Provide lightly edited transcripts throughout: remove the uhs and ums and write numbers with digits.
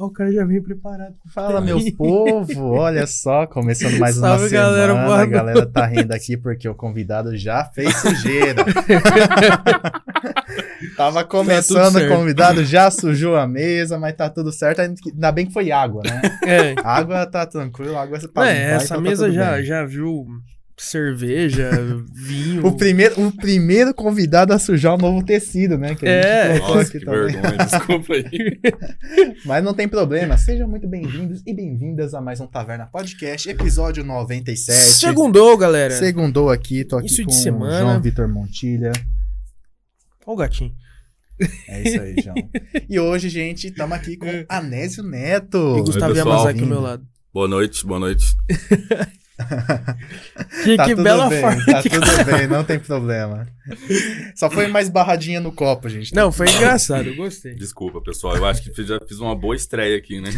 Ó, o cara já vem preparado. Fala, meus povo, olha só, começando mais uma Salve, semana, galera, a galera tá rindo aqui porque o convidado já fez sujeira. Tava começando, o convidado já sujou a mesa, mas tá tudo certo, ainda bem que foi água, né? É. Água tá tranquilo, água você Essa mesa já viu cerveja, vinho. O primeiro convidado a sujar o novo tecido, né? Que a gente colocou nossa, aqui que também. vergonha, desculpa aí. Mas não tem problema, sejam muito bem-vindos e bem-vindas a mais um Taverna Podcast, episódio 97. Segundou, galera. Segundou aqui, tô aqui Isso com de semana. o João Vitor Montilha. Ó o gatinho. É isso aí, João. E hoje, gente, estamos aqui com Anésio Neto. E Gustavo pessoal. Yamazaki ao meu lado. Boa noite, boa noite. Tá que tudo bela bem, forma. tá tudo bem, não tem problema. Só foi mais barradinha no copo, gente. Não, foi engraçado, eu gostei. Desculpa, pessoal, eu acho que já fiz uma boa estreia aqui, né?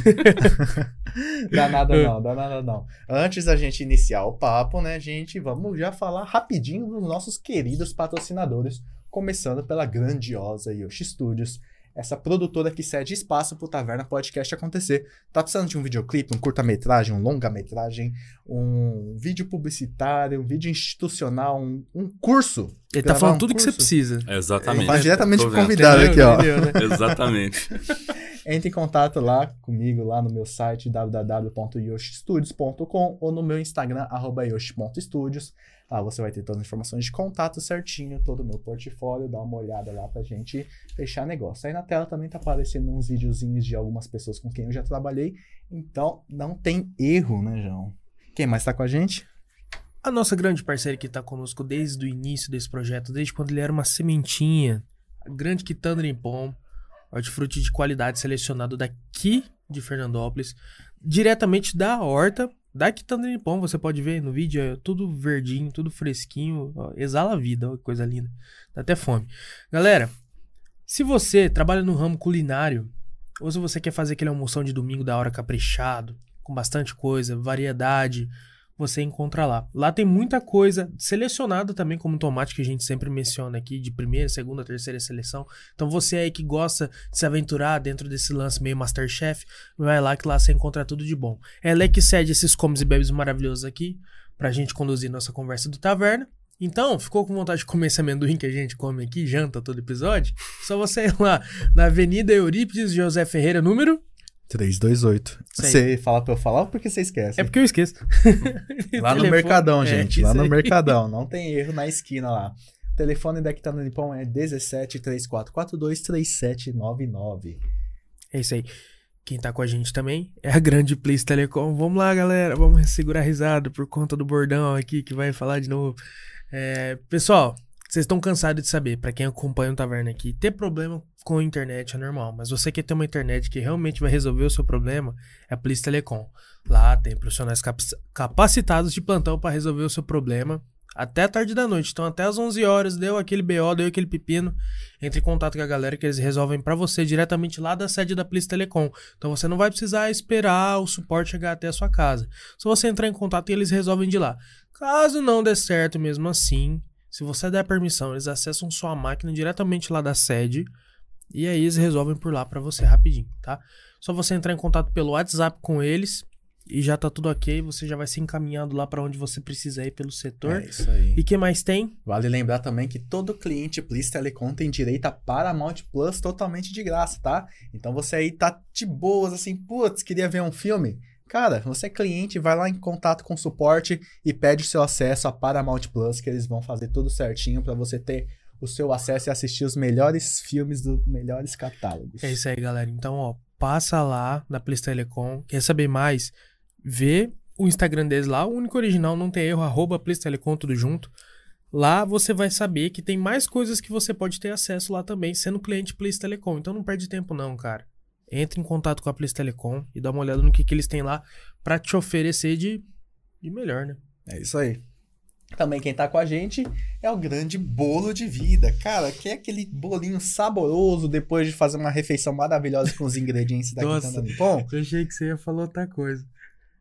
Dá nada não. Antes da gente iniciar o papo, né, gente, vamos já falar rapidinho dos nossos queridos patrocinadores, começando pela grandiosa Yoshi Studios, essa produtora que cede espaço pro Taverna Podcast acontecer. Tá precisando de um videoclipe, um curta-metragem, um longa-metragem, um vídeo publicitário, um vídeo institucional, um curso? Ele tá falando tudo que você precisa. Exatamente. Faz diretamente Tô pro vendo. convidado aqui, ó. Entendeu, né? Exatamente. Entre em contato lá comigo, lá no meu site www.yoshistudios.com ou no meu Instagram, @yoshi.studios. Lá você vai ter todas as informações de contato certinho, todo o meu portfólio, dá uma olhada lá pra gente fechar negócio. Aí na tela também tá aparecendo uns videozinhos de algumas pessoas com quem eu já trabalhei, então não tem erro, né, João? Quem mais tá com a gente? A nossa grande parceira que tá conosco desde o início desse projeto, desde quando ele era uma sementinha, a grande Quitanda Nippon, hortifruti de qualidade selecionado daqui de Fernandópolis, diretamente da horta da Quitanda Nippon. Você pode ver no vídeo, é tudo verdinho, tudo fresquinho, ó, exala a vida, ó, que coisa linda, dá até fome. Galera, se você trabalha no ramo culinário, ou se você quer fazer aquele almoção de domingo da hora caprichado, com bastante coisa, variedade, você encontra lá. Lá tem muita coisa selecionada também, como tomate, que a gente sempre menciona aqui, de primeira, segunda, terceira seleção. Então você aí que gosta de se aventurar dentro desse lance meio Masterchef, vai lá que lá você encontra tudo de bom. Ela é que cede esses comes e bebes maravilhosos aqui, pra gente conduzir nossa conversa do Taverna. Então, ficou com vontade de comer esse amendoim que a gente come aqui, janta todo episódio? Só você ir lá na Avenida Eurípides José Ferreira, número 328. Você fala pra eu falar ou porque você esquece? É porque eu esqueço. Lá no Mercadão, gente. Lá isso no aí. Mercadão. Não tem erro na esquina lá. O telefone da Quitanda Nippon é 17 3442 3799. É isso aí. Quem tá com a gente também é a grande Please Telecom. Vamos lá, galera. Vamos segurar a risada por conta do bordão aqui que vai falar de novo. Pessoal, vocês estão cansados de saber, pra quem acompanha o Taverna aqui, ter problema com a internet é normal, mas você quer ter uma internet que realmente vai resolver o seu problema, é a Please Telecom. Lá tem profissionais capacitados de plantão pra resolver o seu problema até a tarde da noite. Então até às 11 horas, deu aquele BO, deu aquele pepino, entre em contato com a galera que eles resolvem pra você diretamente lá da sede da Please Telecom. Então você não vai precisar esperar o suporte chegar até a sua casa. Só você entrar em contato e eles resolvem de lá. Caso não dê certo mesmo assim, se você der permissão, eles acessam sua máquina diretamente lá da sede e aí eles resolvem por lá pra você rapidinho, tá? Só você entrar em contato pelo WhatsApp com eles e já tá tudo ok, você já vai ser encaminhado lá pra onde você precisa ir pelo setor. É isso aí. E que mais tem? Vale lembrar também que todo cliente Please Telecom tem direito a Paramount Plus totalmente de graça, tá? Então você aí tá de boas, assim, putz, queria ver um filme? Cara, você é cliente, vai lá em contato com o suporte e pede o seu acesso a Paramount Plus, que eles vão fazer tudo certinho pra você ter o seu acesso e assistir os melhores filmes dos melhores catálogos. É isso aí, galera. Então, ó, passa lá na Please Telecom, quer saber mais? Vê o Instagram deles lá, o único original, não tem erro, @Please Telecom, tudo junto. Lá você vai saber que tem mais coisas que você pode ter acesso lá também, sendo cliente Please Telecom. Então não perde tempo não, cara. Entre em contato com a Please Telecom e dá uma olhada no que eles têm lá pra te oferecer de melhor, né? É isso aí. Também quem tá com a gente é o grande Bolo de Vida. Cara, que é aquele bolinho saboroso depois de fazer uma refeição maravilhosa com os ingredientes da Quitanda Nippon. Eu achei que você ia falar outra coisa.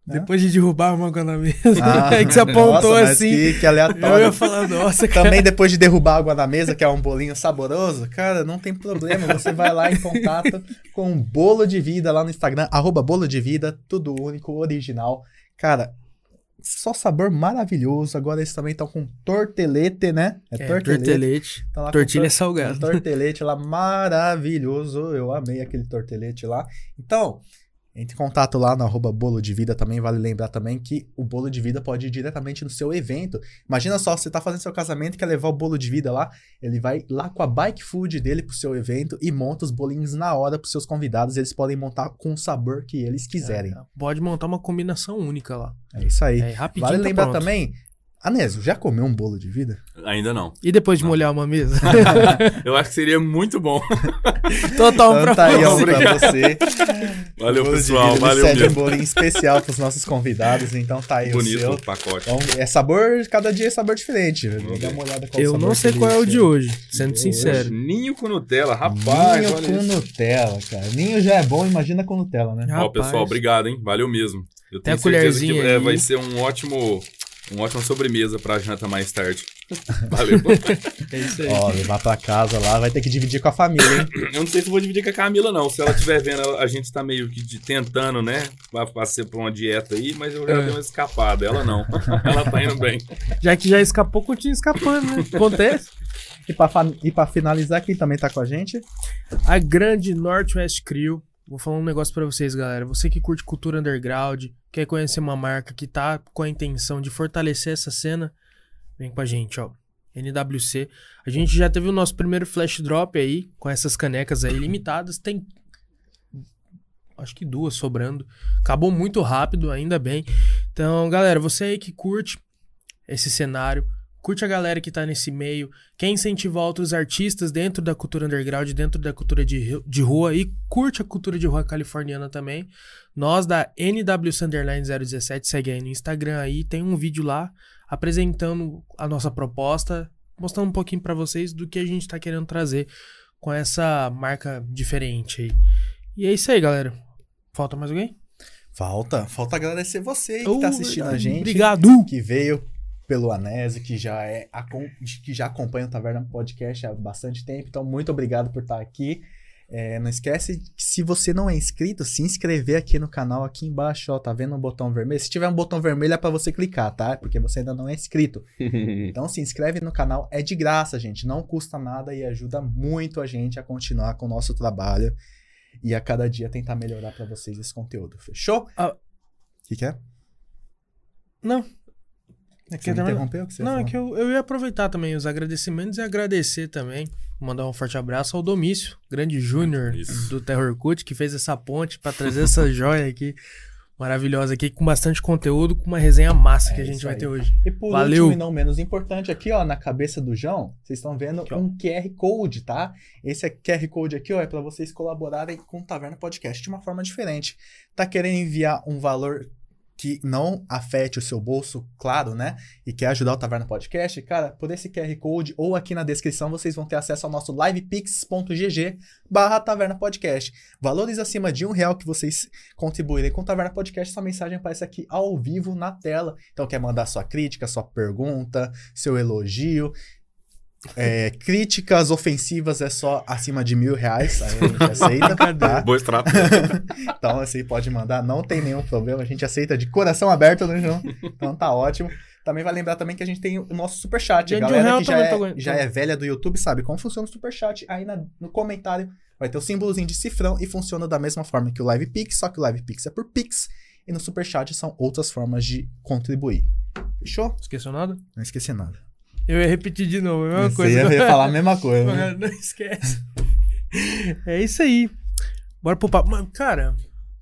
Depois de derrubar uma água na mesa. Ah, É que você apontou nossa, mas assim. Que aleatório. Eu ia falar, nossa, cara. Também depois de derrubar água na mesa, que é um bolinho saboroso, cara, não tem problema. Você vai lá em contato com o Bolo de Vida lá no Instagram, @Bolo de Vida, tudo único, original. Cara, só sabor maravilhoso. Agora eles também estão com tortelete, né? Tortelete. Então, lá com Tortilha salgada. tortelete lá, maravilhoso. Eu amei aquele tortelete lá. Então, entre em contato lá no @Bolo de Vida também. Vale lembrar também que o Bolo de Vida pode ir diretamente no seu evento. Imagina só, você tá fazendo seu casamento e quer levar o Bolo de Vida lá. Ele vai lá com a bike food dele pro seu evento e monta os bolinhos na hora pros seus convidados. Eles podem montar com o sabor que eles quiserem. Pode montar uma combinação única lá. É isso aí. Rapidinho. Vale tá lembrar pronto. também, Anésio, já comeu um bolo de vida? Ainda não. E depois de molhar uma mesa? Eu acho que seria muito bom. Total Então pra tá aí, ó, você. pra você. Valeu, Bolo de pessoal. vida, Valeu eles cedem um mesmo. bolinho especial pros nossos convidados, então tá aí Bonito o seu. o pacote. Então, é sabor, cada dia é sabor diferente. Vou Vamos dar ver. uma olhada qual Eu sabor não sei que qual é o eles de hoje, sendo De sincero. Ninho com Nutella, rapaz. Ninho olha com isso. Nutella, cara. Ninho já é bom, imagina com Nutella, né? Ó, Rapaz. pessoal, obrigado, hein? Valeu mesmo. Eu Tem tenho a certeza que colherzinha aí. vai ser uma ótima sobremesa pra janta mais tarde. Valeu. É isso aí. Ó, levar pra casa lá, vai ter que dividir com a família, hein? Eu não sei se vou dividir com a Camila, não. Se ela estiver vendo, a gente tá meio que tentando, né? Passar por uma dieta aí, mas eu já dei uma escapada. Ela não. Ela tá indo bem. Já que já escapou, continua escapando, né? Acontece. E pra finalizar, quem também tá com a gente? A grande Northwest Crew. Vou falar um negócio pra vocês, galera. Você que curte cultura underground, quer conhecer uma marca que tá com a intenção de fortalecer essa cena, vem com a gente, ó. NWC. A gente já teve o nosso primeiro flash drop aí, com essas canecas aí limitadas. Tem, acho que 2 sobrando. Acabou muito rápido, ainda bem. Então, galera, você aí que curte esse cenário, curte a galera que tá nesse meio, quer incentivar outros artistas dentro da cultura underground, dentro da cultura de rua e curte a cultura de rua californiana também. Nós da NWC_017, segue aí no Instagram aí, tem um vídeo lá apresentando a nossa proposta, mostrando um pouquinho pra vocês do que a gente tá querendo trazer com essa marca diferente aí. E é isso aí, galera. Falta mais alguém? Falta agradecer você aí que tá assistindo a gente. Obrigado! Que veio pelo Anésio, que já acompanha o Taverna Podcast há bastante tempo. Então, muito obrigado por estar aqui. Não esquece que se você não é inscrito, se inscrever aqui no canal, aqui embaixo, ó, tá vendo um botão vermelho? Se tiver um botão vermelho é pra você clicar, tá? Porque você ainda não é inscrito. Então, se inscreve no canal, é de graça, gente. Não custa nada e ajuda muito a gente a continuar com o nosso trabalho e a cada dia tentar melhorar pra vocês esse conteúdo. Fechou? Ah. O que é? Não. Você me interrompeu? O que você Não, ia é que eu ia aproveitar também os agradecimentos e agradecer também, mandar um forte abraço ao Domício, grande júnior Isso. do Terror Cult, que fez essa ponte pra trazer essa joia aqui, maravilhosa aqui, com bastante conteúdo, com uma resenha massa que a gente isso vai aí. ter hoje. E por Valeu. último e não menos importante, aqui ó, na cabeça do João, vocês estão vendo Aqui, ó. um QR Code, tá? Esse QR Code aqui ó, é para vocês colaborarem com o Taverna Podcast de uma forma diferente. Tá querendo enviar um valor que não afete o seu bolso, claro, né? E quer ajudar o Taverna Podcast, cara, por esse QR Code ou aqui na descrição vocês vão ter acesso ao nosso livepix.gg/Taverna Podcast. Valores acima de R$1 que vocês contribuírem com o Taverna Podcast, essa mensagem aparece aqui ao vivo na tela. Então quer mandar sua crítica, sua pergunta, seu elogio. Críticas ofensivas é só acima de R$1.000, aí a gente aceita, tá? Boa estratégia. Então você pode mandar, não tem nenhum problema, a gente aceita de coração aberto, né, João? Então tá ótimo. Também vai lembrar também que a gente tem o nosso superchat. A Gente, galera R$1 que também já é velha do YouTube sabe como funciona o superchat. Aí no comentário vai ter o símbolozinho de cifrão e funciona da mesma forma que o Live Pix, só que o Live Pix é por Pix e no superchat são outras formas de contribuir. Fechou? Esqueceu nada? Não esqueci nada. Eu ia repetir de novo, a mesma Você coisa. ia falar a mesma coisa, né? Não esquece. É isso aí. Bora pro papo. Mano, cara,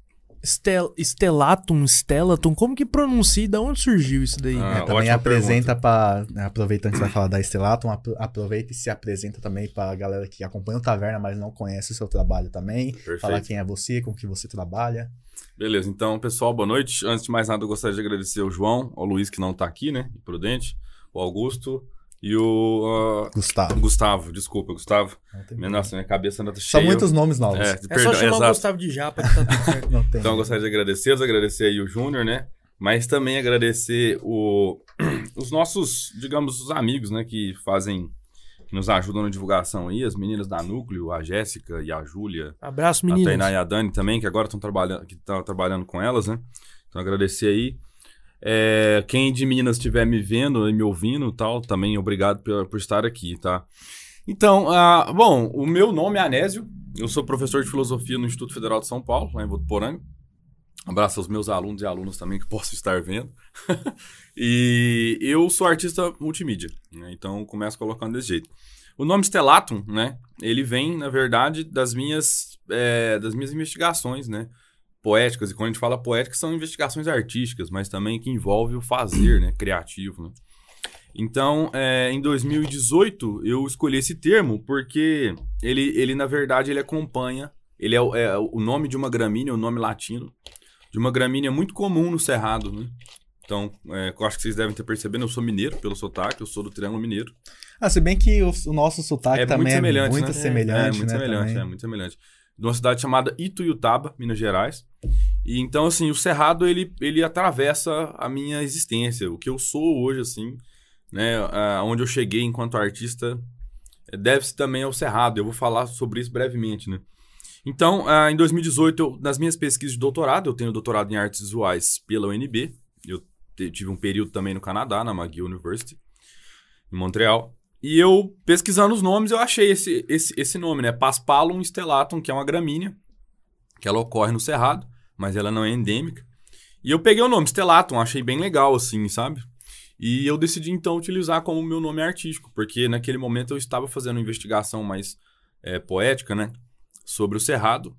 Stellatum, como que pronuncia? Da onde surgiu isso daí? Ah, Também ótima apresenta para aproveitando que você vai falar da Stellatum, aproveita e se apresenta também pra galera que acompanha o Taverna, mas não conhece o seu trabalho também. Perfeito. Falar quem é você, com que você trabalha. Beleza, então, pessoal, boa noite. Antes de mais nada, eu gostaria de agradecer ao João, ao Luiz, que não tá aqui, né? Prudente, o Augusto e o Gustavo. Desculpa, Gustavo. Não tem Nossa, minha cabeça ainda tá São cheia. muitos nomes novos. É só chamar o exato. Gustavo de Japa que tá tudo certo. Não tem. Então, eu gostaria de agradecer aí o Júnior, né? Mas também agradecer os nossos, digamos, os amigos, né, que nos ajudam na divulgação aí, as meninas da Núcleo, a Jéssica e a Júlia. Abraço, A meninas. Tainá e a Dani também, que agora estão trabalhando com elas, né? Então agradecer aí. Quem de Minas estiver me vendo e me ouvindo e tal, também obrigado por estar aqui, tá? Então, bom, o meu nome é Anésio, eu sou professor de filosofia no Instituto Federal de São Paulo, lá em Votuporanga. Abraço aos meus alunos e alunas também que posso estar vendo. E eu sou artista multimídia, né? Então começo colocando desse jeito. O nome Stellatum, né? Ele vem, na verdade, das minhas investigações, né? Poéticas. E quando a gente fala poética, são investigações artísticas, mas também que envolve o fazer, né? Criativo, né? Então, em 2018, eu escolhi esse termo porque ele na verdade, ele acompanha... Ele é o nome de uma gramínea, o nome latino, de uma gramínea muito comum no Cerrado, né? Então, eu acho que vocês devem ter percebido, eu sou mineiro pelo sotaque, eu sou do Triângulo Mineiro. Se bem que o nosso sotaque também é muito né? semelhante, muito né? Semelhante, muito semelhante. De uma cidade chamada Ituiutaba, Minas Gerais. E então, assim, o Cerrado, ele atravessa a minha existência. O que eu sou hoje, assim, né? Onde eu cheguei enquanto artista, deve-se também ao Cerrado. Eu vou falar sobre isso brevemente, né? Então, em 2018, nas minhas pesquisas de doutorado, eu tenho doutorado em artes visuais pela UNB. Eu tive um período também no Canadá, na McGill University, em Montreal. E eu, pesquisando os nomes, eu achei esse nome, né? Paspalum stellatum, que é uma gramínea, que ela ocorre no Cerrado, mas ela não é endêmica. E eu peguei o nome Stellatum, achei bem legal, assim, sabe? E eu decidi, então, utilizar como meu nome artístico, porque naquele momento eu estava fazendo uma investigação mais poética, né? Sobre o Cerrado.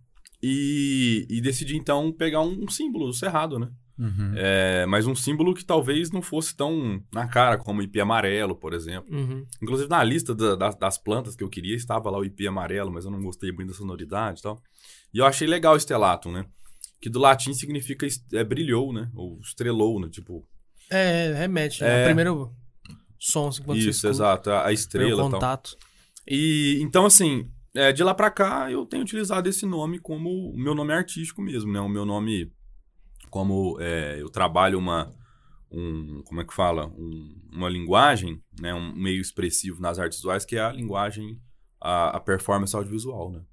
E decidi, então, pegar um símbolo do Cerrado, né? Uhum. Mas um símbolo que talvez não fosse tão na cara como o ipê amarelo, por exemplo. Uhum. Inclusive, na lista das plantas que eu queria, estava lá o ipê amarelo, mas eu não gostei muito da sonoridade e tal. E eu achei legal o stellatum, né? Que do latim significa brilhou, né? Ou estrelou, né? Tipo... remete. É o primeiro som assim, quando você Isso, escuta. exato. A estrela e tal. Contato. E, então, assim, de lá pra cá, eu tenho utilizado esse nome como o meu nome artístico mesmo, né? O meu nome... Como eu trabalho como é que fala? Uma linguagem, né? Um meio expressivo nas artes visuais, que é a linguagem, a performance audiovisual, né?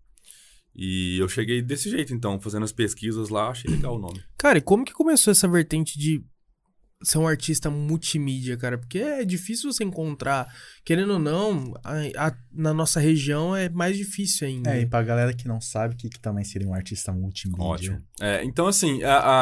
E eu cheguei desse jeito, então, fazendo as pesquisas lá, achei legal o nome. Cara, e como que começou essa vertente de ser um artista multimídia, cara? Porque é difícil você encontrar, querendo ou não, na nossa região é mais difícil ainda. E pra galera que não sabe, o que também seria um artista multimídia? Ótimo. Então, assim,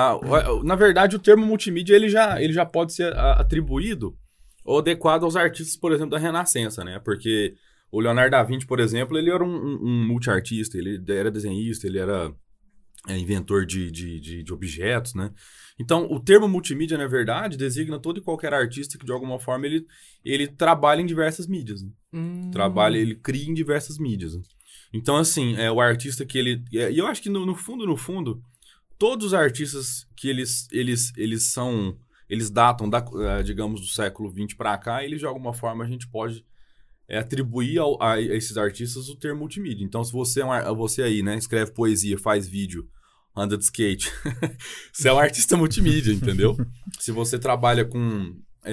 na verdade, o termo multimídia, ele já pode ser atribuído ou adequado aos artistas, por exemplo, da Renascença, né? Porque o Leonardo da Vinci, por exemplo, ele era um multiartista, ele era desenhista, ele era inventor de objetos, né? Então, o termo multimídia, na verdade, designa todo e qualquer artista que, de alguma forma, ele trabalha em diversas mídias. Né? Ele cria em diversas mídias. Né? Então, assim, o artista que ele... E eu acho que, no fundo, todos os artistas que eles datam, digamos, do século XX para cá, eles, de alguma forma, a gente pode atribuir a esses artistas o termo multimídia. Então, se você aí, né, escreve poesia, faz vídeo, anda de skate, você é um artista multimídia, entendeu? Se você trabalha com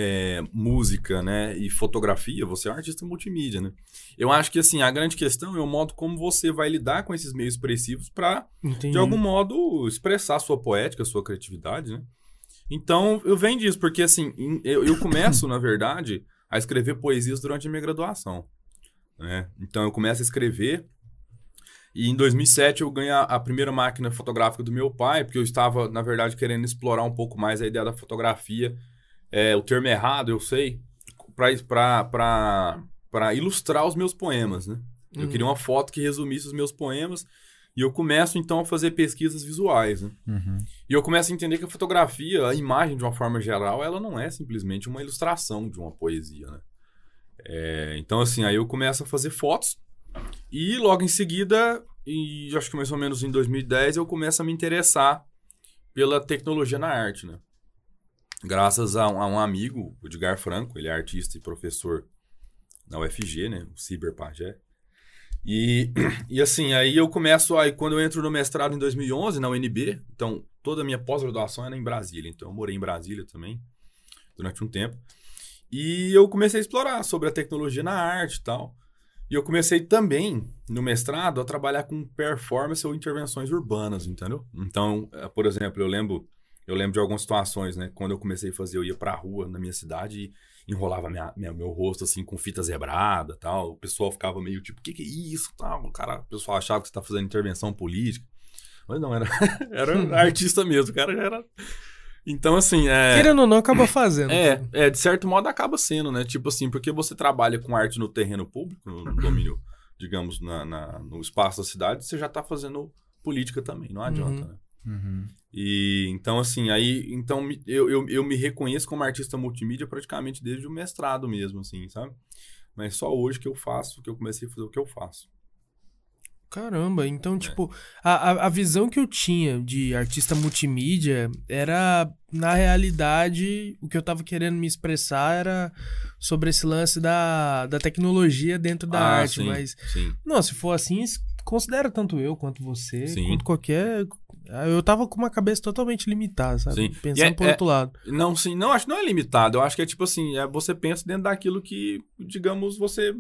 música, né, e fotografia, você é um artista multimídia, né? Eu acho que, assim, a grande questão é o modo como você vai lidar com esses meios expressivos para, de algum modo, expressar sua poética, sua criatividade, né? Então, eu venho disso, porque, assim, eu começo, na verdade, a escrever poesias durante a minha graduação, né? Então, eu começo a escrever. E em 2007 eu ganhei a primeira máquina fotográfica do meu pai, porque eu estava, na verdade, querendo explorar um pouco mais a ideia da fotografia. O termo errado, eu sei, para ilustrar os meus poemas, né? Eu queria uma foto que resumisse os meus poemas e eu começo, então, a fazer pesquisas visuais, né? Uhum. E eu começo a entender que a fotografia, a imagem, de uma forma geral, ela não é simplesmente uma ilustração de uma poesia, né? Então, assim, aí eu começo a fazer fotos. E logo em seguida, e acho que mais ou menos em 2010, eu começo a me interessar pela tecnologia na arte, né? Graças a um amigo, o Edgar Franco, ele é artista e professor na UFG, né? O Ciberpagé. E assim, aí eu começo, quando eu entro no mestrado em 2011, na UNB, então toda a minha pós-graduação era em Brasília, então eu morei em Brasília também durante um tempo. E eu comecei a explorar sobre a tecnologia na arte e tal. E eu comecei também, no mestrado, a trabalhar com performance ou intervenções urbanas, entendeu? Então, por exemplo, eu lembro de algumas situações, né? Quando eu comecei a fazer, eu ia pra rua na minha cidade e enrolava meu rosto, assim, com fita zebrada e tal. O pessoal ficava meio tipo, o que é isso? Tal. O pessoal achava que você tá fazendo intervenção política. Mas não, era artista mesmo, o cara já era... Então, assim... Querendo ou não, acaba fazendo. De certo modo acaba sendo, né? Tipo assim, porque você trabalha com arte no terreno público, no domínio, digamos, no espaço da cidade, você já tá fazendo política também, não adianta, né? Uhum. E então, assim, eu me reconheço como artista multimídia praticamente desde o mestrado mesmo, assim, sabe? Mas só hoje que eu comecei a fazer o que eu faço. Caramba, então, tipo, a visão que eu tinha de artista multimídia era, na realidade, o que eu tava querendo me expressar era sobre esse lance da tecnologia dentro da arte, sim, mas... Sim. Não, se for assim, considera tanto eu quanto você, Sim. quanto qualquer... Eu tava com uma cabeça totalmente limitada, sabe? Sim. Pensando por outro lado. Não, sim, não, acho que não é limitado. Eu acho que é tipo assim, você pensa dentro daquilo que, digamos, você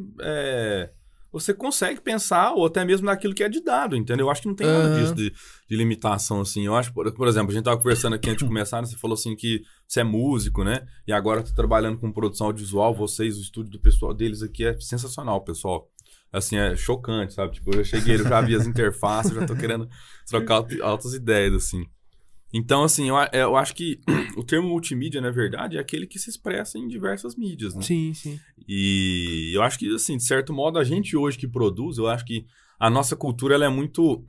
consegue pensar, ou até mesmo naquilo que é de dado, entendeu? Eu acho que não tem nada disso de limitação, assim. Eu acho, por exemplo, a gente tava conversando aqui antes de começar, né? Você falou assim que você é músico, né? E agora tá trabalhando com produção audiovisual, vocês, o estúdio do pessoal deles aqui é sensacional, pessoal. Assim, é chocante, sabe? Tipo, eu cheguei, eu já vi as interfaces, já tô querendo trocar altas ideias, assim. Então, assim, eu acho que o termo multimídia, na verdade, é aquele que se expressa em diversas mídias, né? Sim, sim. E eu acho que, assim, de certo modo, a gente hoje que produz, eu acho que a nossa cultura, ela é muito,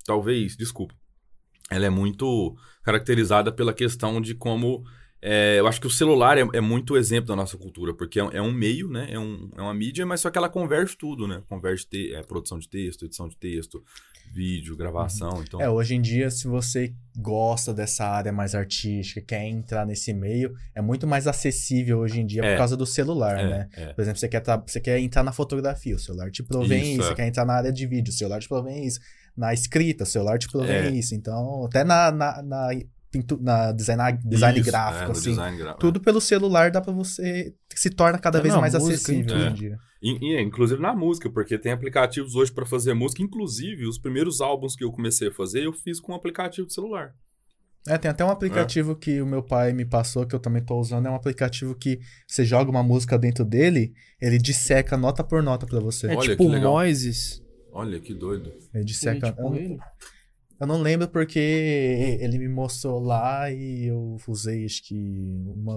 ela é muito caracterizada pela questão de como... eu acho que o celular é muito exemplo da nossa cultura, porque é um meio, né? É uma mídia, mas só que ela converte tudo, né? Converte produção de texto, edição de texto, vídeo, gravação. Então... hoje em dia, se você gosta dessa área mais artística, quer entrar nesse meio, é muito mais acessível hoje em dia por causa do celular, né? Por exemplo, você quer entrar na fotografia, o celular te provém isso. Você quer entrar na área de vídeo, o celular te provém isso. Na escrita, o celular te provém isso. Então, até na design gráfico, assim. Design gráfico, tudo pelo celular dá pra você... Se torna cada vez mais acessível hoje em dia. Inclusive na música, porque tem aplicativos hoje pra fazer música. Inclusive, os primeiros álbuns que eu comecei a fazer, eu fiz com um aplicativo de celular. Tem até um aplicativo que o meu pai me passou, que eu também tô usando. É um aplicativo que você joga uma música dentro dele, ele disseca nota por nota pra você. É tipo o Moises. Olha, que doido. Ele disseca... Eu não lembro porque ele me mostrou lá e eu usei, acho que uma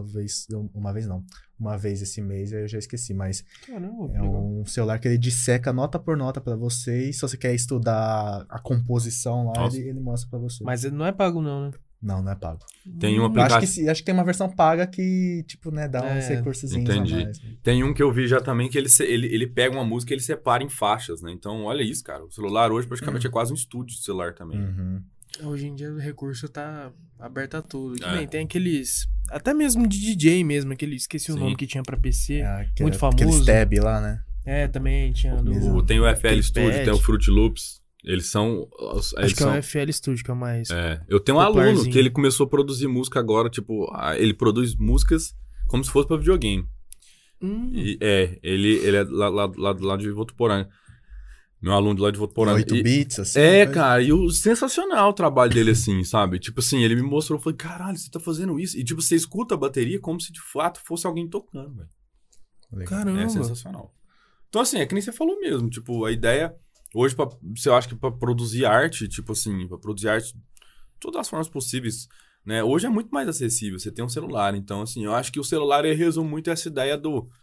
vez esse mês, aí eu já esqueci, mas caramba, é um celular que ele disseca nota por nota pra você e se você quer estudar a composição lá, ele mostra pra você. Mas ele não é pago não, né? Não é pago. Tem um aplicativo... Acho que tem uma versão paga que, tipo, né, dá uns recursozinhos a mais. Tem um que eu vi já também que ele pega uma música e ele separa em faixas, né? Então, olha isso, cara. O celular hoje praticamente é quase um estúdio de celular também. Uhum. Hoje em dia o recurso tá aberto a tudo. Tem aqueles... Até mesmo de DJ mesmo, esqueci o nome que tinha pra PC. Muito famoso. Aquele Tab lá, né? Também tinha. Tem o FL Studio, tem o Fruit Loops. Eles são... Acho que é o FL Studio que é o mais... Eu tenho um aluno que ele começou a produzir música agora, tipo... Ele produz músicas como se fosse pra videogame. E, ele é lá de Votuporanga. Meu aluno de lá de Votuporanga. 8 bits, assim. Cara, sensacional o trabalho dele, assim, sabe? Tipo assim, ele me mostrou, eu falei, caralho, você tá fazendo isso? E tipo, você escuta a bateria como se de fato fosse alguém tocando, velho. Caramba. É sensacional. Então assim, é que nem você falou mesmo, tipo, a ideia... Hoje, eu acho que pra produzir arte, tipo assim, pra produzir arte de todas as formas possíveis, né? Hoje é muito mais acessível, você tem um celular. Então, assim, eu acho que o celular resume muito essa ideia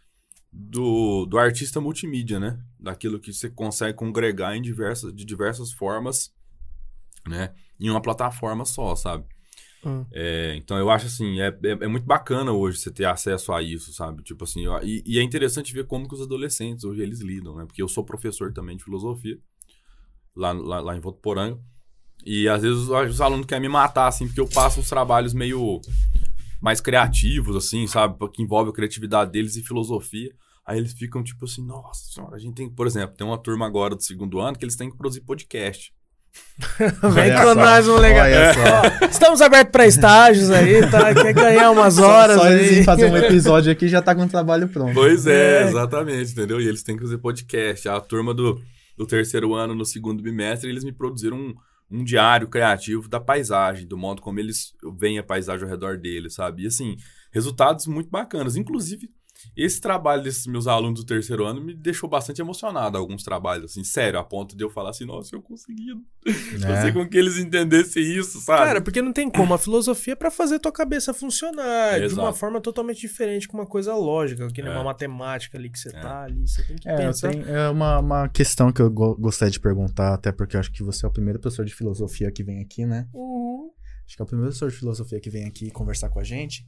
do artista multimídia, né? Daquilo que você consegue congregar de diversas formas, né? Em uma plataforma só, sabe? Então, eu acho assim, é muito bacana hoje você ter acesso a isso, sabe? Tipo assim, e é interessante ver como que os adolescentes hoje eles lidam, né? Porque eu sou professor também de filosofia, lá em Votuporanga, e às vezes os alunos querem me matar, assim, porque eu passo uns trabalhos meio mais criativos, assim, sabe? Que envolve a criatividade deles e filosofia. Aí eles ficam tipo assim, nossa senhora, a gente tem, por exemplo, tem uma turma agora do 2º ano que eles têm que produzir podcast. Vem Olha com só, nós, moleque. olha só. Estamos abertos para estágios aí, tá? Quer ganhar umas horas Só eles aí. irem fazer um episódio aqui já tá com o trabalho pronto. Pois é, exatamente, entendeu? E eles têm que fazer podcast. A turma do terceiro ano, no segundo bimestre, eles me produziram um diário criativo da paisagem, do modo como eles veem a paisagem ao redor deles, sabe? E assim, resultados muito bacanas. Inclusive, esse trabalho desses meus alunos do terceiro ano me deixou bastante emocionado, alguns trabalhos, assim, sério, a ponto de eu falar assim, nossa, eu consegui fazer com que eles entendessem isso, sabe? Cara, porque não tem como. A filosofia é pra fazer tua cabeça funcionar de uma Exato. forma totalmente diferente, com uma coisa lógica, que nem uma matemática ali que você tá ali, você tem que pensar. É uma questão que eu gostaria de perguntar, até porque eu acho que você é o primeiro professor de filosofia que vem aqui, né? Acho que é o primeiro professor de filosofia que vem aqui conversar com a gente.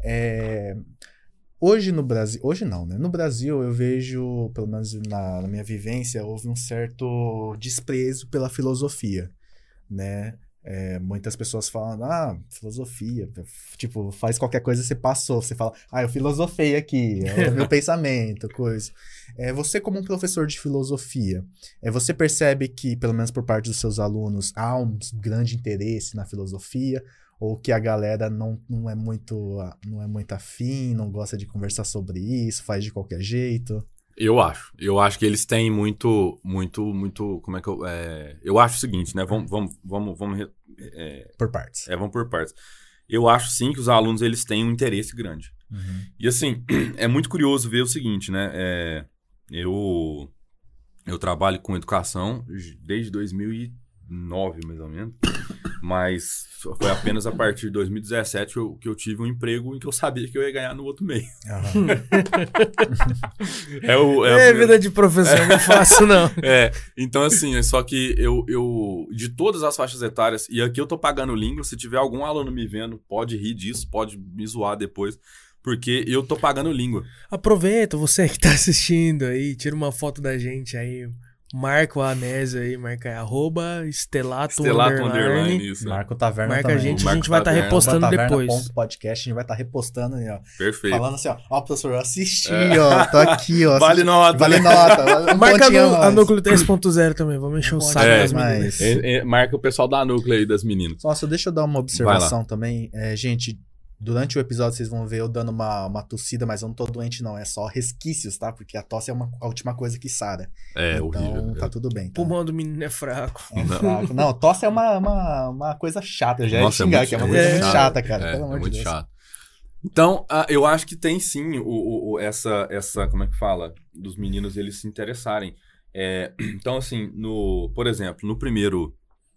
Hoje no Brasil... Hoje não, né? No Brasil eu vejo, pelo menos na minha vivência, houve um certo desprezo pela filosofia, né? Muitas pessoas falam, filosofia, tipo, faz qualquer coisa, você passou, você fala, eu filosofei aqui, é o meu pensamento, coisa. Você como um professor de filosofia, você percebe que, pelo menos por parte dos seus alunos, há um grande interesse na filosofia, ou que a galera não é muito afim, não gosta de conversar sobre isso, faz de qualquer jeito? Eu acho que eles têm muito, como é que eu acho o seguinte, né, vamos por partes. Vamos por partes. Eu acho sim que os alunos, eles têm um interesse grande. Uhum. E assim, é muito curioso ver o seguinte, né, eu trabalho com educação desde 2009, mais ou menos, mas foi apenas a partir de 2017 que eu tive um emprego em que eu sabia que eu ia ganhar no outro mês. Uhum. Vida de professor não é fácil, não. Então assim, só que eu, de todas as faixas etárias, e aqui eu tô pagando língua, se tiver algum aluno me vendo, pode rir disso, pode me zoar depois, porque eu tô pagando língua. Aproveita, você que tá assistindo aí, tira uma foto da gente aí, marca o Anésio aí, marca aí, @estelato _ isso. Marca o Taverna marca também. a gente Marca vai estar Taverna. repostando depois. Podcast, a gente vai estar repostando aí, ó. Perfeito. Falando assim, ó, professor, eu assisti, ó, tô aqui, ó. Vale nota. Vale nota. Marca a Núcleo 3.0 também, vamos encher o saco das meninas. Marca o pessoal da Núcleo aí, das meninas. Nossa, deixa eu dar uma observação também. Gente, durante o episódio vocês vão ver eu dando uma tossida, mas eu não tô doente não, é só resquícios, tá? Porque a tosse é a última coisa que sara. Então, horrível. tá tudo bem. O pulmão do menino é fraco. Fraco. Não, tosse é uma coisa chata, eu já ia xingar, que é uma coisa muito chata, cara. Pelo amor de muito Deus. chato. Então, eu acho que tem sim essa, como é que fala? Dos meninos eles se interessarem. Então, assim, por exemplo, no primeiro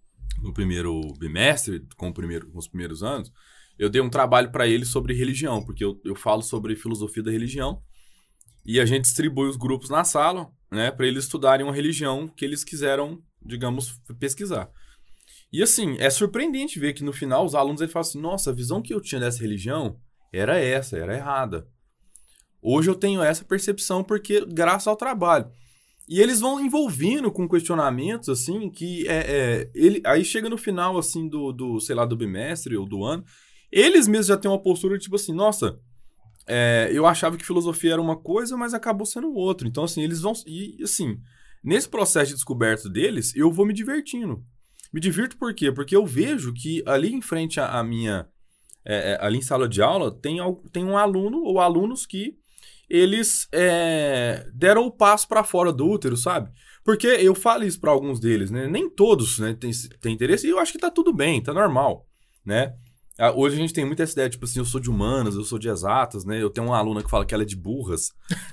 bimestre, com os primeiros anos, eu dei um trabalho para eles sobre religião, porque eu falo sobre filosofia da religião, e a gente distribui os grupos na sala, né, para eles estudarem uma religião que eles quiseram, digamos, pesquisar. E assim, é surpreendente ver que no final os alunos eles falam assim, nossa, a visão que eu tinha dessa religião era errada. Hoje eu tenho essa percepção porque graças ao trabalho. E eles vão envolvendo com questionamentos, assim, que aí chega no final, assim, sei lá, do bimestre ou do ano, eles mesmos já têm uma postura tipo assim, nossa, eu achava que filosofia era uma coisa, mas acabou sendo outra. Então, assim, eles vão... E, assim, nesse processo de descoberta deles, eu vou me divertindo. Me divirto por quê? Porque eu vejo que ali em frente à minha... ali em sala de aula, tem um aluno ou alunos que eles deram o passo para fora do útero, sabe? Porque eu falo isso para alguns deles, né? Nem todos, né, têm interesse, e eu acho que tá tudo bem, tá normal, né? Hoje a gente tem muita essa ideia, tipo assim, eu sou de humanas, eu sou de exatas, né? Eu tenho uma aluna que fala que ela é de burras.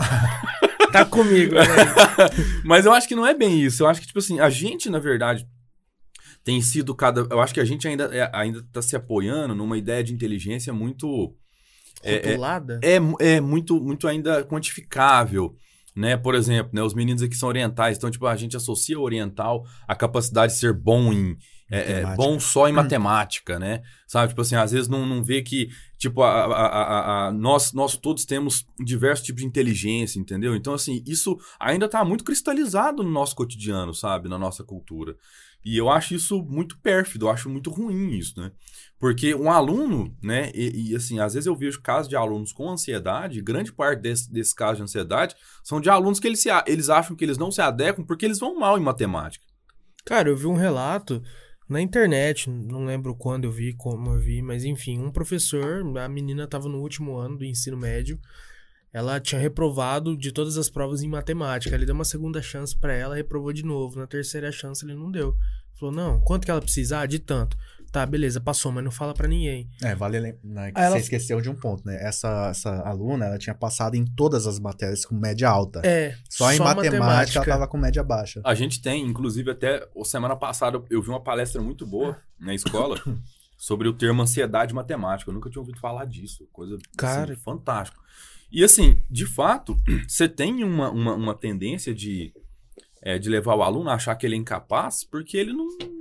Tá comigo, né? Mas eu acho que não é bem isso. Eu acho que, tipo assim, a gente, na verdade, tem sido eu acho que a gente ainda tá se apoiando numa ideia de inteligência muito... Rotulada? Muito ainda quantificável, né? Por exemplo, né, os meninos aqui são orientais, então, tipo, a gente associa o oriental à capacidade de ser bom bom só em matemática, né? Sabe, tipo assim, às vezes não vê que, tipo, nós todos temos diversos tipos de inteligência, entendeu? Então, assim, isso ainda tá muito cristalizado no nosso cotidiano, sabe? Na nossa cultura. E eu acho isso muito pérfido, eu acho muito ruim isso, né? Porque um aluno, né, e assim, às vezes eu vejo casos de alunos com ansiedade, grande parte desses casos de ansiedade são de alunos que eles acham que eles não se adequam porque eles vão mal em matemática. Cara, eu vi um relato na internet, não lembro quando eu vi, como eu vi, mas enfim, um professor, a menina estava no último ano do ensino médio, ela tinha reprovado de todas as provas em matemática, ele deu uma segunda chance pra ela, reprovou de novo, na terceira chance ele não deu. Falou, não, quanto que ela precisa? Ah, de tanto. Tá, beleza, passou, mas não fala pra ninguém. Vale lembrar que Aí você ela- esqueceu de um ponto, né? Essa aluna, ela tinha passado em todas as matérias com média alta. Só em matemática ela tava com média baixa. A gente tem, inclusive, até semana passada eu vi uma palestra muito boa na escola sobre o termo ansiedade matemática. Eu nunca tinha ouvido falar disso. Coisa Cara. assim, fantástica. E assim, de fato, você tem uma tendência de levar o aluno a achar que ele é incapaz porque ele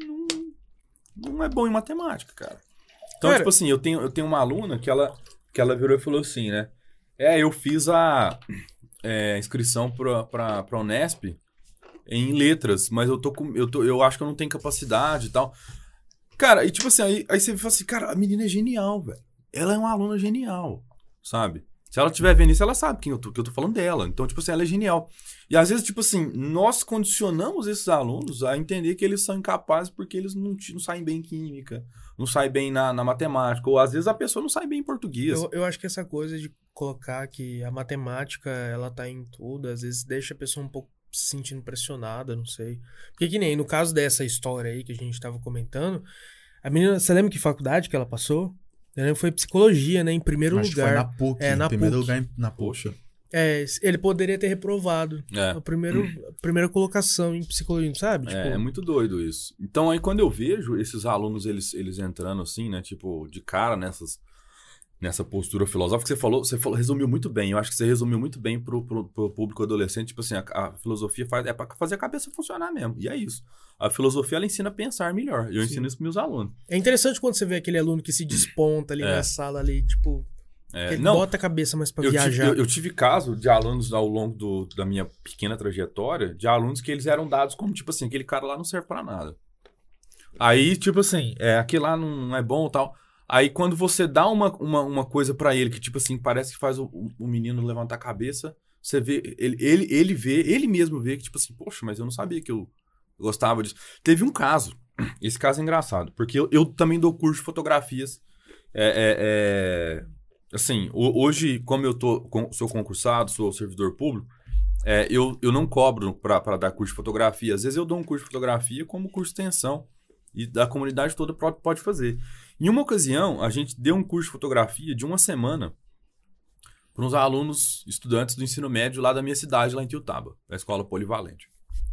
não é bom em matemática, cara. Então, Cara, tipo assim, eu tenho uma aluna que ela virou e falou assim, né? Eu fiz a inscrição pra Unesp em letras, mas eu acho que eu não tenho capacidade e tal. Cara, e tipo assim, aí você fala assim, cara, a menina é genial, velho. Ela é uma aluna genial, sabe? Se ela estiver vendo isso, ela sabe que eu tô falando dela. Então, tipo assim, ela é genial. E às vezes, tipo assim, nós condicionamos esses alunos a entender que eles são incapazes porque eles não saem bem em química, não saem bem na matemática, ou às vezes a pessoa não sai bem em português. eu acho que essa coisa de colocar que a matemática, ela tá em tudo, às vezes deixa a pessoa um pouco se sentindo pressionada, não sei. Porque que nem no caso dessa história aí que a gente tava comentando, a menina, você lembra que faculdade que ela passou? Eu lembro que foi psicologia, né? Em primeiro Acho lugar. que foi na PUC. Na em primeiro PUC. lugar na PUC. Poxa. Ele poderia ter reprovado a primeira colocação em psicologia, sabe? Tipo, É muito doido isso. Então aí quando eu vejo esses alunos, eles entrando assim, né? Tipo, de cara nessa postura filosófica que você falou, resumiu muito bem. Eu acho que você resumiu muito bem pro público adolescente. Tipo assim, a filosofia é pra fazer a cabeça funcionar mesmo. E é isso. A filosofia, ela ensina a pensar melhor. Eu ensino isso pros meus alunos. É interessante quando você vê aquele aluno que se desponta ali na sala ali, tipo... ele bota a cabeça mais pra viajar. Eu tive caso de alunos ao longo da minha pequena trajetória, de alunos que eles eram dados como, tipo assim, aquele cara lá não serve pra nada. Aí, tipo assim, aquele lá não é bom e tal. Aí, quando você dá uma coisa pra ele que, tipo assim, parece que faz o menino levantar a cabeça, você vê, ele mesmo vê que, tipo assim, poxa, mas eu não sabia que eu gostava disso. Teve um caso, esse caso é engraçado, porque eu também dou curso de fotografias. Assim, hoje, como eu sou concursado, sou servidor público, eu não cobro para dar curso de fotografia. Às vezes eu dou um curso de fotografia como curso de extensão. E a comunidade toda pode fazer. Em uma ocasião, a gente deu um curso de fotografia de uma semana para uns alunos, estudantes do ensino médio lá da minha cidade, lá em Tiutaba, da Escola Polivalente.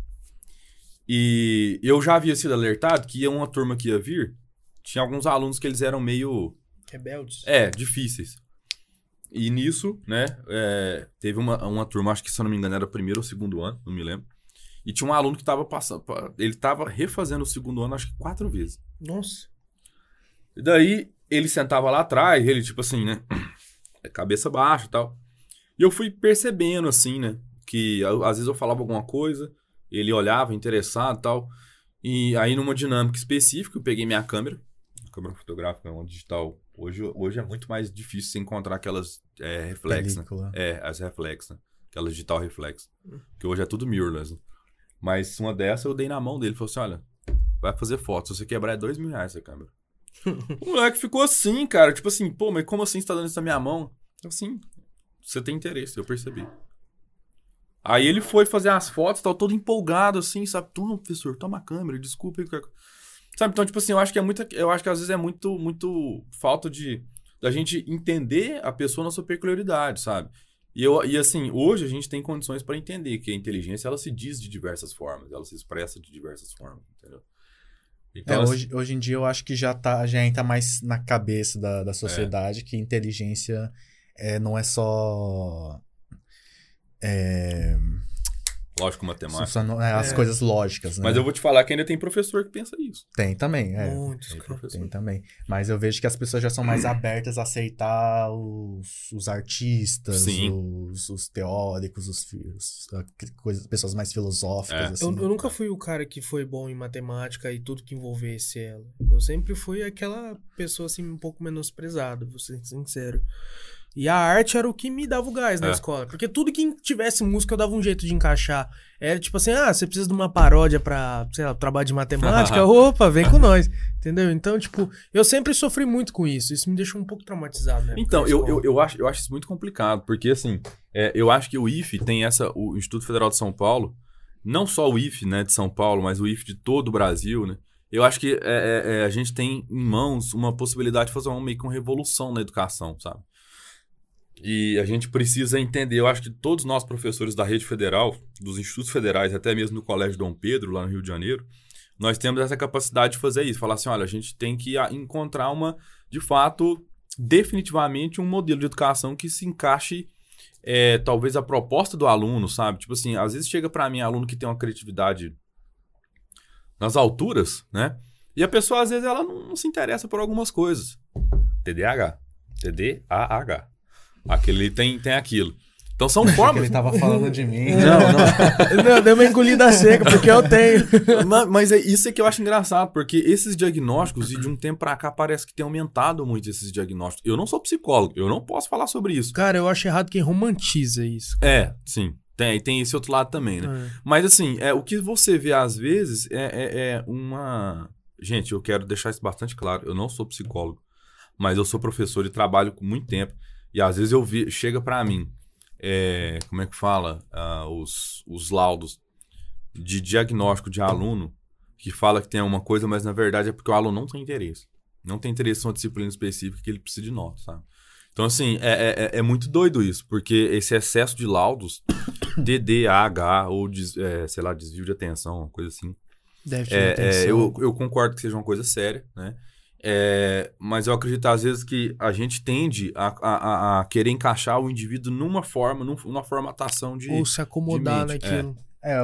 E eu já havia sido alertado que uma turma que ia vir, tinha alguns alunos que eles eram meio... rebeldes. Difíceis. E nisso, né, teve uma turma, acho que se eu não me engano era o primeiro ou segundo ano, não me lembro. E tinha um aluno que estava passando, ele estava refazendo o segundo ano, acho que 4 vezes. Nossa. E daí, ele sentava lá atrás, ele tipo assim, né, cabeça baixa e tal. E eu fui percebendo, assim, né, que às vezes eu falava alguma coisa, ele olhava interessado e tal. E aí, numa dinâmica específica, eu peguei minha câmera fotográfica, uma digital. Hoje é muito mais difícil você encontrar aquelas reflex, né? As reflex, né? Aquelas digital reflex. Que hoje é tudo mirrorless, né? Mas uma dessa eu dei na mão dele. Falou assim, olha, vai fazer foto. Se você quebrar é R$2.000 essa câmera. O moleque ficou assim, cara. Tipo assim, pô, mas como assim você tá dando isso na minha mão? Eu assim, você tem interesse, eu percebi. Aí ele foi fazer as fotos, tava todo empolgado assim, sabe? Toma, professor, toma a câmera, desculpa. Sabe? Então, tipo assim, eu acho que às vezes é muito falta da gente entender a pessoa na sua peculiaridade, sabe? E assim, hoje a gente tem condições para entender que a inteligência, ela se diz de diversas formas, ela se expressa de diversas formas, entendeu? Então, hoje em dia eu acho que já entra mais na cabeça da sociedade que inteligência não é só... lógico, matemática. As coisas lógicas, né? Mas eu vou te falar que ainda tem professor que pensa isso. Tem também, Muitos, tem também. Mas eu vejo que as pessoas já são mais abertas a aceitar os artistas, os teóricos, pessoas mais filosóficas. Assim, eu nunca fui o cara que foi bom em matemática e tudo que envolvesse ela. Eu sempre fui aquela pessoa assim um pouco menosprezada, vou ser sincero. E a arte era o que me dava o gás na escola. Porque tudo que tivesse música eu dava um jeito de encaixar. Era tipo assim, você precisa de uma paródia pra, sei lá, trabalho de matemática? Opa, vem com nós. Entendeu? Então, tipo, eu sempre sofri muito com isso. Isso me deixou um pouco traumatizado, né? Então, eu acho isso muito complicado. Porque, assim, eu acho que o IFE tem o Instituto Federal de São Paulo, não só o IFE, né, de São Paulo, mas o IFE de todo o Brasil, né? Eu acho que a gente tem em mãos uma possibilidade de fazer meio que uma revolução na educação, sabe? E a gente precisa entender, eu acho que todos nós professores da rede federal, dos institutos federais, até mesmo do Colégio Dom Pedro, lá no Rio de Janeiro, nós temos essa capacidade de fazer isso. Falar assim, olha, a gente tem que encontrar de fato, definitivamente um modelo de educação que se encaixe, talvez, a proposta do aluno, sabe? Tipo assim, às vezes chega para mim aluno que tem uma criatividade nas alturas, né? E a pessoa, às vezes, ela não se interessa por algumas coisas. TDAH. Aquele tem aquilo. Então são formas... Ele tava falando de mim. Não, deu uma engolida seca, porque eu tenho. Mas isso é que eu acho engraçado, porque esses diagnósticos, e de um tempo pra cá, parece que tem aumentado muito esses diagnósticos. Eu não sou psicólogo, eu não posso falar sobre isso. Cara, eu acho errado quem romantiza isso. Sim. Tem esse outro lado também, né? Mas assim, o que você vê às vezes é uma... Gente, eu quero deixar isso bastante claro. Eu não sou psicólogo, mas eu sou professor e trabalho com muito tempo. E às vezes chega pra mim, como é que fala? Os laudos de diagnóstico de aluno que fala que tem uma coisa, mas na verdade é porque o aluno não tem interesse. Não tem interesse em uma disciplina específica que ele precisa de nota, sabe? Então, assim, é muito doido isso, porque esse excesso de laudos, TDAH ou, sei lá, desvio de atenção, uma coisa assim. Deve ter atenção. Eu concordo que seja uma coisa séria, né? Mas eu acredito, às vezes, que a gente tende a querer encaixar o indivíduo numa formatação de... Ou se acomodar naquilo.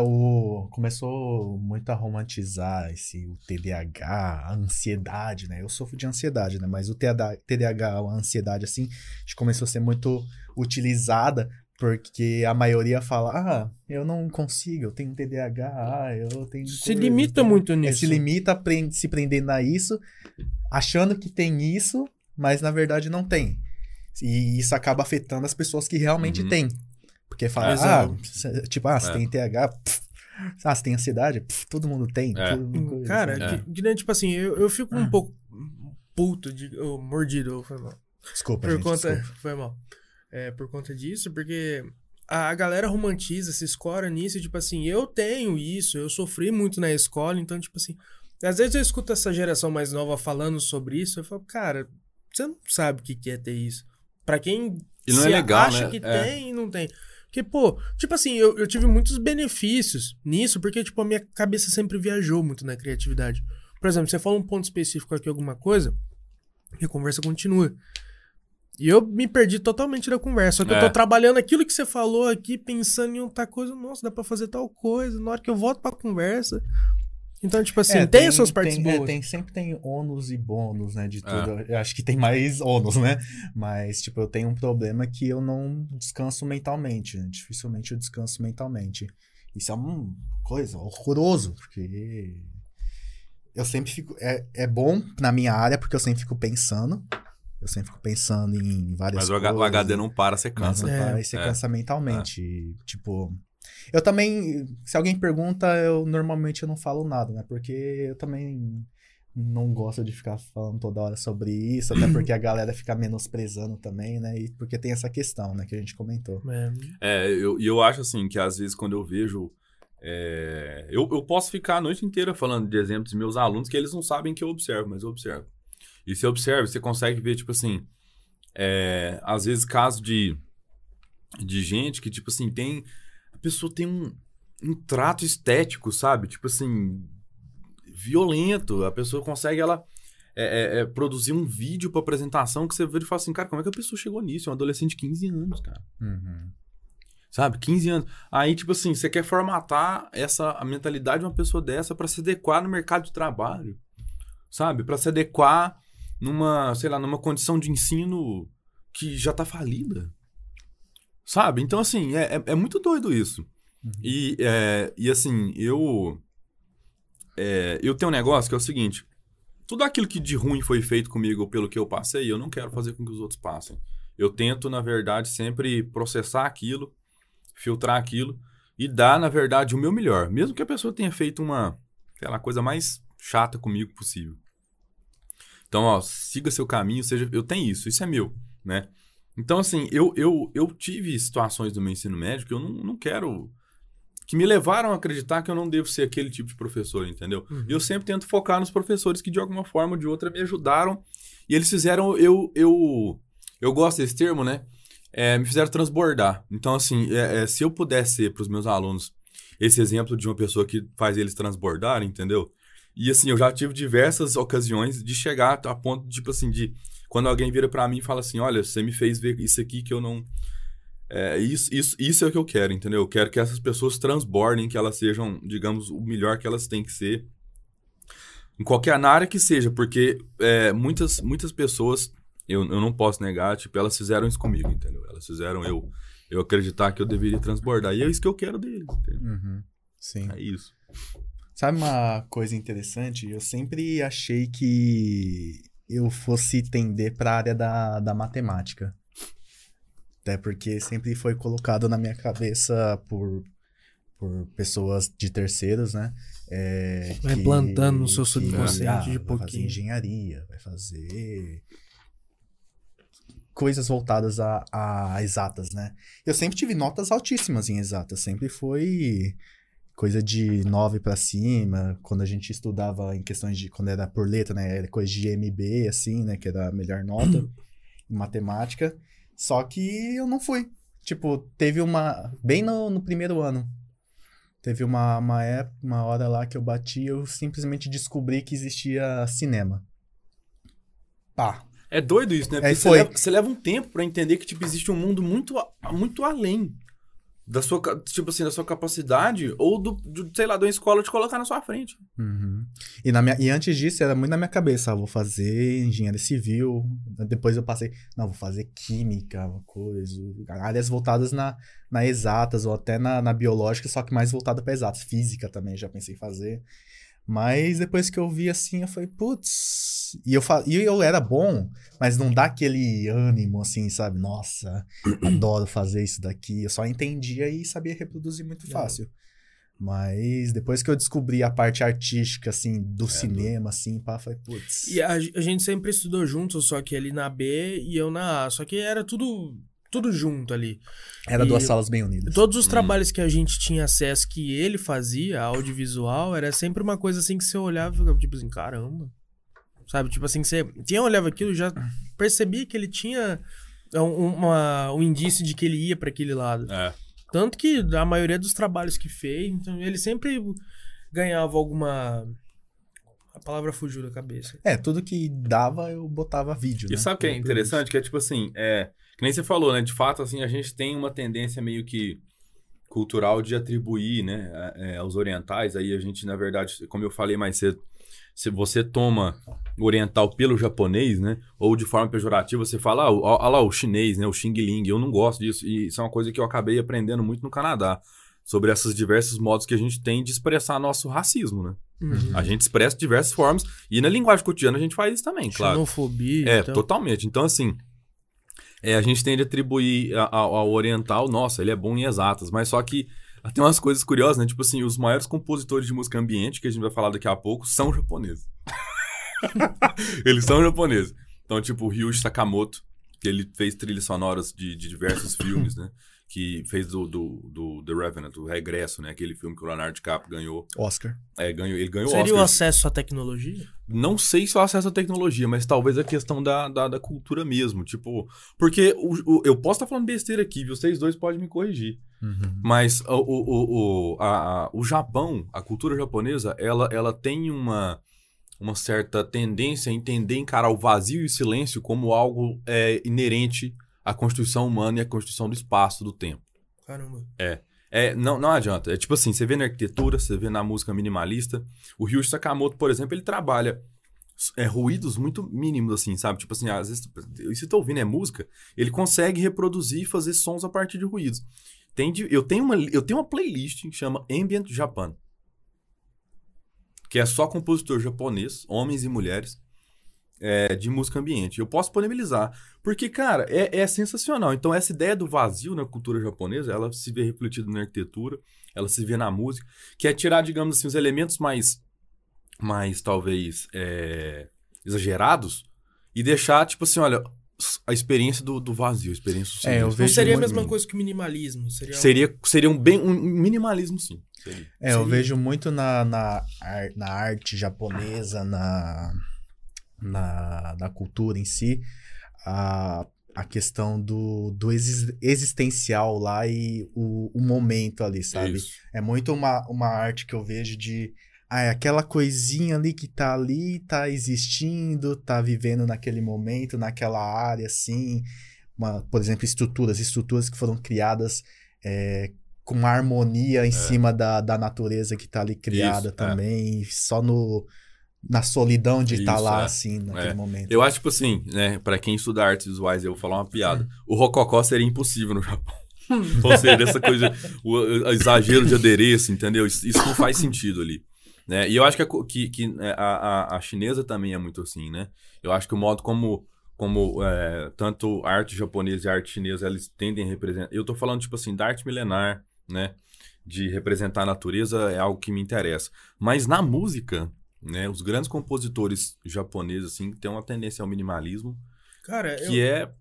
Começou muito a romantizar o TDAH, a ansiedade, né? Eu sofro de ansiedade, né? Mas o TDAH, a ansiedade, assim, começou a ser muito utilizada porque a maioria fala, eu não consigo, eu tenho TDAH, eu tenho... Se limita muito nisso. Se limita se prendendo a isso, achando que tem isso, mas na verdade não tem. E isso acaba afetando as pessoas que realmente têm. Porque fala, você tem TH, você tem ansiedade, todo mundo tem. Cara, tipo assim, eu fico um pouco puto, mordido, foi mal. Desculpa, Foi mal. Por conta disso, porque a galera romantiza, se escora nisso, tipo assim, eu tenho isso, eu sofri muito na escola, então, tipo assim, às vezes eu escuto essa geração mais nova falando sobre isso, eu falo, cara, você não sabe o que é ter isso. Pra quem e não é legal, acha né? que tem e não tem. Porque, pô, tipo assim, eu tive muitos benefícios nisso, porque, tipo, a minha cabeça sempre viajou muito na criatividade. Por exemplo, você fala um ponto específico aqui, alguma coisa, e a conversa continua. E eu me perdi totalmente da conversa. Só que eu tô trabalhando aquilo que você falou aqui, pensando em outra coisa. Nossa, dá pra fazer tal coisa. Na hora que eu volto pra conversa... Então, tipo assim, tem as suas partes boas. Sempre tem ônus e bônus, né, de tudo. Eu acho que tem mais ônus, né? Mas, tipo, eu tenho um problema que eu não descanso mentalmente. Né? Dificilmente eu descanso mentalmente. Isso é uma coisa horroroso, porque eu sempre fico... É bom na minha área, porque eu sempre fico pensando. Eu sempre fico pensando em várias coisas. Mas o HD não para, você cansa. Não para e você cansa mentalmente. E, tipo... Eu também, se alguém pergunta, normalmente eu não falo nada, né? Porque eu também não gosto de ficar falando toda hora sobre isso, até porque a galera fica menosprezando também, né? E porque tem essa questão, né? Que a gente comentou. Eu acho assim, que às vezes quando eu vejo... eu posso ficar a noite inteira falando de exemplos de meus alunos que eles não sabem que eu observo, mas eu observo. E se eu observo, você consegue ver, tipo assim... às vezes casos de gente que, tipo assim, tem... A pessoa tem um trato estético, sabe? Tipo assim, violento. A pessoa consegue, produzir um vídeo pra apresentação que você vê e fala assim, cara, como é que a pessoa chegou nisso? É um adolescente de 15 anos, cara. Sabe? 15 anos. Aí, tipo assim, você quer formatar a mentalidade de uma pessoa dessa pra se adequar no mercado de trabalho. Sabe? Pra se adequar numa condição de ensino que já tá falida. Sabe? Então, assim, é muito doido isso. E assim, eu tenho um negócio que é o seguinte. Tudo aquilo que de ruim foi feito comigo pelo que eu passei, eu não quero fazer com que os outros passem. eu tento, na verdade, sempre processar aquilo, filtrar aquilo e dar, na verdade, o meu melhor. Mesmo que a pessoa tenha feito uma, sei lá, coisa mais chata comigo possível. Então, ó, siga seu caminho, seja... Eu tenho isso é meu, né? Então, assim, eu tive situações do meu ensino médio que eu não quero... Que me levaram a acreditar que eu não devo ser aquele tipo de professor, entendeu? Uhum. E eu sempre tento focar nos professores que, de alguma forma ou de outra, me ajudaram. E eles fizeram... Eu gosto desse termo, né? Me fizeram transbordar. Então, assim, se eu pudesse ser para os meus alunos esse exemplo de uma pessoa que faz eles transbordarem, entendeu? E, assim, eu já tive diversas ocasiões de chegar a ponto, tipo assim, de... Quando alguém vira para mim e fala assim, olha, você me fez ver isso aqui que eu não... Isso é o que eu quero, entendeu? Eu quero que essas pessoas transbordem, que elas sejam, digamos, o melhor que elas têm que ser. Em qualquer área que seja, porque muitas pessoas, eu não posso negar, tipo, elas fizeram isso comigo, entendeu? Elas fizeram eu acreditar que eu deveria transbordar. E é isso que eu quero deles, entendeu? Uhum. Sim. É isso. Sabe uma coisa interessante? Eu sempre achei que eu fosse tender para a área da matemática. Até porque sempre foi colocado na minha cabeça por pessoas de terceiros, né? Vai plantando no seu subconsciente de vai pouquinho. fazer engenharia, vai fazer coisas voltadas a exatas, né? Eu sempre tive notas altíssimas em exatas, sempre foi coisa de 9 para cima, quando a gente estudava em questões de, quando era por letra, né? Era coisa de MB, assim, né? Que era a melhor nota em matemática. Só que eu não fui. Tipo, teve bem no primeiro ano. Teve uma hora lá que eu bati, eu simplesmente descobri que existia cinema. Pá. É doido isso, né? Porque você leva um tempo pra entender que, tipo, existe um mundo muito além da sua, tipo assim, da sua capacidade ou sei lá, de uma escola te colocar na sua frente. Uhum. E antes disso, era muito na minha cabeça, vou fazer engenharia civil, depois eu passei, não, vou fazer química, uma coisa, áreas voltadas na exatas ou até na biológica, só que mais voltada para exatas, física também, já pensei em fazer. Mas depois que eu vi assim, eu falei, putz... E eu era bom, mas não dá aquele ânimo, assim, sabe? Nossa, adoro fazer isso daqui. Eu só entendia e sabia reproduzir muito fácil. Mas depois que eu descobri a parte artística, assim, do cinema, assim, pá, falei, putz... E a gente sempre estudou junto, só que ele na B e eu na A. Só que era tudo junto ali. Era 2 salas bem unidas. Todos os trabalhos que a gente tinha acesso, que ele fazia, audiovisual, era sempre uma coisa assim que você olhava e ficava tipo assim, caramba. Sabe? Tipo assim, quem olhava aquilo já percebia que ele tinha um indício de que ele ia para aquele lado. Tanto que a maioria dos trabalhos que fez, então, ele sempre ganhava alguma... A palavra fugiu da cabeça. Tudo que dava, eu botava vídeo, né? E sabe o que é interessante? Que é tipo assim, que nem você falou, né? De fato, assim, a gente tem uma tendência meio que cultural de atribuir, né? Aos orientais. Aí a gente, na verdade, como eu falei mais cedo, se você toma o oriental pelo japonês, né? Ou de forma pejorativa, você fala, olha lá o chinês, né? O Xing Ling. Eu não gosto disso. E isso é uma coisa que eu acabei aprendendo muito no Canadá. Sobre esses diversos modos que a gente tem de expressar nosso racismo, né? Uhum. A gente expressa de diversas formas. E na linguagem cotidiana a gente faz isso também, claro. Xenofobia. Então... totalmente. Então, assim, a gente tende a atribuir ao oriental, nossa, ele é bom em exatas. Mas só que tem umas coisas curiosas, né? Tipo assim, os maiores compositores de música ambiente, que a gente vai falar daqui a pouco, são japoneses. Eles são japoneses. Então, tipo, o Ryuichi Sakamoto, que ele fez trilhas sonoras de diversos filmes, né? Que fez do The Revenant, o Regresso, né? Aquele filme que o Leonardo DiCaprio ganhou. Oscar. Ele ganhou Seria Oscar. o acesso à tecnologia? Não sei se o acesso à tecnologia, mas talvez a questão da cultura mesmo. Tipo, porque eu posso estar falando besteira aqui, vocês dois podem me corrigir. Uhum. Mas o Japão, a cultura japonesa, ela tem uma certa tendência a entender, encarar o vazio e o silêncio como algo inerente à constituição humana e à constituição do espaço, do tempo. Caramba. Não adianta. É tipo assim, você vê na arquitetura, você vê na música minimalista. O Ryuichi Sakamoto, por exemplo, ele trabalha ruídos muito mínimos, assim, sabe? Tipo assim, às vezes, se tu ouvindo música, ele consegue reproduzir e fazer sons a partir de ruídos. Eu tenho uma playlist que chama Ambient Japan, que é só compositor japonês, homens e mulheres, de música ambiente. Eu posso disponibilizar. Porque, cara, é sensacional. Então, essa ideia do vazio na cultura japonesa, ela se vê refletida na arquitetura, ela se vê na música, que é tirar, digamos assim, os elementos mais talvez, exagerados e deixar, tipo assim, olha, a experiência do vazio, a experiência do silêncio. Eu Não vejo seria a muito- mesma coisa que o minimalismo. Seria um minimalismo, sim. Seria. eu vejo muito na arte japonesa, na cultura em si, a questão do existencial lá e o momento ali, sabe? Isso. É muito uma arte que eu vejo de... é aquela coisinha ali que tá ali, tá existindo, tá vivendo naquele momento, naquela área, assim. Por exemplo, estruturas que foram criadas com uma harmonia em cima da natureza que tá ali criada Isso, também, só na solidão de estar Isso, lá, assim, naquele momento. Eu acho, tipo assim, né, pra quem estuda artes visuais, eu vou falar uma piada. O rococó seria impossível no Japão. Ou seja, essa coisa, o exagero de adereço, entendeu? Isso não faz sentido ali. Né? E eu acho que a chinesa também é muito assim, né? Eu acho que o modo como tanto a arte japonesa e a arte chinesa, eles tendem a representar... Eu tô falando, tipo assim, da arte milenar, né? De representar a natureza é algo que me interessa. Mas na música, né? Os grandes compositores japoneses, assim, têm uma tendência ao minimalismo, Cara, que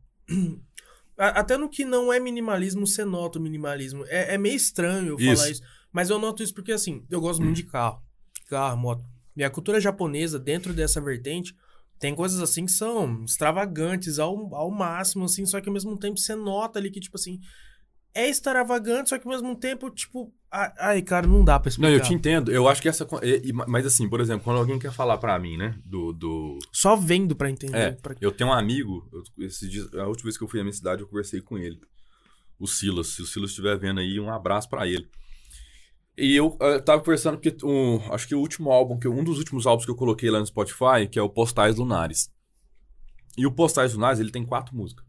até no que não é minimalismo, você nota o minimalismo. É meio estranho eu falar isso. Mas eu noto isso porque, assim, eu gosto muito de carro, moto. E a cultura japonesa, dentro dessa vertente, tem coisas assim que são extravagantes ao máximo, assim, só que ao mesmo tempo você nota ali que, tipo assim, é extravagante, só que ao mesmo tempo, tipo... Ai, cara, não dá pra explicar. Não, eu te entendo. Eu acho que essa... Mas assim, por exemplo, quando alguém quer falar pra mim, né? Só vendo pra entender. Eu tenho um amigo, esses dias, a última vez que eu fui à minha cidade, eu conversei com ele. O Silas. Se o Silas estiver vendo aí, um abraço pra ele. E eu tava conversando porque acho que o último álbum, um dos últimos álbuns que eu coloquei lá no Spotify, que é o Postais Lunares. E o Postais Lunares, ele tem 4 músicas.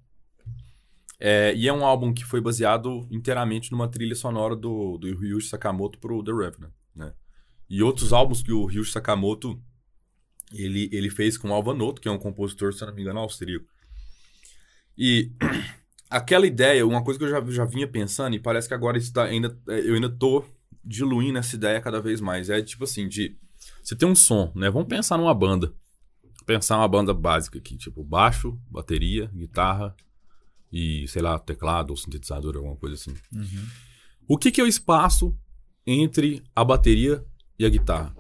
E é um álbum que foi baseado inteiramente numa trilha sonora do Ryuichi Sakamoto pro The Revenant, né? E outros álbuns que o Ryuichi Sakamoto ele fez com o Alvan Noto, que é um compositor, se eu não me engano, austríaco. E aquela ideia, uma coisa que eu já vinha pensando, e parece que agora eu ainda tô diluindo essa ideia cada vez mais. É tipo assim, você tem um som, né? Vamos pensar numa banda. Pensar uma banda básica aqui, tipo baixo, bateria, guitarra e, sei lá, teclado ou sintetizador, alguma coisa assim. Uhum. O que é o espaço entre a bateria e a guitarra?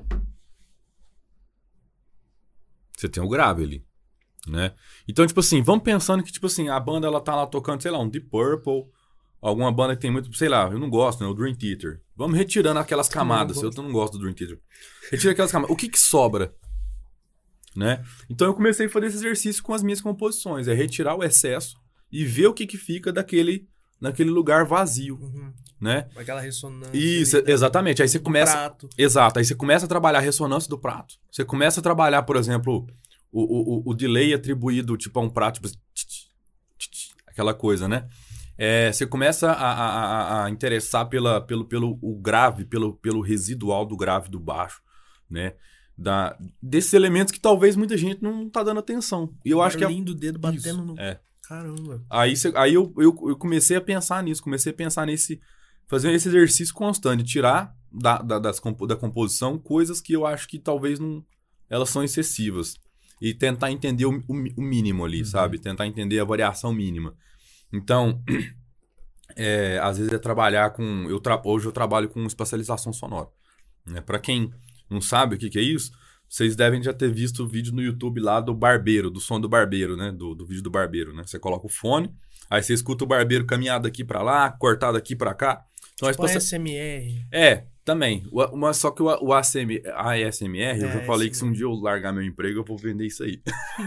Você tem o grave ali, né? Então, tipo assim, vamos pensando que, tipo assim, a banda, ela tá lá tocando, sei lá, um Deep Purple, alguma banda que tem muito, sei lá, eu não gosto, né? O Dream Theater. Vamos retirando aquelas camadas. Eu não gosto do Dream Theater. Retira aquelas camadas. O que sobra? Né? Então eu comecei a fazer esse exercício com as minhas composições. É retirar o excesso e ver o que fica naquele lugar vazio. Uhum. Né? Aquela ressonância. Isso, exatamente. Aí você começa... Prato. Exato. Aí você começa a trabalhar a ressonância do prato. Você começa a trabalhar, por exemplo, o delay atribuído tipo, a um prato. Tipo, aquela coisa, né? Você começa a interessar pelo grave, pelo residual do grave do baixo, né? Desses elementos que talvez muita gente não tá dando atenção. E eu acho que do dedo batendo no... Caramba. Aí eu comecei a pensar nisso, fazer esse exercício constante, tirar da composição coisas que eu acho que talvez não, elas são excessivas. E tentar entender o mínimo ali, sabe? Tentar entender a variação mínima. Então, às vezes trabalhar com... Hoje eu trabalho com especialização sonora. Né? Para quem não sabe o que é isso, vocês devem já ter visto o vídeo no YouTube lá do barbeiro, do som do barbeiro, né? Do vídeo do barbeiro, né? Você coloca o fone, aí você escuta o barbeiro caminhar daqui para lá, cortar daqui para cá. Então, tipo ASMR. Também. Só que a ASMR, eu já falei que se um dia eu largar meu emprego, eu vou vender isso aí.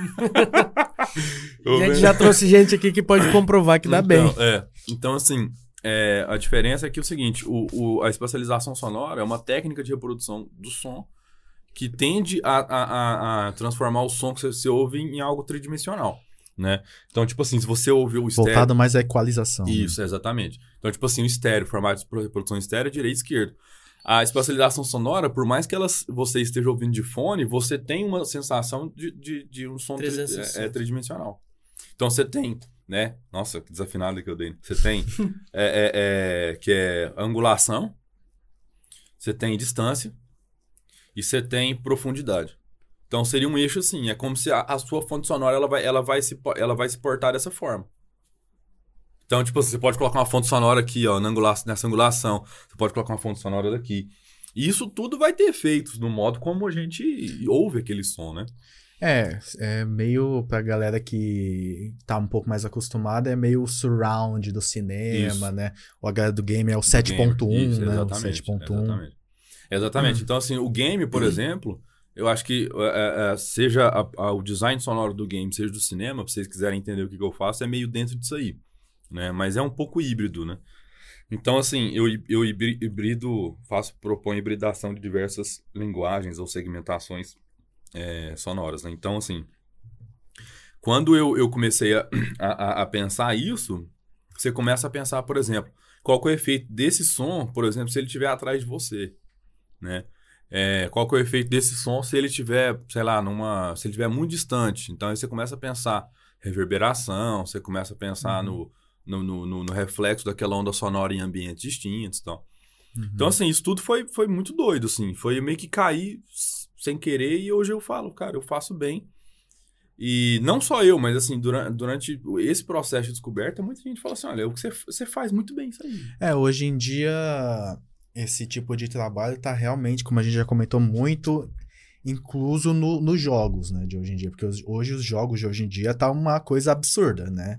A gente já trouxe gente aqui que pode comprovar que dá bem. Então, assim, a diferença é que é o seguinte, a especialização sonora é uma técnica de reprodução do som que tende a transformar o som que você ouve em algo tridimensional, né? Então, tipo assim, se você ouviu o estéreo... Voltado mais à equalização. Isso, exatamente. Então, tipo assim, o estéreo, formato de reprodução estéreo, direita e esquerda. a espacialização sonora, por mais que você esteja ouvindo de fone, você tem uma sensação de um som tridimensional. Então você tem, né? Nossa, que desafinado que eu dei. Você tem que é angulação, você tem distância e você tem profundidade. Então seria um eixo assim, é como se a sua fonte sonora ela vai se portar dessa forma. Então, tipo, você pode colocar uma fonte sonora aqui, ó, nessa angulação. Você pode colocar uma fonte sonora daqui. E isso tudo vai ter efeitos no modo como a gente ouve aquele som, né? É meio, pra galera que tá um pouco mais acostumada, é meio o surround do cinema, né? O galera do game é o 7.1, né? O 7.1. Exatamente. Então, assim, o game, por exemplo, eu acho que seja o design sonoro do game, seja do cinema, pra vocês quiserem entender o que eu faço, é meio dentro disso aí. Né? Mas é um pouco híbrido, né? Então, assim, eu proponho hibridação de diversas linguagens ou segmentações sonoras, né? Então, assim, quando eu comecei a pensar isso, você começa a pensar, por exemplo, qual que é o efeito desse som, por exemplo, se ele estiver atrás de você, né? Qual que é o efeito desse som se ele estiver, sei lá, se ele estiver muito distante. Então, aí você começa a pensar reverberação, você começa a pensar no reflexo daquela onda sonora em ambientes distintos e tal. Então, assim, isso tudo foi muito doido, assim. Foi meio que cair sem querer e hoje eu falo, cara, eu faço bem. E não só eu, mas, assim, durante esse processo de descoberta, muita gente fala assim, olha, você faz muito bem isso aí. Hoje em dia, esse tipo de trabalho tá realmente, como a gente já comentou, muito incluso nos jogos, né, de hoje em dia. Porque hoje os jogos de hoje em dia tá uma coisa absurda, né?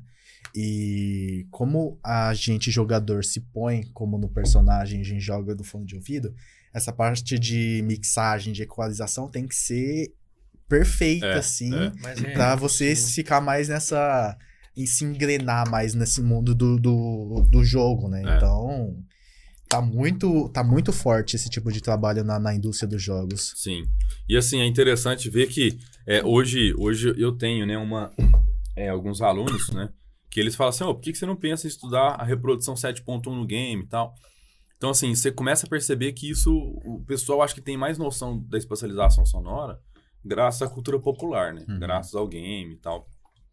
E como a gente, jogador, se põe como no personagem, a gente joga do fone de ouvido, essa parte de mixagem, de equalização tem que ser perfeita, assim, pra você ficar mais e se engrenar mais nesse mundo do jogo, né? Então, tá muito forte esse tipo de trabalho na indústria dos jogos. Sim. E, assim, é interessante ver que hoje eu tenho, né, alguns alunos, né, que eles falam assim, por que você não pensa em estudar a reprodução 7.1 no game e tal? Então, assim, você começa a perceber que o pessoal acho que tem mais noção da espacialização sonora graças à cultura popular, né? Graças ao game e tal.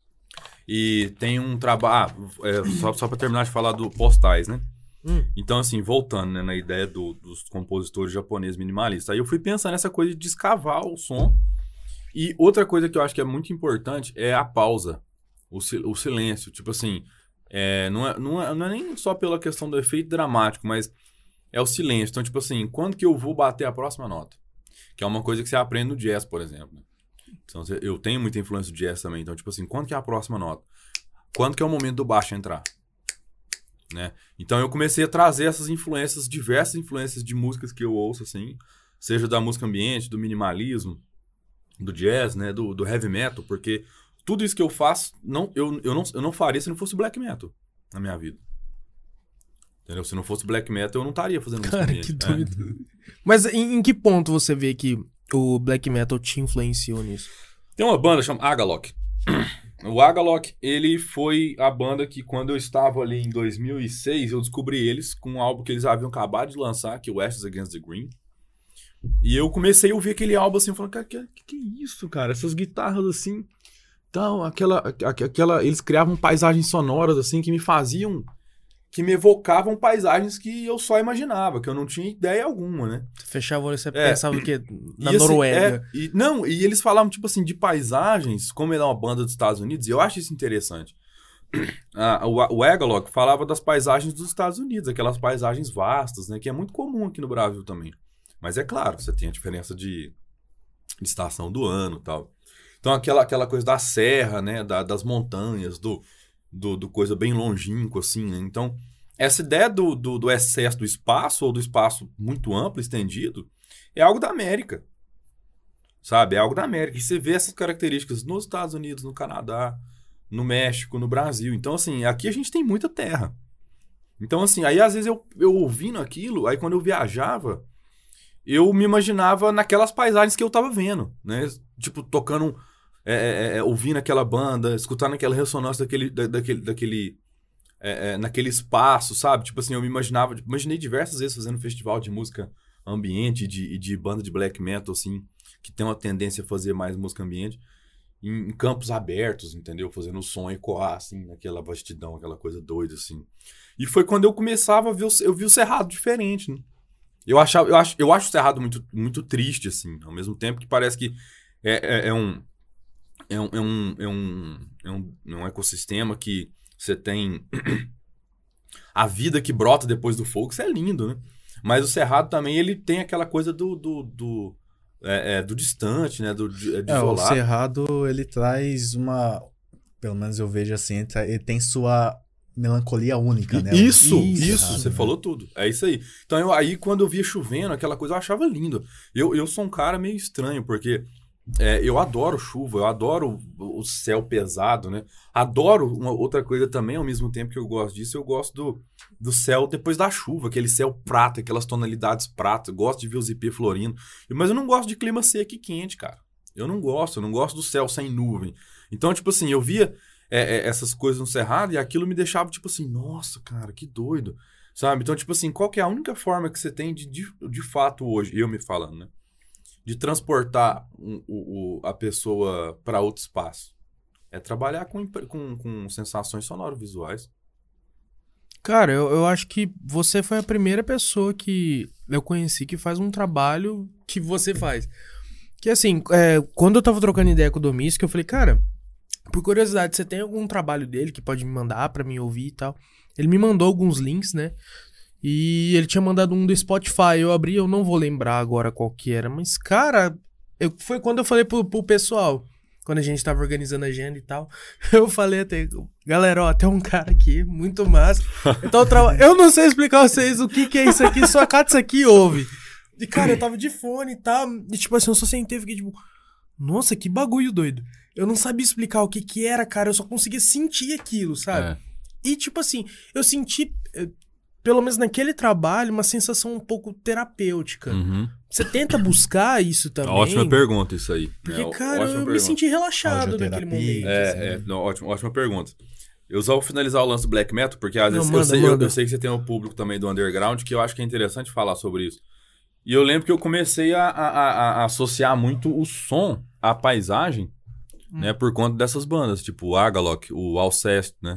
E tem um trabalho... só para terminar de falar do postais, né? Então, assim, voltando, né, na ideia dos compositores japoneses minimalistas. Aí eu fui pensar nessa coisa de escavar o som. E outra coisa que eu acho que é muito importante é a pausa. O silêncio, tipo assim, não é nem só pela questão do efeito dramático, mas é o silêncio. Então, tipo assim, quando que eu vou bater a próxima nota? Que é uma coisa que você aprende no jazz, por exemplo. Então, eu tenho muita influência do jazz também. Então, tipo assim, quando que é a próxima nota? Quando que é o momento do baixo entrar? Né? Então, eu comecei a trazer essas influências, diversas influências de músicas que eu ouço, assim, seja da música ambiente, do minimalismo, do jazz, né, do heavy metal, porque tudo isso que eu faço, eu não faria se não fosse black metal na minha vida. Entendeu? Se não fosse black metal, eu não estaria fazendo música ambiente. Que doido. Mas em que ponto você vê que o black metal te influenciou nisso? Tem uma banda chamada Agalok. O Agalok, ele foi a banda que, quando eu estava ali em 2006, eu descobri eles com um álbum que eles haviam acabado de lançar, que é o Ashes Against the Green. E eu comecei a ouvir aquele álbum assim, falando, cara, que é isso, cara? Essas guitarras assim... Então, eles criavam paisagens sonoras, assim, que me evocavam paisagens que eu só imaginava, que eu não tinha ideia alguma, né? Você fechava o olho e você pensava o quê? Na e, Noruega. Assim, e eles falavam, tipo assim, de paisagens, como ele é uma banda dos Estados Unidos, e eu acho isso interessante. O Agalok falava das paisagens dos Estados Unidos, aquelas paisagens vastas, né? Que é muito comum aqui no Brasil também. Mas é claro, você tem a diferença de estação do ano e tal. Então, aquela coisa da serra, né? Das montanhas, do coisa bem longínquo, assim, né? Então, essa ideia do excesso do espaço, ou do espaço muito amplo, estendido, é algo da América. Sabe? É algo da América. E você vê essas características nos Estados Unidos, no Canadá, no México, no Brasil. Então, assim, aqui a gente tem muita terra. Então, assim, aí às vezes eu ouvindo aquilo, aí quando eu viajava, eu me imaginava naquelas paisagens que eu tava vendo, né? Tipo, tocando... ouvindo aquela banda, escutando aquela ressonância naquele espaço, sabe? Tipo assim, eu me imaginei diversas vezes fazendo um festival de música ambiente e de banda de black metal, assim, que tem uma tendência a fazer mais música ambiente, em campos abertos, entendeu? Fazendo o som ecoar, assim, naquela vastidão, aquela coisa doida, assim. E foi quando eu começava a ver, eu vi o Cerrado diferente, né? Eu acho o Cerrado muito, muito triste, assim, ao mesmo tempo que parece que é um ecossistema que você tem a vida que brota depois do fogo, isso é lindo, né? Mas o Cerrado também, ele tem aquela coisa do distante, né? De isolar. O Cerrado, ele traz pelo menos eu vejo assim, ele tem sua melancolia única, né? Isso, Cerrado, você falou tudo. É isso aí. Então, aí quando eu via chovendo, aquela coisa, eu achava lindo. Eu sou um cara meio estranho, porque eu adoro chuva, eu adoro o céu pesado, né? Adoro uma outra coisa também, ao mesmo tempo que eu gosto disso, eu gosto do céu depois da chuva, aquele céu prata, aquelas tonalidades prata. Eu gosto de ver os ipê florindo. Mas eu não gosto de clima seco e quente, cara. Eu não gosto do céu sem nuvem. Então, tipo assim, eu via essas coisas no Cerrado e aquilo me deixava, tipo assim, nossa, cara, que doido, sabe? Então, tipo assim, qual que é a única forma que você tem de fato hoje, eu me falando, né? De transportar a pessoa para outro espaço? É trabalhar com sensações sonoro-visuais. Cara, eu acho que você foi a primeira pessoa que eu conheci que faz um trabalho que você faz. Que assim, quando eu tava trocando ideia com o Domis, que eu falei, cara, por curiosidade, você tem algum trabalho dele que pode me mandar pra mim ouvir e tal? Ele me mandou alguns links, né? E ele tinha mandado um do Spotify. Eu abri, eu não vou lembrar agora qual que era. Mas, cara, foi quando eu falei pro pessoal, quando a gente tava organizando a agenda e tal. Eu falei até, galera, ó, tem um cara aqui, muito massa. Então, eu não sei explicar a vocês o que é isso aqui, só cata isso aqui e ouve. E, cara, eu tava de fone e tal. E, tipo assim, eu só sentei e fiquei tipo, nossa, que bagulho doido. Eu não sabia explicar o que era, cara. Eu só conseguia sentir aquilo, sabe? E, tipo assim, eu senti, pelo menos naquele trabalho, uma sensação um pouco terapêutica. Uhum. Você tenta buscar isso também? Ótima pergunta isso aí. Porque, cara, eu me senti relaxado naquele momento. Ótima pergunta. Eu só vou finalizar o lance do black metal, porque às vezes eu sei que você tem um público também do underground, que eu acho que é interessante falar sobre isso. E eu lembro que eu comecei a associar muito o som à paisagem, né, por conta dessas bandas, tipo o Agalok, o Alcest, né?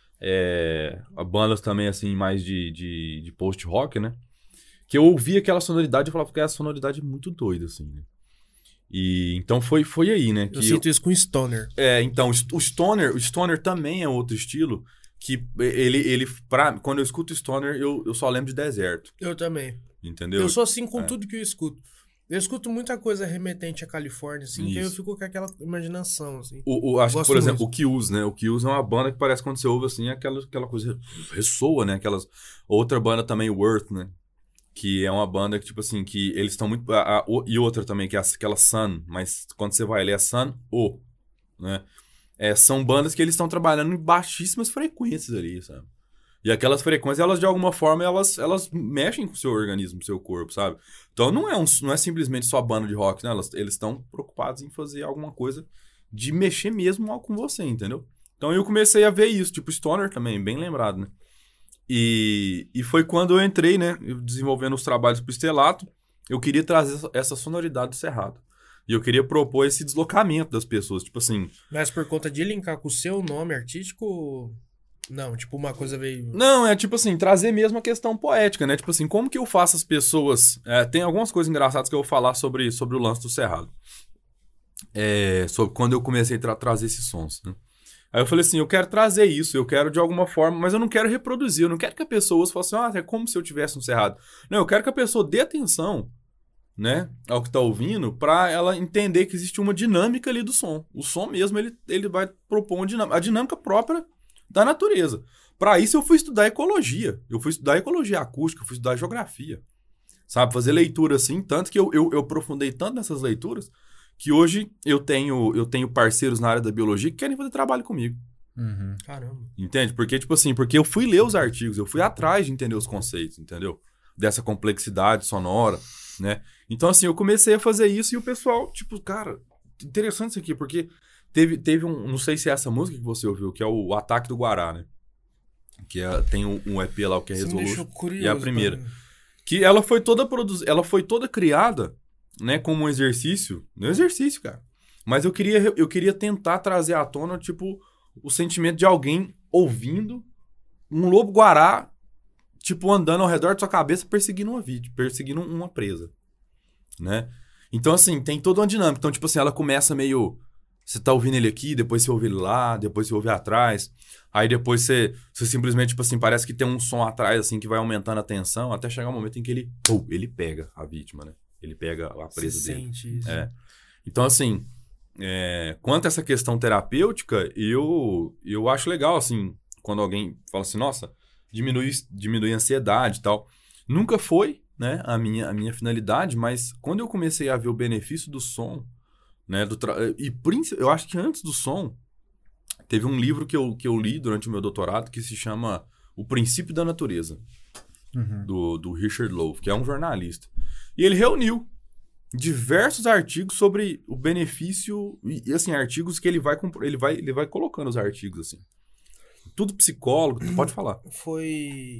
Bandas também, assim, mais de post-rock, né? Que eu ouvia aquela sonoridade e falava que a sonoridade é muito doida, assim, né? E então foi aí, né? Eu sinto isso com o Stoner. Então, o Stoner também é outro estilo que quando eu escuto Stoner, eu só lembro de deserto. Eu também. Entendeu? Eu sou assim com tudo que eu escuto. Eu escuto muita coisa remetente à Califórnia, assim, que eu fico com aquela imaginação, assim. Acho que, por exemplo, o Kius, né? O Kius é uma banda que parece, quando você ouve, assim, aquela coisa ressoa, né? Outra banda também, Worth, né? Que é uma banda que, tipo assim, que eles estão muito... E outra também, que é aquela Sun, mas quando você vai ler é Sun, né? São bandas que eles estão trabalhando em baixíssimas frequências ali, sabe? E aquelas frequências, elas de alguma forma, elas mexem com o seu organismo, com o seu corpo, sabe? Então não é simplesmente só banda de rock, né? Eles estão preocupados em fazer alguma coisa de mexer mesmo com você, entendeu? Então eu comecei a ver isso, tipo Stoner também, bem lembrado, né? E foi quando eu entrei, né? Desenvolvendo os trabalhos pro Stelato, eu queria trazer essa sonoridade do Cerrado. E eu queria propor esse deslocamento das pessoas, tipo assim... Mas por conta de linkar com o seu nome artístico... Não, tipo, uma coisa veio... Não, é tipo assim, trazer mesmo a questão poética, né? Tipo assim, como que eu faço as pessoas... tem algumas coisas engraçadas que eu vou falar sobre o lance do Cerrado. Sobre quando eu comecei a trazer esses sons, né? Aí eu falei assim, eu quero trazer isso, eu quero de alguma forma, mas eu não quero reproduzir, eu não quero que a pessoa fale assim, é como se eu tivesse um Cerrado. Não, eu quero que a pessoa dê atenção, né, ao que tá ouvindo, pra ela entender que existe uma dinâmica ali do som. O som mesmo, ele vai propor a dinâmica própria da natureza. Para isso eu fui estudar ecologia. Eu fui estudar ecologia acústica, eu fui estudar geografia. Sabe? Fazer leitura assim, tanto que eu aprofundei tanto nessas leituras que hoje eu tenho parceiros na área da biologia que querem fazer trabalho comigo. Uhum. Caramba. Entende? Porque, tipo assim, porque eu fui ler os artigos, eu fui atrás de entender os conceitos, entendeu? Dessa complexidade sonora, né? Então, assim, eu comecei a fazer isso e o pessoal, tipo, cara, interessante isso aqui, porque teve não sei se é essa música que você ouviu, que é o Ataque do Guará, né? Que tem um EP lá, o que é Resolution, e é a primeira. que ela foi toda criada, né, como um exercício. Não é exercício, cara. Mas eu queria tentar trazer à tona, tipo, o sentimento de alguém ouvindo um lobo-guará, tipo, andando ao redor de sua cabeça perseguindo uma presa, né? Então, assim, tem toda uma dinâmica. Então, tipo assim, ela começa meio... Você tá ouvindo ele aqui, depois você ouve ele lá, depois você ouve atrás. Aí depois você simplesmente, tipo assim, parece que tem um som atrás, assim, que vai aumentando a tensão, até chegar um momento em que ele pega a vítima, né? Ele pega a presa Você dele. sente isso. Então, assim, quanto a essa questão terapêutica, eu acho legal, assim, quando alguém fala assim, nossa, diminui a ansiedade e tal. Nunca foi, né, a minha finalidade, mas quando eu comecei a ver o benefício do som, né, eu acho que antes do som, teve um livro que eu li durante o meu doutorado que se chama O Princípio da Natureza, do Richard Louv, que é um jornalista. E ele reuniu diversos artigos sobre o benefício, e assim, artigos que ele vai colocando os artigos, assim. Tudo psicólogo, tu pode falar. Foi...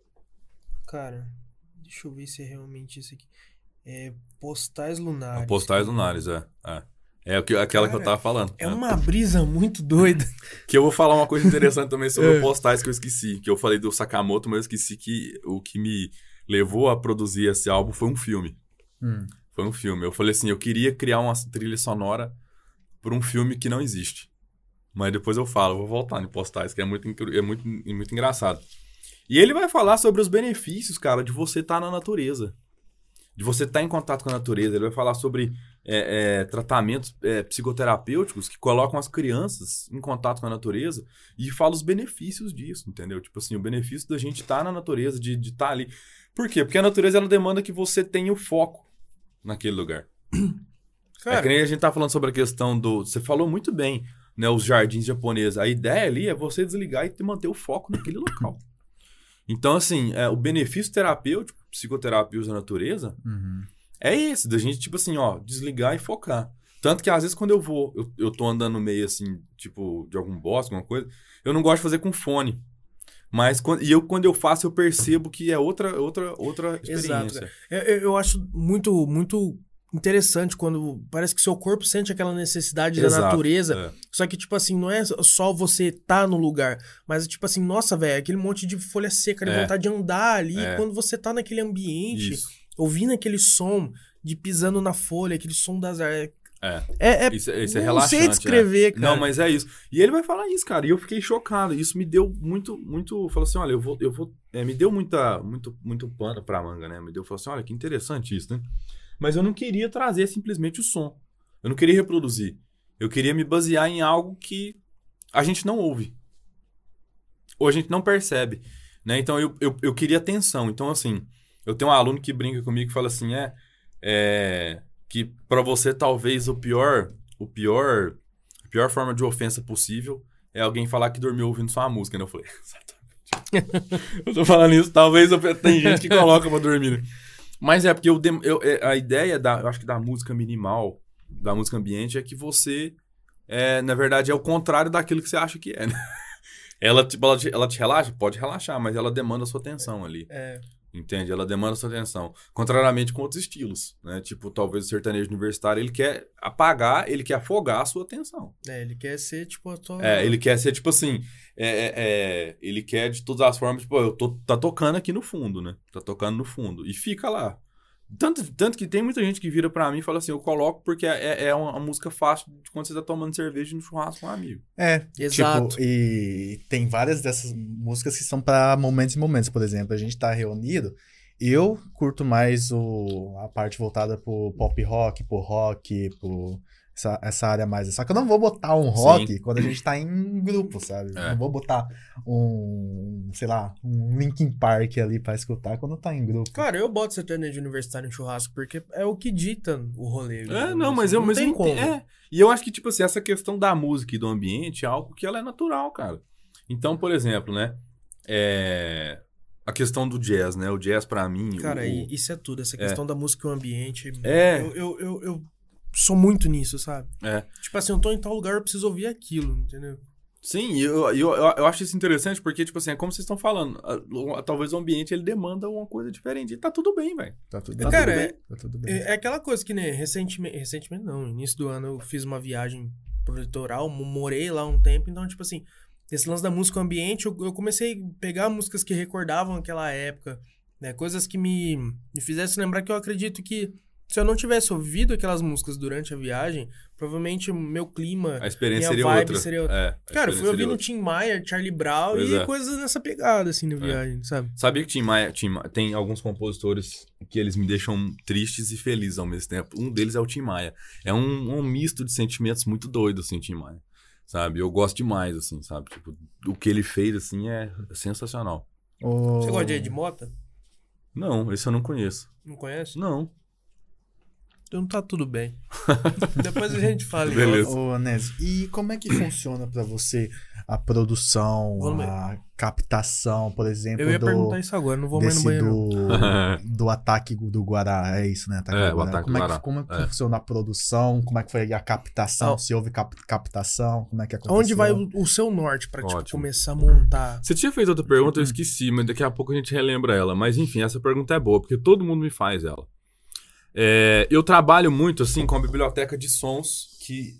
Cara, deixa eu ver se é realmente isso aqui. Postais Lunares. Postais Lunares, aquela que eu tava falando. É uma brisa muito doida. Que eu vou falar uma coisa interessante também sobre postais que eu esqueci. Que eu falei do Sakamoto, mas eu esqueci que o que me levou a produzir esse álbum foi um filme. Foi um filme. Eu falei assim, eu queria criar uma trilha sonora para um filme que não existe. Mas depois eu vou voltar em postais, que é muito engraçado. E ele vai falar sobre os benefícios, cara, de você estar na natureza. De você estar em contato com a natureza. Ele vai falar sobre tratamentos psicoterapêuticos que colocam as crianças em contato com a natureza e fala os benefícios disso, entendeu? Tipo assim, o benefício da gente estar na natureza, de estar ali. Por quê? Porque a natureza, ela demanda que você tenha o foco naquele lugar. Cara, que nem a gente tá falando sobre a questão do... Você falou muito bem, né? Os jardins japoneses. A ideia ali é você desligar e manter o foco naquele local. Então, assim, o benefício terapêutico, psicoterapia da natureza, é esse, da gente, tipo assim, ó, desligar e focar. Tanto que, às vezes, quando eu tô andando no meio, assim, tipo, de algum bosque, alguma coisa, eu não gosto de fazer com fone. Mas, quando eu faço, eu percebo que é outra experiência. Exato. Eu acho muito, muito interessante quando parece que seu corpo sente aquela necessidade da natureza. Só que, tipo assim, não é só você tá no lugar, mas, tipo assim, nossa, velho, aquele monte de folha seca, de vontade de andar ali. Quando você tá naquele ambiente, ouvindo aquele som de pisando na folha, aquele som das árvores. Isso é não relaxante. sei descrever, cara. Não, mas é isso. E ele vai falar isso, cara. E eu fiquei chocado. Isso me deu muito... Falou assim, olha, me deu muito pano pra manga, né? Falou assim, olha, que interessante isso, né? Mas eu não queria trazer simplesmente o som. Eu não queria reproduzir. Eu queria me basear em algo que a gente não ouve. Ou a gente não percebe, né? Então, eu queria atenção. Então, assim, eu tenho um aluno que brinca comigo e fala assim, que para você talvez a pior forma de ofensa possível é alguém falar que dormiu ouvindo só uma música, né? Eu falei, exatamente. Eu tô falando isso, talvez tem gente que coloca pra dormir, né? Mas porque a ideia eu acho que da música minimal, da música ambiente, é que você, na verdade, é o contrário daquilo que você acha que é, né? Ela te relaxa? Pode relaxar, mas ela demanda a sua atenção ali. Entende? Ela demanda a sua atenção. Contrariamente com outros estilos, né? Tipo, talvez o sertanejo universitário, ele quer apagar, ele quer afogar a sua atenção. Ele quer ser, tipo, a tua... ele quer ser, tipo assim... ele quer, de todas as formas, tipo, tá tocando aqui no fundo, né? Tá tocando no fundo. E fica lá. Tanto que tem muita gente que vira pra mim e fala assim, eu coloco porque é uma música fácil de quando você tá tomando cerveja no churrasco com um amigo. Exato. Tipo, e tem várias dessas músicas que são pra momentos e momentos. Por exemplo, a gente tá reunido, eu curto mais a parte voltada pro pop rock, pro rock, essa área mais. Só que eu não vou botar um rock quando a gente tá em grupo, sabe? Não vou botar um Linkin Park ali pra escutar quando tá em grupo. Cara, eu boto sertanejo universitário em churrasco porque é o que dita o rolê. Mas tem como. E eu acho que, tipo assim, essa questão da música e do ambiente é algo que ela é natural, cara. Então, por exemplo, né? A questão do jazz, né? O jazz pra mim... Cara, isso é tudo. Essa questão da música e o ambiente... Eu sou muito nisso, sabe? Tipo assim, eu tô em tal lugar, eu preciso ouvir aquilo, entendeu? Sim, eu acho isso interessante porque, tipo assim, é como vocês estão falando. Talvez o ambiente ele demanda uma coisa diferente. E tá tudo bem, velho. Tá tudo Tá bem. tudo Cara, bem. Tá tudo bem. é aquela coisa que, né, recentemente não, no início do ano eu fiz uma viagem pro litoral, morei lá um tempo, então, tipo assim, esse lance da música ambiente, eu comecei a pegar músicas que recordavam aquela época, né, coisas que me fizessem lembrar que eu acredito que se eu não tivesse ouvido aquelas músicas durante a viagem, provavelmente o meu clima, A experiência minha seria vibe outra. seria outra. É, a Cara, eu experiência fui ouvindo seria outra. Tim Maia, Charlie Brown Pois e é. coisas nessa pegada, assim, na viagem, sabe? Sabia que Tim Maia tem alguns compositores que eles me deixam tristes e felizes ao mesmo tempo. Um deles é o Tim Maia. É um misto de sentimentos muito doido, assim, Tim Maia. Sabe? Eu gosto demais, assim, sabe? Tipo, o que ele fez, assim, é sensacional. Você gosta de Ed Mota? Não, esse eu não conheço. Não conhece? Não. Então tá tudo bem. Depois a gente fala. Beleza. Ô, Anésio, e como é que funciona pra você a produção, Vamos a captação, por exemplo, Eu ia perguntar isso agora, não vou mais no desse banheiro. do ataque do Guará, é isso, né? Ataque É, do o Guará. ataque como do é que, Guará. como é que É. funciona a produção? Como é que foi a captação? Ah. Se houve captação? Como é que aconteceu? Aonde vai o seu norte pra tipo, Ótimo. começar a montar? Você tinha feito outra pergunta, eu esqueci, mas daqui a pouco a gente relembra ela. Mas enfim, essa pergunta é boa, porque todo mundo me faz ela. Eu trabalho muito assim com a biblioteca de sons que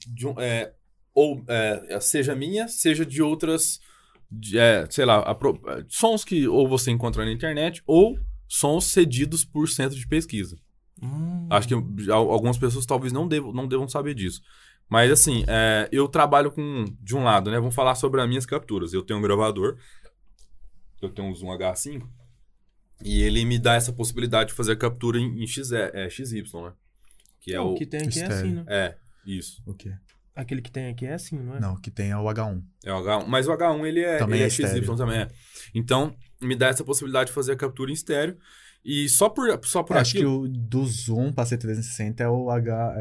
seja minha, seja de outras, sei lá, sons que ou você encontra na internet ou sons cedidos por centro de pesquisa. Acho que algumas pessoas talvez não devam saber disso. Mas assim, eu trabalho de um lado, né? Vamos falar sobre as minhas capturas. Eu tenho um gravador, eu tenho um Zoom H5. E ele me dá essa possibilidade de fazer a captura em XY, né? Que é o que tem aqui é estéreo. assim, né? Isso. O quê? Aquele que tem aqui é assim, não é? Não, o que tem é o H1. É o H1. Mas o H1, Também ele é XY estéreo. também, é. Então, me dá essa possibilidade de fazer a captura em estéreo. E só por Acho que aquilo... o do Zoom pra ser 360 é o H...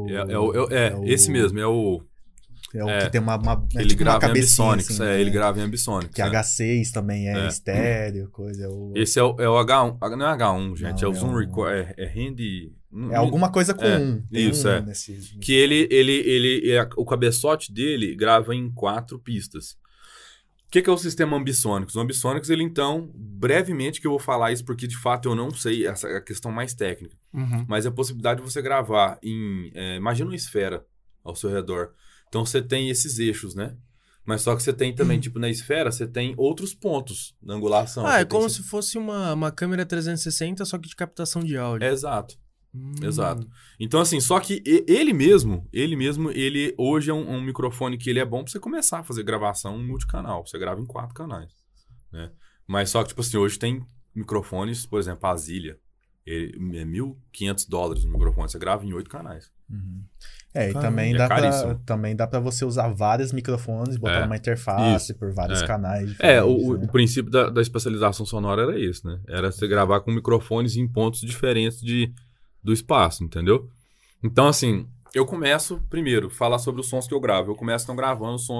esse mesmo, é o... É o que tem uma Ele tipo uma grava em cabecinha, Ambisonics. assim, né? Ele grava em Ambisonics. Que H6 também é estéreo, coisa. Esse é o H1. Não é H1, gente. Não, é o Zoom o- Record. É Handy... É alguma coisa com um. Tem isso, um é. nesse... Que o cabeçote dele grava em 4 pistas. O que é o sistema Ambisonics? O Ambisonics, ele então, brevemente que eu vou falar isso, porque de fato eu não sei, essa é a questão mais técnica, mas a possibilidade de você gravar imagina uma esfera ao seu redor. Então você tem esses eixos, né? Mas só que você tem também, tipo, na esfera, você tem outros pontos na angulação. Ah, Você é tem como esse- se fosse uma câmera 360, só que de captação de áudio. Exato. Exato. Então, assim, só que ele mesmo, ele hoje é um microfone que ele é bom pra você começar a fazer gravação multicanal. Você grava em 4 canais, né? Mas só que, tipo assim, hoje tem microfones, por exemplo, a Zilia. Ele é $1.500 no microfone. Você grava em 8 canais. E Caramba. também, É caríssimo. também dá pra você usar vários microfones, botar numa interface Isso. por vários canais. O diferentes, né? princípio da especialização sonora era esse, né? Era você gravar com microfones em pontos diferentes do espaço, entendeu? Então, assim, eu começo, primeiro, falar sobre os sons que eu gravo. Eu começo, então, gravando os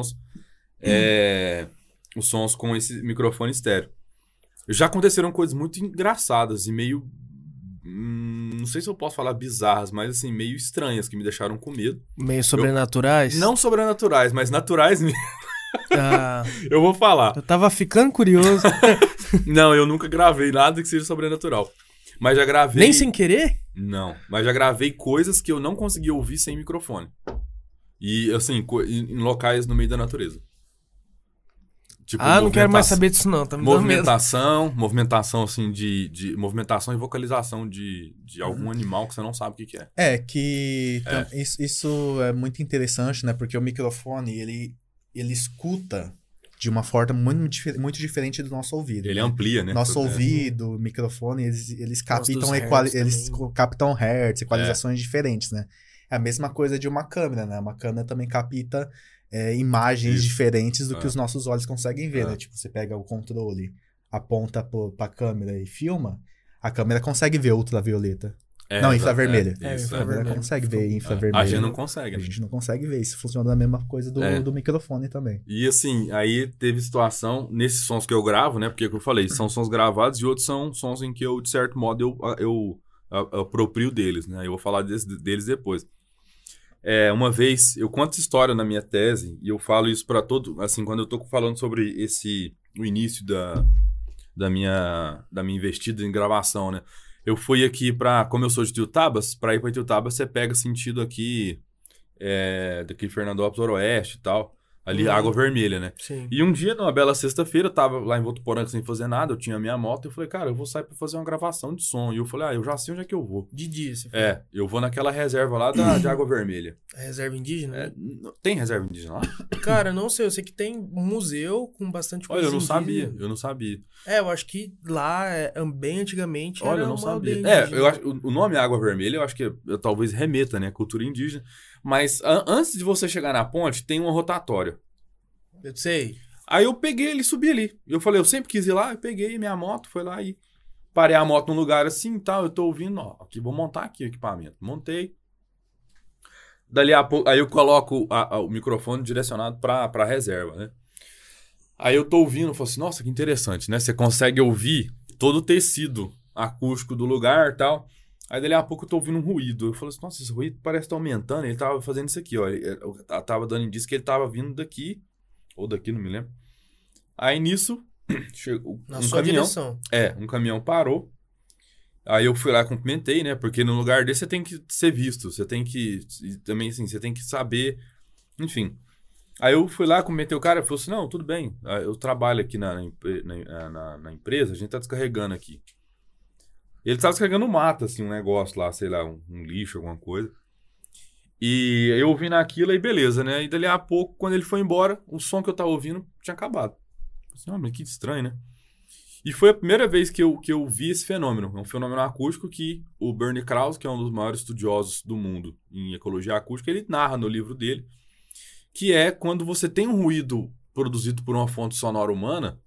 sons com esse microfone estéreo. Já aconteceram coisas muito engraçadas e meio... não sei se eu posso falar bizarras, mas, assim, meio estranhas, que me deixaram com medo. Meio sobrenaturais? Não sobrenaturais, mas naturais mesmo. Ah, Eu vou falar. eu tava ficando curioso. Não, eu nunca gravei nada que seja sobrenatural. Mas já gravei... Nem sem querer? Não, mas já gravei coisas que eu não conseguia ouvir sem microfone. E, assim, em locais no meio da natureza. Tipo, Não quero mais saber disso não, tá me dando medo. Movimentação, assim, de movimentação e vocalização de algum animal que você não sabe o que é. Isso é muito interessante, né? Porque o microfone, ele escuta de uma forma muito diferente do nosso ouvido. Ele né? amplia, né? Nosso ouvido, o microfone, eles captam dos hertz eles também. captam hertz, equalizações diferentes, né? É a mesma coisa de uma câmera, né? Uma câmera também capta imagens Isso. diferentes do que os nossos olhos conseguem ver, né? Tipo, você pega o controle, aponta pra câmera e filma, a câmera consegue ver ultravioleta. Não, infravermelha. Isso, A câmera infravermelho. consegue ver infravermelho. A gente não consegue, A né? gente não consegue ver. Isso funciona da mesma coisa do microfone também. E assim, aí teve situação nesses sons que eu gravo, né? Porque, como eu falei, são sons gravados e outros são sons em que eu, de certo modo, eu aproprio deles, né? Eu vou falar deles depois. Uma vez, eu conto essa história na minha tese, e eu falo isso para todo, assim, quando eu tô falando sobre o início da minha investida em gravação, né? Eu fui aqui como eu sou de Ituiutaba, para ir para Ituiutaba, você pega sentido aqui, daqui de Fernandópolis, Oeste e tal, ali Água Vermelha, né? Sim. E um dia, numa bela sexta-feira, eu tava lá em Votuporanga sem fazer nada, eu tinha minha moto, eu falei, cara, eu vou sair pra fazer uma gravação de som. E eu falei, eu já sei onde é que eu vou. De dia, você falou. Eu vou naquela reserva lá de Água Vermelha. A reserva indígena? Tem reserva indígena lá? Cara, não sei, eu sei que tem um museu com bastante coisa Olha, eu indígena. não sabia. Eu acho que lá, bem antigamente, Olha, era eu não uma sabia. aldeia indígena. Eu acho, o nome Água Vermelha, eu acho que talvez remeta, né, cultura indígena. Mas antes de você chegar na ponte, tem uma rotatória. Eu sei. Aí eu peguei ele e subi ali. Eu falei, eu sempre quis ir lá, eu peguei minha moto, fui lá e parei a moto num lugar assim e tal. Eu tô ouvindo, aqui, vou montar aqui o equipamento. Montei. Dali a pouco, aí eu coloco o microfone direcionado pra reserva, né? Aí eu tô ouvindo, eu falo assim, nossa, que interessante, né? Você consegue ouvir todo o tecido acústico do lugar e tal. Aí dali a pouco eu tô ouvindo um ruído. Eu falo assim, nossa, esse ruído parece estar aumentando. Ele tava fazendo isso aqui, ó. Eu tava dando indício que ele tava vindo daqui. Ou daqui, não me lembro. Aí nisso, chegou Na um sua caminhão. direção. Um caminhão parou. Aí eu fui lá e cumprimentei, né? Porque no lugar desse você tem que ser visto. Você tem que... E também, assim, você tem que saber... Enfim. Aí eu fui lá, cumprimentei o cara. Ele falou assim, não, tudo bem. Eu trabalho aqui na empresa. A gente tá descarregando aqui. Ele tava descarregando mato, assim, um negócio lá. Sei lá, um lixo, alguma coisa. E eu ouvindo aquilo, aí beleza, né? E dali a pouco, quando ele foi embora, o som que eu tava ouvindo tinha acabado. Eu falei, mas que estranho, né? E foi a primeira vez que eu vi esse fenômeno. É um fenômeno acústico que o Bernie Krause, que é um dos maiores estudiosos do mundo em ecologia acústica, ele narra no livro dele, que é quando você tem um ruído produzido por uma fonte sonora humana,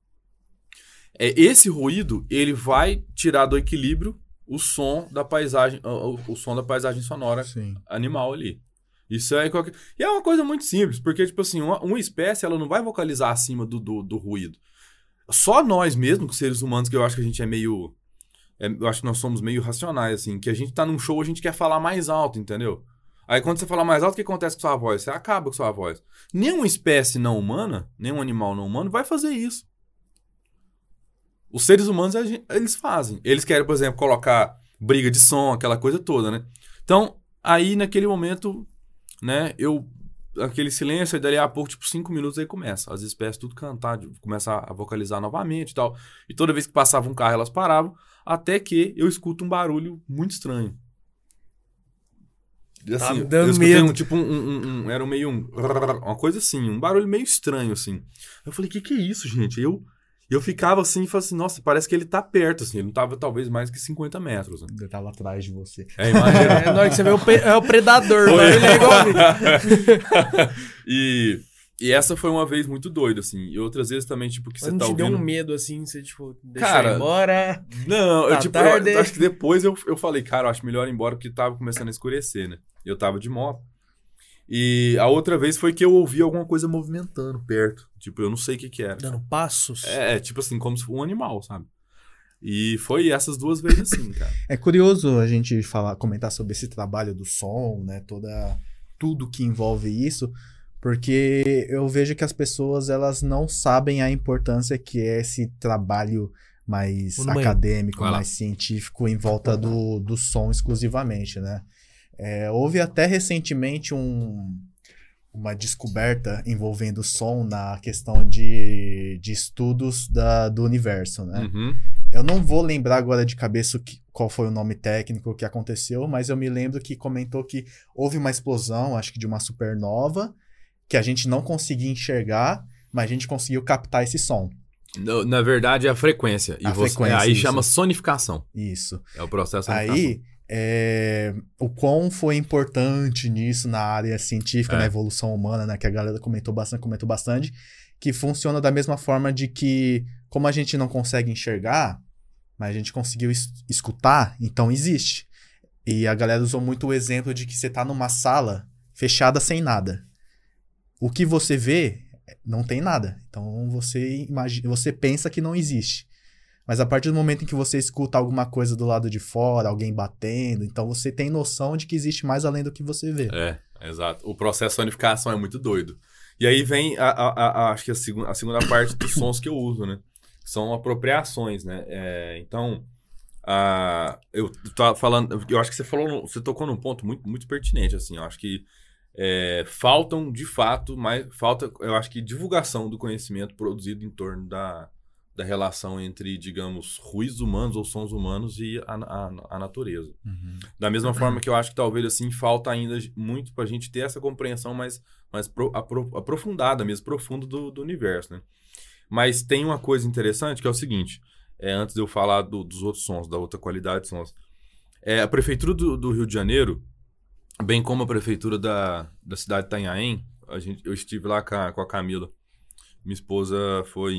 esse ruído, ele vai tirar do equilíbrio o som da paisagem, o som da paisagem sonora animal ali. Isso E é uma coisa muito simples, porque, tipo assim, uma espécie, ela não vai vocalizar acima do ruído. Só nós mesmos, seres humanos, que eu acho que a gente é meio... eu acho que nós somos meio racionais, assim, que a gente tá num show, a gente quer falar mais alto, entendeu? Aí quando você fala mais alto, o que acontece com sua voz? Você acaba com sua voz. Nenhuma espécie não humana, nenhum animal não humano vai fazer isso. Os seres humanos, eles fazem. Eles querem, por exemplo, colocar briga de som, aquela coisa toda, né? Então, aí naquele momento, né, aquele silêncio, aí dali a pouco, tipo, 5 minutos, aí começa. As espécies tudo cantar, começar a vocalizar novamente e tal. E toda vez que passava um carro, elas paravam, até que eu escuto um barulho muito estranho. Assim, me dando eu escutei medo. era meio uma coisa assim, um barulho meio estranho, assim. Eu falei, que é isso, gente? Eu ficava assim e falava assim, nossa, parece que ele tá perto, assim. Ele não tava talvez mais que 50 metros. Né? Ele tava atrás de você. Imagina. Na hora que você vê o predador, mano, ele é igual a mim. E essa foi uma vez muito doida, assim. E outras vezes também, tipo, que você Mas tá te ouvindo... deu um medo, assim, você, tipo, deixou Cara, embora? Não, Tá tarde. eu acho que depois eu falei, cara, eu acho melhor ir embora porque tava começando a escurecer, né? Eu tava de moto. E a outra vez foi que eu ouvi alguma coisa movimentando perto. Tipo, eu não sei o que era. Dando passos? Tipo assim, como se fosse um animal, sabe? E foi essas 2 vezes assim, cara. É curioso a gente comentar sobre esse trabalho do som, né? Tudo que envolve isso, porque eu vejo que as pessoas, elas não sabem a importância que é esse trabalho mais acadêmico, mais científico em volta do som exclusivamente, né? Houve até recentemente uma descoberta envolvendo o som na questão de estudos do universo, né? Uhum. Eu não vou lembrar agora de cabeça qual foi o nome técnico que aconteceu, mas eu me lembro que comentou que houve uma explosão, acho que de uma supernova, que a gente não conseguia enxergar, mas a gente conseguiu captar esse som. Na verdade, é a frequência. Aí isso. chama sonificação. Isso. É o processo de sonificação. Aí, o quão foi importante nisso na área científica, na evolução humana, né, que a galera comentou bastante, que funciona da mesma forma de que, como a gente não consegue enxergar, mas a gente conseguiu escutar, então existe. E a galera usou muito o exemplo de que você tá numa sala fechada sem nada. O que você vê não tem nada. Então você pensa que não existe. Mas a partir do momento em que você escuta alguma coisa do lado de fora, alguém batendo, então você tem noção de que existe mais além do que você vê. Exato. O processo de sonificação é muito doido. E aí vem, acho que a segunda parte dos sons que eu uso, né? São apropriações, né? Então, eu tava falando, eu acho que você tocou num ponto muito, muito pertinente, assim. Eu acho que faltam, de fato, eu acho que divulgação do conhecimento produzido em torno da relação entre, digamos, ruídos humanos ou sons humanos e a natureza. Uhum. Da mesma forma que eu acho que talvez, assim, falta ainda muito pra gente ter essa compreensão mais aprofundada mesmo, profunda do universo, né? Mas tem uma coisa interessante que é o seguinte, antes de eu falar dos outros sons, da outra qualidade de sons. A Prefeitura do Rio de Janeiro, bem como a Prefeitura da cidade de Itanhaém, eu estive lá com a Camila. Minha esposa foi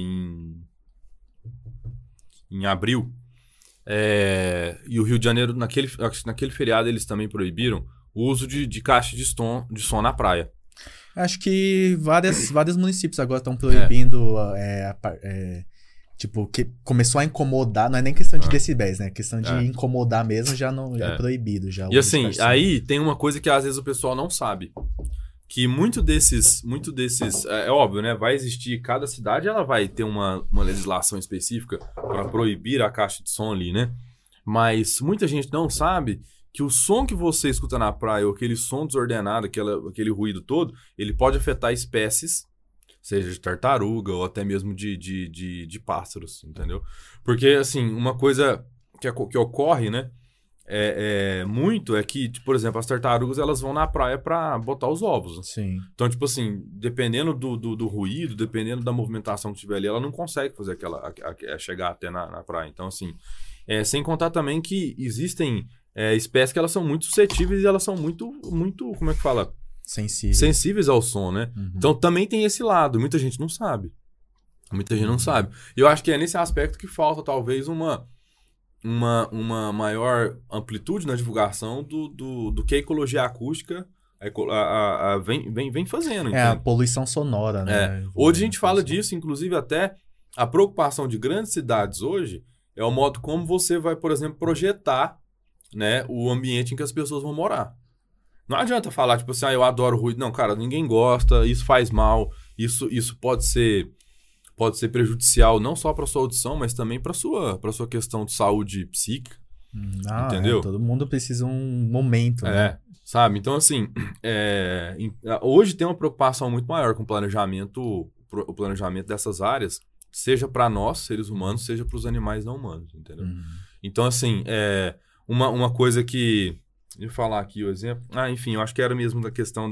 em abril. E o Rio de Janeiro, naquele feriado, eles também proibiram o uso de caixa de som na praia. Acho que vários municípios agora estão proibindo, tipo, que começou a incomodar, não é nem questão de decibéis, né? É questão de incomodar mesmo, já é proibido. Já e assim, aí tem uma coisa que às vezes o pessoal não sabe. Que muito desses, é óbvio, né? Vai existir, cada cidade ela vai ter uma legislação específica para proibir a caixa de som ali, né? Mas muita gente não sabe que o som que você escuta na praia, ou aquele som desordenado, aquele ruído todo, ele pode afetar espécies, seja de tartaruga ou até mesmo de pássaros, entendeu? Porque, assim, uma coisa que ocorre, né? Muito é que, tipo, por exemplo, as tartarugas elas vão na praia pra botar os ovos. Né? Sim. Então, tipo assim, dependendo do ruído, dependendo da movimentação que tiver ali, ela não consegue fazer chegar até na praia. Então, assim, sem contar também que existem espécies que elas são muito suscetíveis e elas são muito, como é que fala? Sensíveis ao som, né? Uhum. Então, também tem esse lado. Muita gente não sabe. E eu acho que é nesse aspecto que falta, talvez, uma maior amplitude na divulgação do que a ecologia acústica vem fazendo. Entende? A poluição sonora, né? Hoje a gente fala disso, inclusive até a preocupação de grandes cidades hoje é o modo como você vai, por exemplo, projetar, né, o ambiente em que as pessoas vão morar. Não adianta falar, tipo assim, eu adoro ruído. Não, cara, ninguém gosta, isso faz mal, isso pode ser prejudicial não só para sua audição, mas também para sua questão de saúde psíquica. Entendeu? Todo mundo precisa um momento, né? Sabe? Então, assim, hoje tem uma preocupação muito maior com o planejamento dessas áreas, seja para nós, seres humanos, seja para os animais não humanos, entendeu? Então, assim, uma coisa que... Deixa eu falar aqui o exemplo. Enfim, eu acho que era mesmo da questão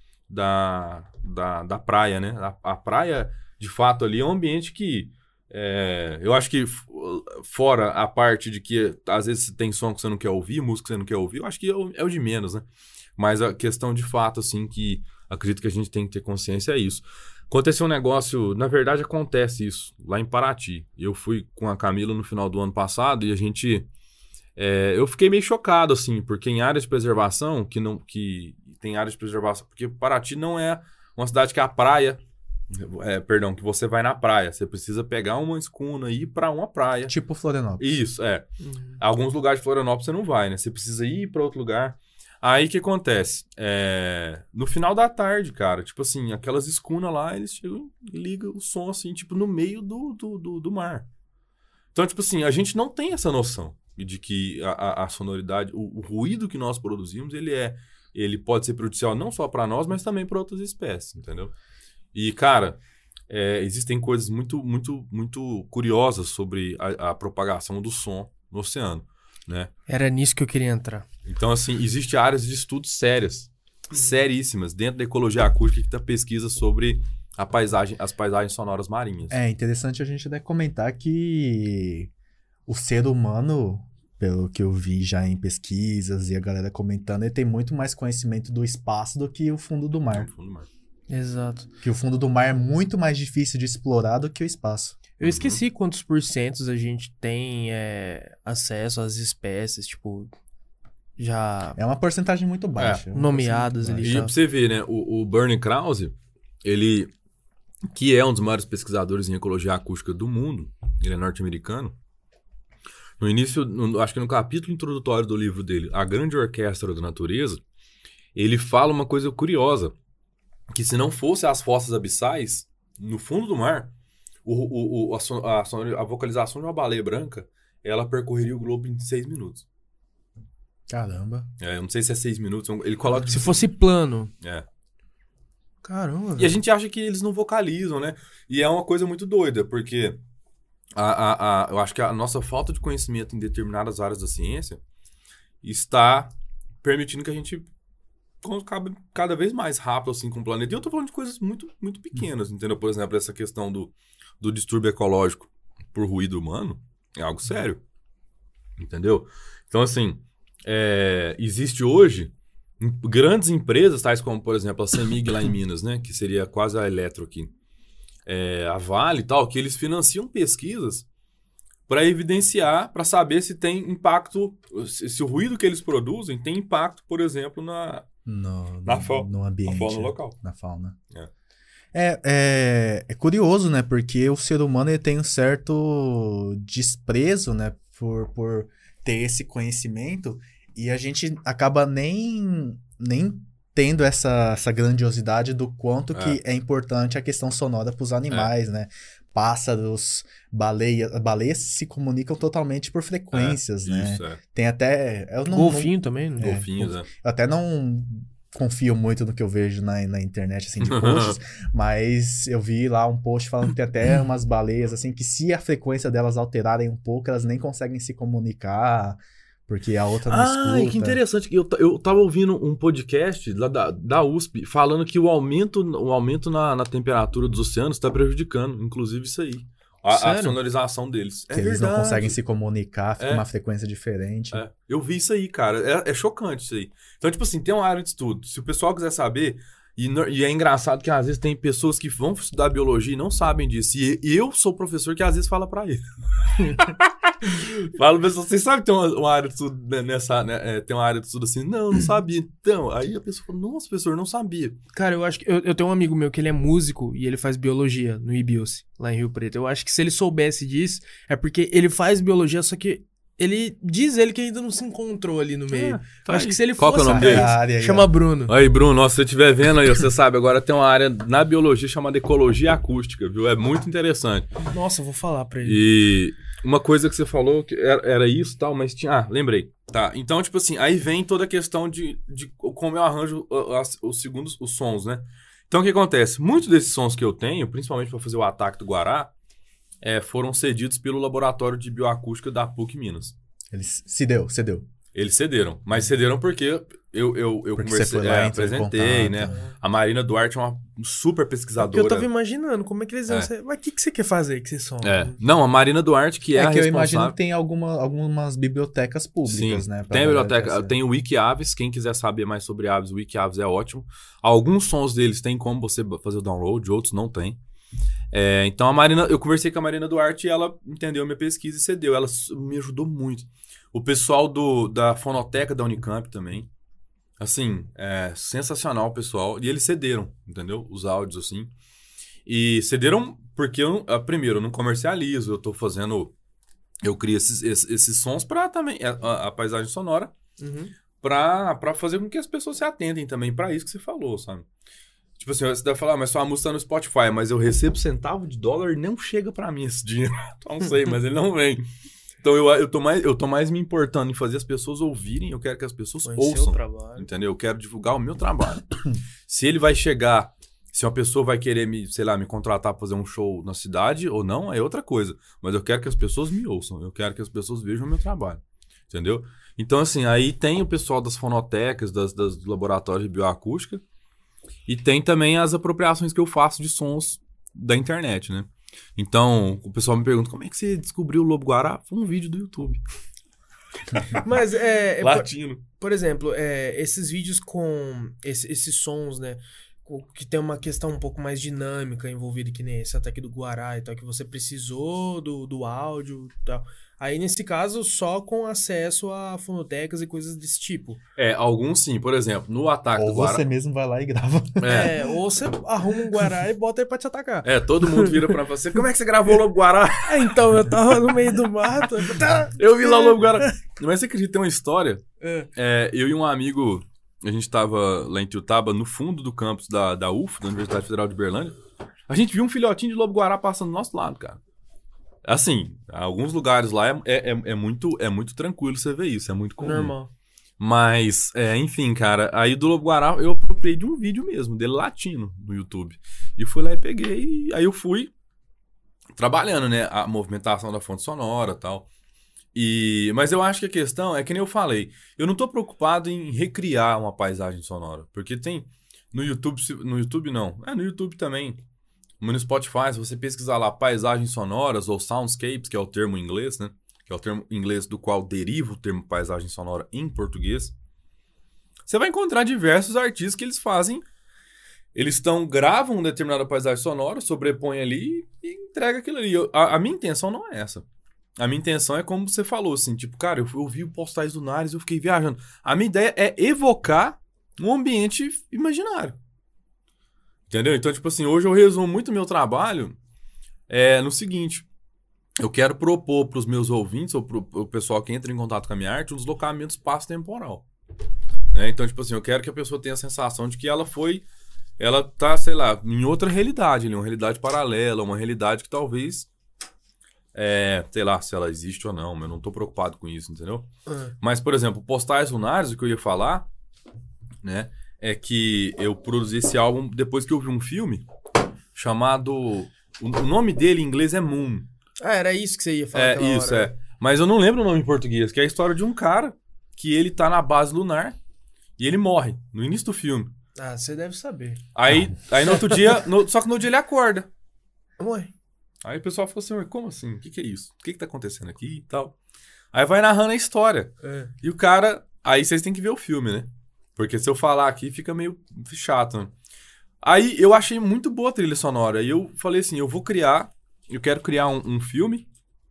da praia, né? A praia... De fato, ali é um ambiente que eu acho que fora a parte de que às vezes tem som que você não quer ouvir, música que você não quer ouvir, eu acho que é o de menos, né? Mas a questão de fato, assim, que acredito que a gente tem que ter consciência é isso. Aconteceu um negócio, na verdade acontece isso, lá em Paraty. Eu fui com a Camila no final do ano passado e a gente... eu fiquei meio chocado, assim, porque em áreas de preservação, que tem áreas de preservação, porque Paraty não é uma cidade que a praia... que você vai na praia. Você precisa pegar uma escuna e ir pra uma praia. Tipo Florianópolis. Isso, Alguns lugares de Florianópolis você não vai, né? Você precisa ir pra outro lugar. Aí o que acontece? No final da tarde, cara, tipo assim, aquelas escunas lá, eles chegam e ligam o som assim, tipo, no meio do mar. Então, tipo assim, a gente não tem essa noção de que a sonoridade, o ruído que nós produzimos, ele pode ser prejudicial não só pra nós, mas também pra outras espécies, entendeu? E, cara, existem coisas muito, muito, muito curiosas sobre a propagação do som no oceano, né? Era nisso que eu queria entrar. Então, assim, existem áreas de estudos seríssimas, dentro da ecologia acústica, que pesquisa sobre as paisagens sonoras marinhas. É interessante a gente até comentar que o ser humano, pelo que eu vi já em pesquisas e a galera comentando, ele tem muito mais conhecimento do espaço do que o fundo do mar. Exato. Que o fundo do mar é muito mais difícil de explorar do que o espaço. Eu esqueci quantos porcentos a gente tem acesso às espécies, tipo, já... É uma porcentagem muito baixa. Nomeadas ali. E pra você ver, né, o Bernie Krause, ele, que é um dos maiores pesquisadores em ecologia acústica do mundo, ele é norte-americano, No início, acho que no capítulo introdutório do livro dele, A Grande Orquestra da Natureza, ele fala uma coisa curiosa, que se não fosse as fossas abissais, no fundo do mar, a vocalização de uma baleia branca, ela percorreria o globo em 6 minutos. Caramba. Eu não sei se é 6 minutos, ele coloca... Se fosse plano. É. Caramba. E a gente acha que eles não vocalizam, né? E é uma coisa muito doida, porque eu acho que a nossa falta de conhecimento em determinadas áreas da ciência está permitindo que a gente acabe cada vez mais rápido assim, com o planeta. E eu tô falando de coisas muito, muito pequenas, entendeu? Por exemplo, essa questão do distúrbio ecológico por ruído humano é algo sério, entendeu? Então, assim, existe hoje grandes empresas, tais como, por exemplo, a CEMIG lá em Minas, né? Que seria quase a Eletro aqui. A Vale e tal, que eles financiam pesquisas para evidenciar, para saber se tem impacto, se o ruído que eles produzem tem impacto, por exemplo, no ambiente, na fauna local. Na fauna. É curioso, né? Porque o ser humano ele tem um certo desprezo, né? Por ter esse conhecimento e a gente acaba nem tendo essa grandiosidade do quanto que é importante a questão sonora para os animais, né? Pássaros, baleias se comunicam totalmente por frequências, né? Isso, Tem até... Golfinho também, né? Golfinhos, Eu até não confio muito no que eu vejo na internet, assim, de posts, mas eu vi lá um post falando que tem até umas baleias, assim, que se a frequência delas alterarem um pouco, elas nem conseguem se comunicar... Porque a outra não escuta. Que interessante. Eu tava ouvindo um podcast lá da USP falando que o aumento na temperatura dos oceanos está prejudicando, inclusive isso aí. A sonorização deles. Que eles não conseguem se comunicar, fica uma frequência diferente. Eu vi isso aí, cara. É chocante isso aí. Então, tipo assim, tem uma área de estudo. Se o pessoal quiser saber... E é engraçado que às vezes tem pessoas que vão estudar biologia e não sabem disso. E eu sou professor que às vezes fala pra ele. Falo, pessoal, vocês sabem que tem uma área de estudo tem uma área de estudo assim? Não sabia. Então, aí a pessoa fala, nossa, professor, não sabia. Cara, eu acho que eu tenho um amigo meu que ele é músico e ele faz biologia no IBIUS, lá em Rio Preto. Eu acho que se ele soubesse disso, é porque ele faz biologia, só que ele diz que ainda não se encontrou ali no meio. Eu acho que se ele Qual fosse... Qual que é o nome dele? Chama Bruno. Aí, Bruno, nossa, se você estiver vendo aí, você sabe, agora tem uma área na biologia chamada ecologia acústica, viu? É muito interessante. Nossa, eu vou falar pra ele. E uma coisa que você falou, que era isso e tal, mas tinha... lembrei. Tá, então, tipo assim, aí vem toda a questão de como eu arranjo os sons, né? Então, o que acontece? Muitos desses sons que eu tenho, principalmente para fazer o ataque do Guará, foram cedidos pelo laboratório de bioacústica da PUC Minas. Eles cedeu. Eles cederam, mas cederam porque eu conversei, apresentei, né? A Marina Duarte é uma super pesquisadora. Eu tava imaginando como é que eles iam ser. Mas o que você quer fazer com esse som? Não, a Marina Duarte que é a responsável... eu imagino que tem algumas bibliotecas públicas, né? Tem a biblioteca, tem o WikiAves, quem quiser saber mais sobre aves, o WikiAves é ótimo. Alguns sons deles tem como você fazer o download, outros não tem. Então eu conversei com a Marina Duarte e ela entendeu a minha pesquisa e cedeu. Ela me ajudou muito. O pessoal da fonoteca da Unicamp também. Assim, sensacional o pessoal. E eles cederam, entendeu? Os áudios, assim. E cederam porque, primeiro, eu não comercializo. Eu crio esses sons para também... A paisagem sonora. Para fazer com que as pessoas se atentem também para isso que você falou, sabe? Tipo assim, você deve falar, mas sua música tá no Spotify, mas eu recebo centavo de dólar e não chega pra mim esse dinheiro. Não sei, mas ele não vem. Então eu tô mais me importando em fazer as pessoas ouvirem, eu quero que as pessoas ouçam. O trabalho. Entendeu? Eu quero divulgar o meu trabalho. Se ele vai chegar, se uma pessoa vai querer me contratar pra fazer um show na cidade ou não, é outra coisa. Mas eu quero que as pessoas me ouçam, eu quero que as pessoas vejam o meu trabalho. Entendeu? Então, assim, aí tem o pessoal das fonotecas, dos laboratórios de bioacústica. E tem também as apropriações que eu faço de sons da internet, né? Então, o pessoal me pergunta, como é que você descobriu o lobo-guará? Foi um vídeo do YouTube. Mas, latino. Por exemplo, esses vídeos com esses sons, né? que tem uma questão um pouco mais dinâmica envolvida, que nem esse ataque do Guará e tal, que você precisou do áudio e tal. Aí, nesse caso, só com acesso a fonotecas e coisas desse tipo. Alguns sim. Por exemplo, no ataque Ou do Guará... você mesmo vai lá e grava. Ou você arruma um Guará e bota ele pra te atacar. Todo mundo vira pra você. Como é que você gravou o Lobo Guará? Então, eu tava no meio do mato. Eu vi lá o Lobo Guará. Mas você acredita que tem uma história? É. Eu e um amigo, a gente tava lá em Tiutaba, no fundo do campus da UF, da Universidade Federal de Berlândia. A gente viu um filhotinho de Lobo Guará passando do nosso lado, cara. Assim, alguns lugares lá é muito tranquilo você ver isso, é muito comum. Normal. Mas, enfim, cara, aí do Lobo Guará eu apropriei de um vídeo mesmo, dele latino, no YouTube. E fui lá e peguei, aí eu fui trabalhando, né, a movimentação da fonte sonora e tal. Mas eu acho que a questão é que nem eu falei, eu não tô preocupado em recriar uma paisagem sonora, porque tem no YouTube não, no YouTube também, no Spotify, se você pesquisar lá paisagens sonoras ou soundscapes, que é o termo em inglês, né, que é o termo em inglês do qual deriva o termo paisagem sonora em português, você vai encontrar diversos artistas que eles fazem, gravam uma determinada paisagem sonora, sobrepõem ali e entrega aquilo ali. A minha intenção não é essa. A minha intenção é como você falou, assim, tipo, cara, eu ouvi o Postais Lunares e eu fiquei viajando. A minha ideia é evocar um ambiente imaginário. Entendeu? Então, tipo assim, hoje eu resumo muito o meu trabalho no seguinte. Eu quero propor para os meus ouvintes, ou para o pessoal que entra em contato com a minha arte, um deslocamento espaço-temporal. Né? Então, tipo assim, eu quero que a pessoa tenha a sensação de que ela tá, sei lá, em outra realidade, uma realidade paralela, uma realidade que talvez, sei lá, se ela existe ou não, mas eu não tô preocupado com isso, entendeu? Mas, por exemplo, Postais Lunares, o que eu ia falar, né, é que eu produzi esse álbum depois que eu vi um filme chamado... O nome dele em inglês é Moon. Era isso que você ia falar naquela isso, hora. Mas eu não lembro o nome em português, que é a história de um cara que ele tá na base lunar e ele morre no início do filme. Ah, você deve saber. Aí no outro dia, só que no outro dia ele acorda. Morre. Aí o pessoal ficou assim, como assim? O que é isso? O que tá acontecendo aqui e tal? Aí vai narrando a história. E o cara... Aí vocês têm que ver o filme, né? Porque se eu falar aqui, fica meio chato, né? Aí eu achei muito boa a trilha sonora. E eu falei assim, eu quero criar um filme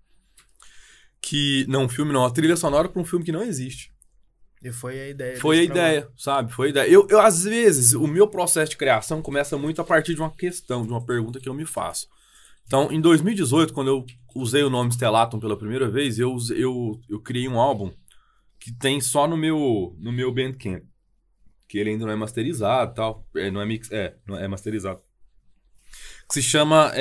a trilha sonora para um filme que não existe. E foi a ideia. Foi a ideia, sabe? Foi a ideia. Eu, às vezes, o meu processo de criação começa muito a partir de uma questão, de uma pergunta que eu me faço. Então, em 2018, quando eu usei o nome Stellatum pela primeira vez, eu criei um álbum que tem só no meu Bandcamp. Que ele ainda não é masterizado e tal. Não é masterizado. Que se chama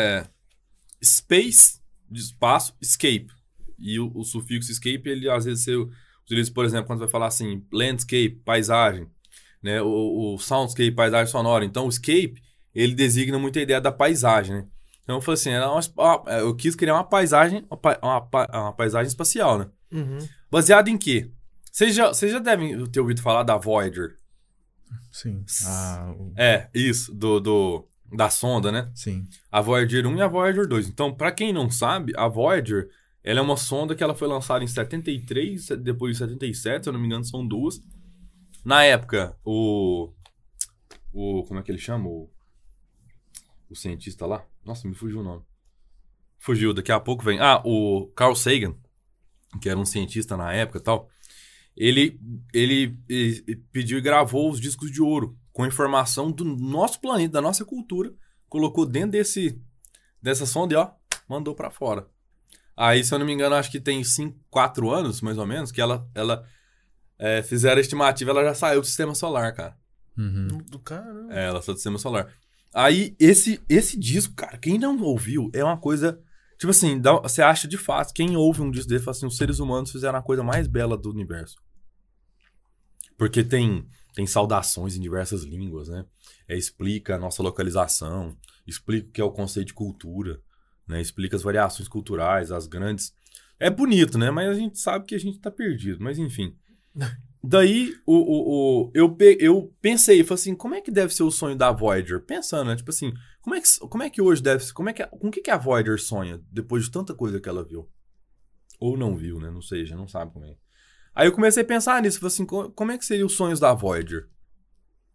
Space, de espaço, Escape. E o sufixo Escape, ele às vezes você utiliza, por exemplo, quando você vai falar assim, landscape, paisagem, né? O soundscape, paisagem sonora. Então, o escape, ele designa muito a ideia da paisagem, né? Então, eu falei assim, eu quis criar uma paisagem, uma paisagem espacial, né? Baseado em quê? Vocês já devem ter ouvido falar da Voyager. Sim. Isso, da sonda, né? Sim. A Voyager 1 e a Voyager 2. Então, pra quem não sabe, a Voyager, ela é uma sonda que ela foi lançada em 73, depois em 77, se eu não me engano, são duas. Na época, como é que ele chama? O cientista lá? Nossa, me fugiu o nome. Fugiu, daqui a pouco vem. O Carl Sagan, que era um cientista na época e tal. Ele pediu e gravou os discos de ouro com informação do nosso planeta, da nossa cultura. Colocou dentro dessa sonda e mandou pra fora. Aí, se eu não me engano, acho que tem 4 anos, mais ou menos, que ela fizeram a estimativa, ela já saiu do sistema solar, cara. Do caramba. Ela saiu do sistema solar. Aí, esse disco, cara, quem não ouviu, é uma coisa... Tipo assim, você acha de fato, quem ouve um disco dele, fala assim, os seres humanos fizeram a coisa mais bela do universo. Porque tem saudações em diversas línguas, né? Explica a nossa localização, explica o que é o conceito de cultura, né? Explica as variações culturais, as grandes... É bonito, né? Mas a gente sabe que a gente tá perdido, mas enfim. Daí, eu pensei, falei assim, como é que deve ser o sonho da Voyager? Pensando, né? Tipo assim, como é que hoje deve ser, com o que a Voyager sonha depois de tanta coisa que ela viu? Ou não viu, né? Não sei, já não sabe como é. Aí eu comecei a pensar nisso, falei assim, como é que seriam os sonhos da Voyager?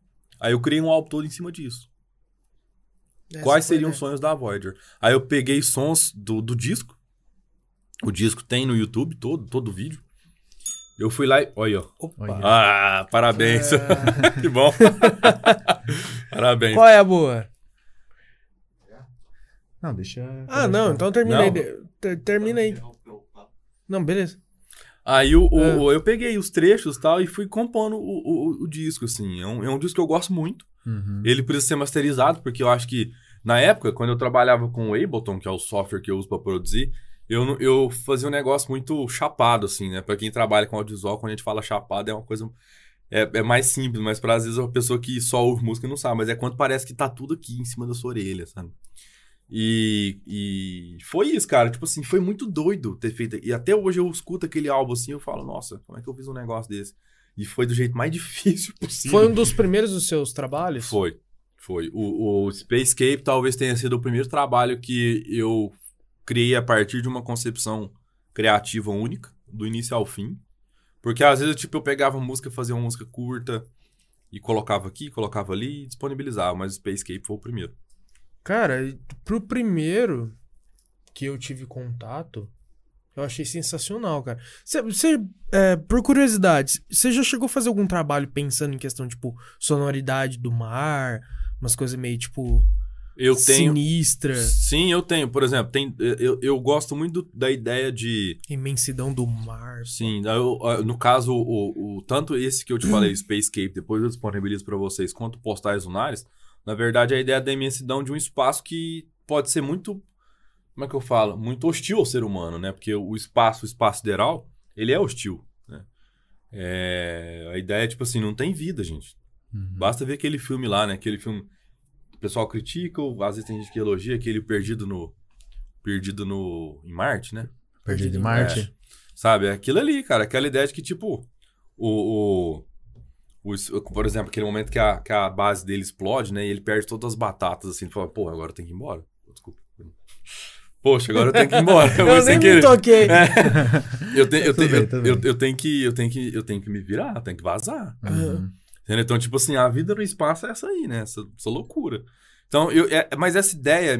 Aí eu criei um álbum todo em cima disso. Essa Quais foi, seriam os né? sonhos da Voyager? Aí eu peguei sons do disco. O disco tem no YouTube todo o vídeo. Eu fui lá e... Olha, ó. Opa. Olha. Ah, parabéns. Que bom. Parabéns. Qual é a boa? Não, deixa... Ah, não, então termina aí. Não. Termina aí. Não, beleza. Aí eu peguei os trechos e tal e fui compondo o disco, assim. É um disco que eu gosto muito. Uhum. Ele precisa ser masterizado, porque eu acho que, na época, quando eu trabalhava com o Ableton, que é o software que eu uso pra produzir, eu fazia um negócio muito chapado, assim, né? Pra quem trabalha com audiovisual, quando a gente fala chapado, é uma coisa... É mais simples, mas pra, às vezes, a pessoa que só ouve música não sabe. Mas é quando parece que tá tudo aqui em cima da sua orelha, sabe? E foi isso, cara. Tipo assim, foi muito doido ter feito. E até hoje eu escuto aquele álbum assim, eu falo, nossa, como é que eu fiz um negócio desse? E foi do jeito mais difícil possível. Foi um dos primeiros dos seus trabalhos? Foi. O Spacescape talvez tenha sido o primeiro trabalho que eu criei a partir de uma concepção criativa única, do início ao fim. Porque às vezes, tipo, eu pegava música, fazia uma música curta e colocava aqui, colocava ali e disponibilizava. Mas o Spacescape foi o primeiro. Cara, pro primeiro que eu tive contato, eu achei sensacional, cara. Por curiosidade, você já chegou a fazer algum trabalho pensando em questão, tipo, sonoridade do mar, umas coisas meio, tipo, Eu tenho... sinistra, Sim, eu tenho. Por exemplo, eu gosto muito da ideia de... imensidão do mar. Sim, no caso, tanto esse que eu te falei, Spacescape, depois eu disponibilizo para vocês, quanto Postais Lunares, na verdade, a ideia da imensidão de um espaço que pode ser muito... Como é que eu falo? Muito hostil ao ser humano, né? Porque o espaço sideral, ele é hostil, né? A ideia é, tipo assim, não tem vida, gente. Uhum. Basta ver aquele filme lá, né? Aquele filme... O pessoal critica, às vezes tem gente que elogia, aquele Perdido em Marte, né? Perdido em Marte. Sabe? É aquilo ali, cara. Aquela ideia de que, tipo, por exemplo, aquele momento que a base dele explode, né? E ele perde todas as batatas, assim. Ele fala, porra, agora eu tenho que ir embora. Desculpa. Poxa, agora eu tenho que ir embora. Eu nem me toquei. Eu tenho que me virar, eu tenho que vazar. Uhum. Entendeu? Então, tipo assim, a vida no espaço é essa aí, né? Essa loucura. Então, mas essa ideia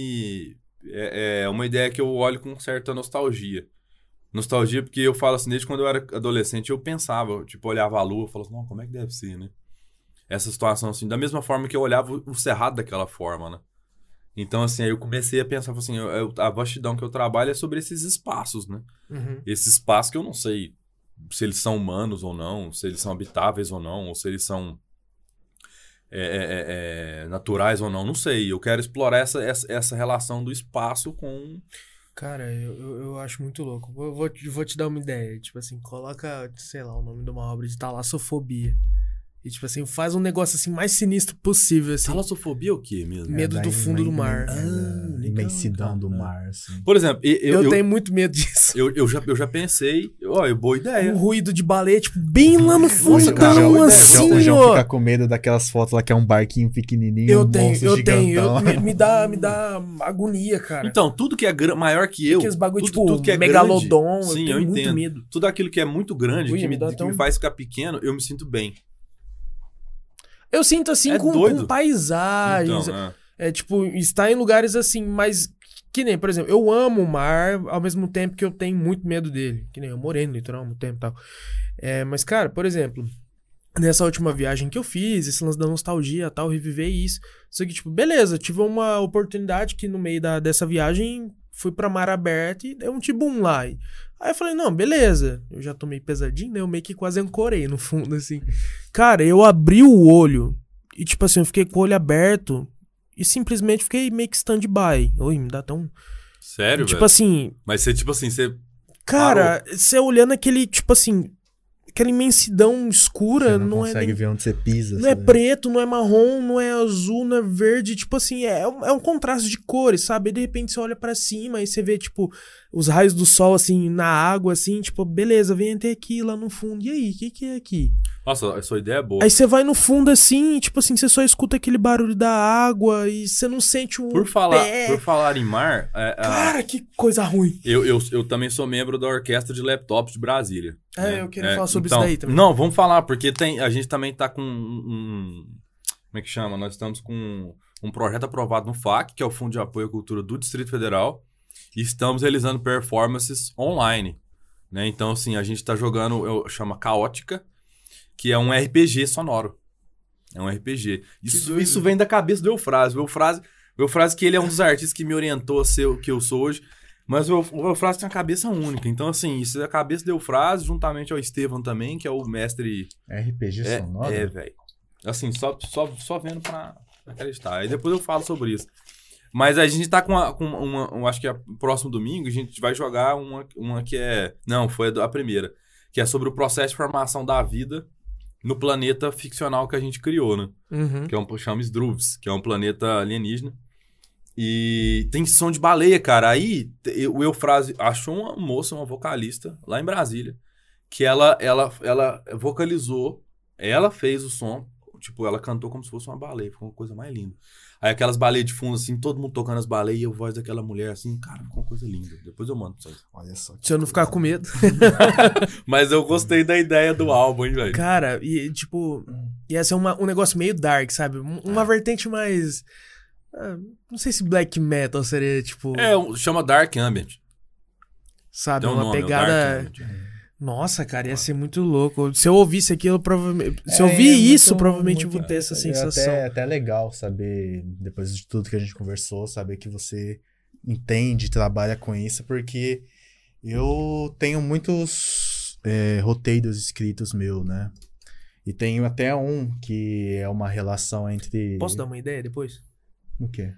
é uma ideia que eu olho com certa nostalgia. Nostalgia porque eu falo assim, desde quando eu era adolescente, eu pensava, tipo, olhava a lua e falava assim, não, como é que deve ser, né? Essa situação, assim, da mesma forma que eu olhava o cerrado daquela forma, né? Então, assim, aí eu comecei a pensar, assim, a vastidão que eu trabalho é sobre esses espaços, né? Uhum. Esses espaços que eu não sei se eles são humanos ou não, se eles são habitáveis ou não, ou se eles são naturais ou não, não sei. Eu quero explorar essa relação do espaço com... Cara, eu acho muito louco. Eu vou te dar uma ideia. Tipo assim, coloca, sei lá, o nome de uma obra de talassofobia. E tipo assim, faz um negócio assim mais sinistro possível, assim. Talassofobia é o quê mesmo? Medo do fundo do mar. Imensidão do mar, assim. Por exemplo, eu tenho muito medo disso. Eu já pensei, boa ideia. Um ruído de baleia, tipo, bem lá no fundo, Nossa, tá cara, assim, O João ó. fica com medo daquelas fotos lá que é um barquinho pequenininho, Eu um monstro gigantão. Me dá agonia, cara. Então, tudo que é maior que eu, Aqueles bagulho, tudo que é megalodon, grande, sim, eu eu tenho muito entendo. medo. Tudo aquilo que é muito grande, Ui, que me dá me faz ficar pequeno, eu me sinto bem. Eu sinto assim É com doido. paisagens. Então, Tipo, estar em lugares assim, mas que nem, por exemplo, eu amo o mar ao mesmo tempo que eu tenho muito medo dele. Que nem eu morei no litoral há muito tempo e tal. Mas, cara, por exemplo, nessa última viagem que eu fiz, esse lance da nostalgia e tal, reviver isso. Só que, tipo, beleza, tive uma oportunidade que no meio dessa viagem fui pra mar aberto e deu um tibum lá. Aí eu falei, não, beleza. Eu já tomei pesadinho, né? Eu meio que quase ancorei no fundo, assim. Cara, eu abri o olho e, tipo assim, eu fiquei com o olho aberto e simplesmente fiquei meio que stand-by. Oi, me dá tão... sério, tipo velho? assim... Mas você, tipo assim, você... Cara, você olhando aquele, tipo assim... Aquela imensidão escura, Você não consegue nem... ver onde você pisa. Não é sabe? preto, não é marrom, não é azul, não é verde. Tipo assim, é um contraste de cores, sabe? E de repente você olha pra cima e você vê, tipo, os raios do sol, assim, na água, assim. Tipo, beleza, vem até aqui, lá no fundo. E aí, o que é aqui? Nossa, a sua ideia é boa. Aí você vai no fundo, assim, tipo assim, você só escuta aquele barulho da água e você não sente o Por falar em mar... Cara, que coisa ruim. Eu também sou membro da Orquestra de Laptops de Brasília. Eu queria falar sobre isso então, daí também. Não, vamos falar, porque a gente também tá com como é que chama? Nós estamos com um projeto aprovado no FAC, que é o Fundo de Apoio à Cultura do Distrito Federal, e estamos realizando performances online, né? Então, assim, a gente está jogando, chama Caótica, que é um RPG sonoro. É um RPG. Isso vem da cabeça do Eufrásio. O Eufrásio que ele é um dos artistas que me orientou a ser o que eu sou hoje, mas o Eufrásio tem uma cabeça única. Então, assim, isso é a cabeça do Eufrásio, juntamente ao Estevão também, que é o mestre... RPG sonoro? Velho. Assim, só vendo pra acreditar. Aí depois eu falo sobre isso. Mas a gente tá com uma acho que próximo domingo, a gente vai jogar uma que é... Não, foi a primeira. Que é sobre o processo de formação da vida no planeta ficcional que a gente criou, né? Que é chama Sdruvs, que é um planeta alienígena. E tem som de baleia, cara. Aí o Eufrásio achou uma moça, uma vocalista, lá em Brasília, que ela vocalizou, ela fez o som, tipo, ela cantou como se fosse uma baleia, ficou uma coisa mais linda. Aí aquelas baleias de fundo, assim, todo mundo tocando as baleias e a voz daquela mulher, assim, cara, ficou uma coisa linda. Depois eu mando pra vocês. Olha só. Se eu não ficar com medo. Mas eu gostei da ideia do álbum, hein, velho? Cara, e tipo, ia ser um negócio meio dark, sabe? Uma vertente mais... não sei se black metal seria, tipo... Chama Dark Ambient. Sabe, Tem um uma nome, pegada... Dark Ambient. Nossa, cara, ia ser muito louco. Se eu ouvisse aquilo, provavelmente... Se eu É ouvir isso, muito- provavelmente eu muito- vou ter essa é sensação. até legal saber, depois de tudo que a gente conversou, saber que você entende, trabalha com isso, porque eu tenho muitos roteiros escritos meus, né? E tenho até um que é uma relação entre... Posso dar uma ideia depois? O quê?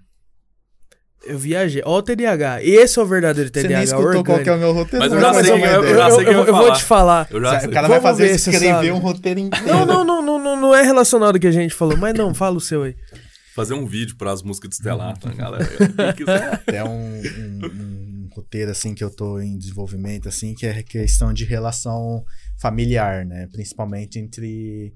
Eu viajei. Ó o TDAH. Esse é o verdadeiro Você TDAH nem escutou orgânico. qual que é o meu roteiro? Mas eu não já vai sei dar que uma eu ideia. já sei que eu vou falar. te falar. Eu já sei. O cara vai Vamos fazer ver, você escrever sabe. um roteiro inteiro. Não é relacionado ao que a gente falou, mas não, fala o seu aí. Fazer um vídeo para as músicas do Estelar, tá, galera? Quem quiser. É um roteiro, assim, que eu tô em desenvolvimento, assim, que é questão de relação familiar, né? Principalmente entre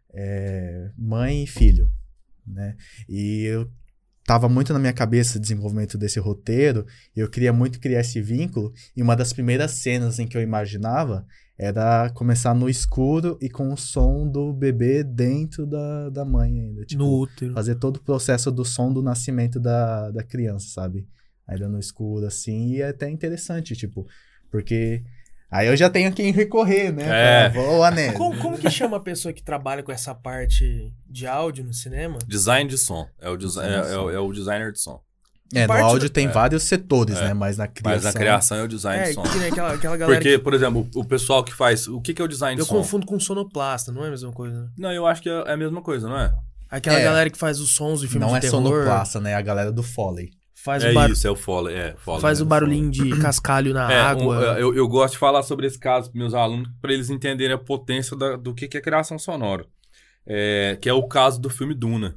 mãe e filho, né? E eu tava muito na minha cabeça o desenvolvimento desse roteiro, e eu queria muito criar esse vínculo, e uma das primeiras cenas em que eu imaginava era começar no escuro e com o som do bebê dentro da mãe ainda. Tipo, No útero. fazer todo o processo do som do nascimento da criança, sabe? Ainda no escuro, assim, e é até interessante, tipo, porque aí eu já tenho quem recorrer, né? Vou, Anésio. Como que chama a pessoa que trabalha com essa parte de áudio no cinema? Design de som. É o designer de som. No parte áudio tem vários setores, É. né? Mas na criação... Mas a criação é o design de som. Que nem aquela galera Porque, por exemplo, o pessoal que faz... O que é o design que de eu som? confundo com sonoplasta, não é a mesma coisa, né? Não, eu acho que é a mesma coisa, não é? Aquela É. galera que faz os sons de filme Não de é terror. sonoplasta, né? A galera do Foley. Faz É o barulho. isso, é o Foley. Faz né? o barulhinho de cascalho na água. Eu gosto de falar sobre esse caso para meus alunos, para eles entenderem a potência do que é criação sonora. Que é o caso do filme Duna.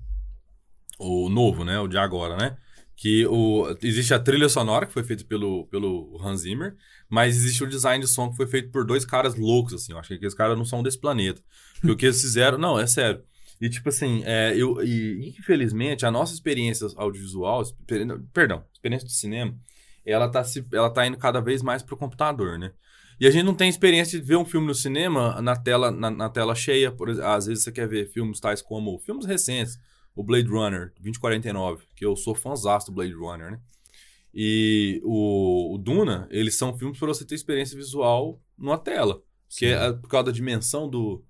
O novo, né? O de agora, né? Que existe a trilha sonora, que foi feita pelo Hans Zimmer, mas existe o design de som que foi feito por dois caras loucos, assim. Eu acho que aqueles caras não são desse planeta. Porque o que eles fizeram... Não, é sério. E, tipo assim, infelizmente, a nossa experiência audiovisual... experiência de cinema, ela tá indo cada vez mais pro computador, né? E a gente não tem experiência de ver um filme no cinema na tela cheia. Às vezes você quer ver filmes tais como... Filmes recentes. O Blade Runner 2049, que eu sou fãzaço do Blade Runner, né? E o Duna, eles são filmes para você ter experiência visual numa tela. Que é por causa da dimensão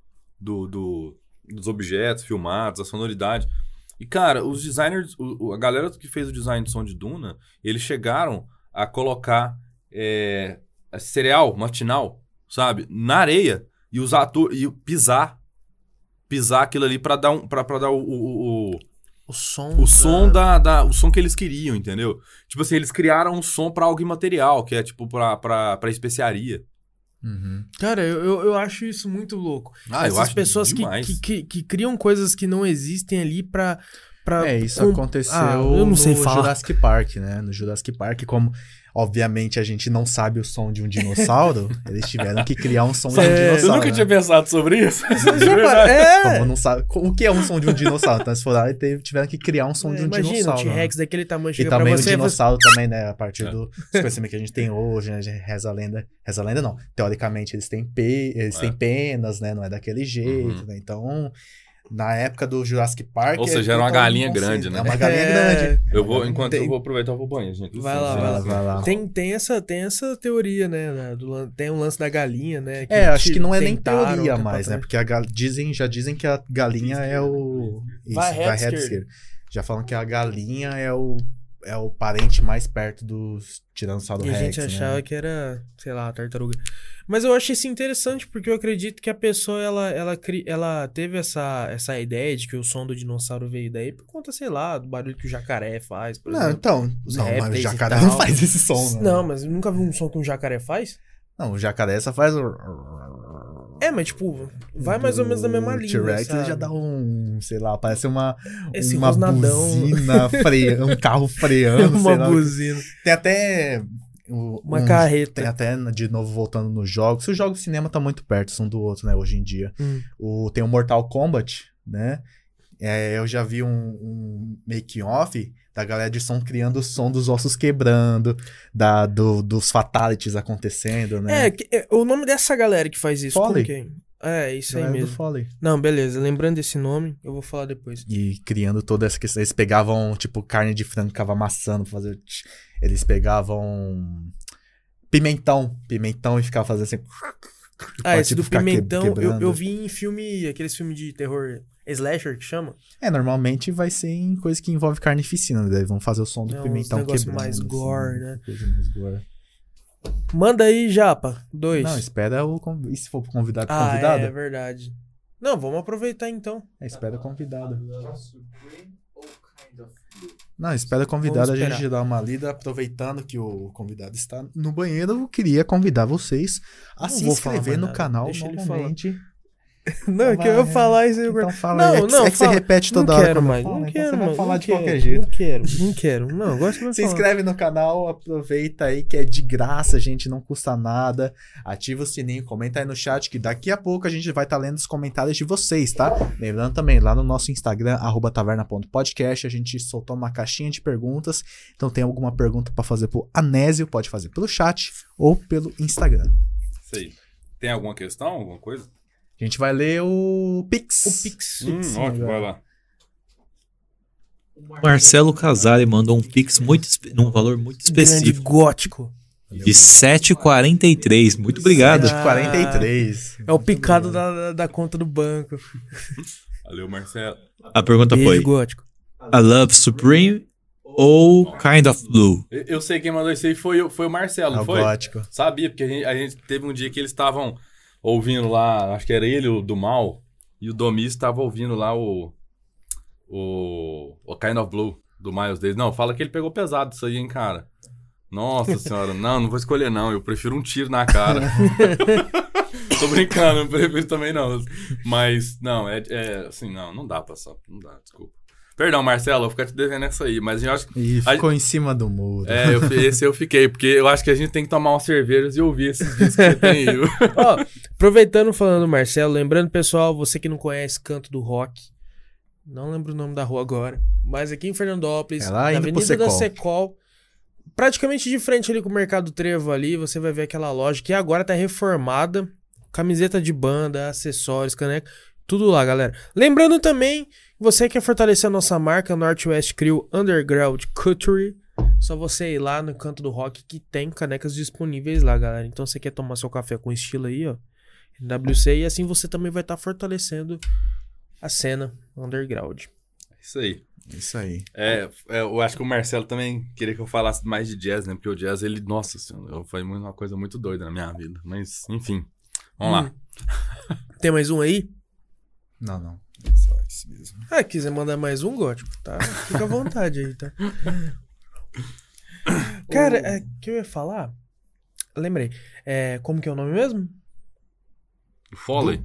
dos objetos filmados, a sonoridade. E, cara, os designers, a galera que fez o design de som de Duna, eles chegaram a colocar cereal matinal, sabe? Na areia. E os atores... E pisar aquilo ali pra dar o som. O som que eles queriam, entendeu? Tipo assim, eles criaram um som pra algo imaterial, que é tipo pra especiaria. Uhum. Cara, eu acho isso muito louco. Eu Essas acho pessoas demais. que criam coisas que não existem ali pra Isso aconteceu eu não sei no falar. Jurassic Park, né? No Jurassic Park, como obviamente a gente não sabe o som de um dinossauro, eles tiveram que criar um som de um dinossauro. Você nunca né? tinha pensado sobre isso? Como não sabe, o que é um som de um dinossauro? Então eles foram lá e tiveram que criar um som de um Imagina, dinossauro. o T-Rex daquele tamanho E chega pra também o você dinossauro também, né? A partir dos conhecimentos que a gente tem hoje, né? Reza a lenda não. Teoricamente eles têm penas, né? Não é daquele jeito, né? Então Na época do Jurassic Park... Ou seja, era uma galinha grande, né? É uma galinha grande. Enquanto eu vou aproveitar, eu vou pro banheiro, gente. Vai lá. Tem essa teoria, né? Tem um lance da galinha, né? Acho que não é nem teoria mais, né? Porque já dizem que a galinha é o... Isso, vai reto esquerdo. Já falam que a galinha é o parente mais perto dos Tiranossauro Rex, e a gente achava que era, sei lá, a tartaruga. Mas eu achei isso interessante, porque eu acredito que a pessoa, ela teve essa ideia de que o som do dinossauro veio daí por conta, sei lá, do barulho que o jacaré faz, por exemplo. Mas o jacaré não faz esse som, né? Não, mas nunca viu um som que um jacaré faz? Não, o jacaré só faz o... Mas tipo, vai mais ou menos na mesma linha, T-Rex sabe? já dá sei lá, parece uma rosnadão. buzina, um carro freando, uma buzina. Tem até... uma carreta. Tem até, de novo, voltando nos jogos. Os jogos de cinema estão muito perto um do outro, né, hoje em dia. Tem o Mortal Kombat, né? Eu já vi um making-off da galera de som criando o som dos ossos quebrando, dos fatalities acontecendo, né? O nome dessa galera que faz isso, Foley. como que é? Isso aí Do mesmo. Foley. Não, beleza. Lembrando desse nome, eu vou falar depois. E criando toda essa questão. Eles pegavam, tipo, carne de frango, ficavam amassando pra fazer... Eles pegavam pimentão e ficavam fazendo assim... Esse do pimentão, eu vi em filme, aqueles filmes de terror slasher que chama. Normalmente vai ser em coisa que envolve carnificina, né? Eles vão fazer o som do pimentão quebrando. Mais gore, né? Coisa mais gore. Manda aí, Japa. 2. Não, espera e se for pro convidado, É verdade. Não, vamos aproveitar então. Espera o convidado. Não, espera o convidado, a gente dar uma lida. Aproveitando que o convidado está no banheiro, eu queria convidar vocês a se inscrever no canal novamente. Não, que eu ia falar isso aí. Então fala aí. Não, que você repete toda hora. Não quero, você vai falar de qualquer jeito. Não quero. Não, gosto de falar. Se inscreve no canal, aproveita aí que é de graça, gente, não custa nada. Ativa o sininho, comenta aí no chat que daqui a pouco a gente vai estar lendo os comentários de vocês, tá? Lembrando também, lá no nosso Instagram, @taverna.podcast, a gente soltou uma caixinha de perguntas. Então tem alguma pergunta pra fazer pro Anésio, pode fazer pelo chat ou pelo Instagram. Isso aí. Tem alguma questão, alguma coisa? A gente vai ler o Pix. Ótimo, vai lá. O Marcelo Casale mandou um Pix num valor muito específico. Grande gótico. De 7,43. Muito obrigado. 7,43. É o picado da conta do banco. Valeu, Marcelo. A pergunta foi: gótico. A Love Supreme ou Kind of Blue? Eu sei quem mandou isso aí foi o Marcelo, não foi? Gótico. Sabia, porque a gente teve um dia que eles estavam ouvindo lá, acho que era ele, o do Mal, e o Domis estava ouvindo lá o Kind of Blue do Miles Davis. Não, fala que ele pegou pesado isso aí, hein, cara. Nossa senhora, não vou escolher não, eu prefiro um tiro na cara. Tô brincando, não prefiro também não. Mas, não, assim, não dá pra só, não dá, desculpa. Perdão, Marcelo, eu vou ficar te devendo essa aí, mas eu acho que... E ficou em cima do muro. Esse eu fiquei, porque eu acho que a gente tem que tomar umas cervejas e ouvir esses discos que você tem aí. Aproveitando falando do Marcelo, lembrando, pessoal, você que não conhece Canto do Rock, não lembro o nome da rua agora, mas aqui em Fernandópolis, na Avenida da Secol, praticamente de frente ali com o Mercado Trevo ali, você vai ver aquela loja que agora tá reformada, camiseta de banda, acessórios, caneca, tudo lá, galera. Lembrando também, você quer fortalecer a nossa marca, Northwest Crew Underground Couture, só você ir lá no Canto do Rock que tem canecas disponíveis lá, galera. Então você quer tomar seu café com estilo aí, ó, NWC, e assim você também vai estar fortalecendo a cena underground. Isso aí. Isso aí. Eu acho que o Marcelo também queria que eu falasse mais de jazz, né? Porque o jazz, ele, nossa senhora, foi uma coisa muito doida na minha vida. Mas, enfim, vamos lá. Tem mais um aí? Não. Só esse mesmo. Quiser mandar mais um, Gótico, tá? Fica à vontade aí, tá? Cara, o que eu ia falar? Lembrei. Como que é o nome mesmo? Foley.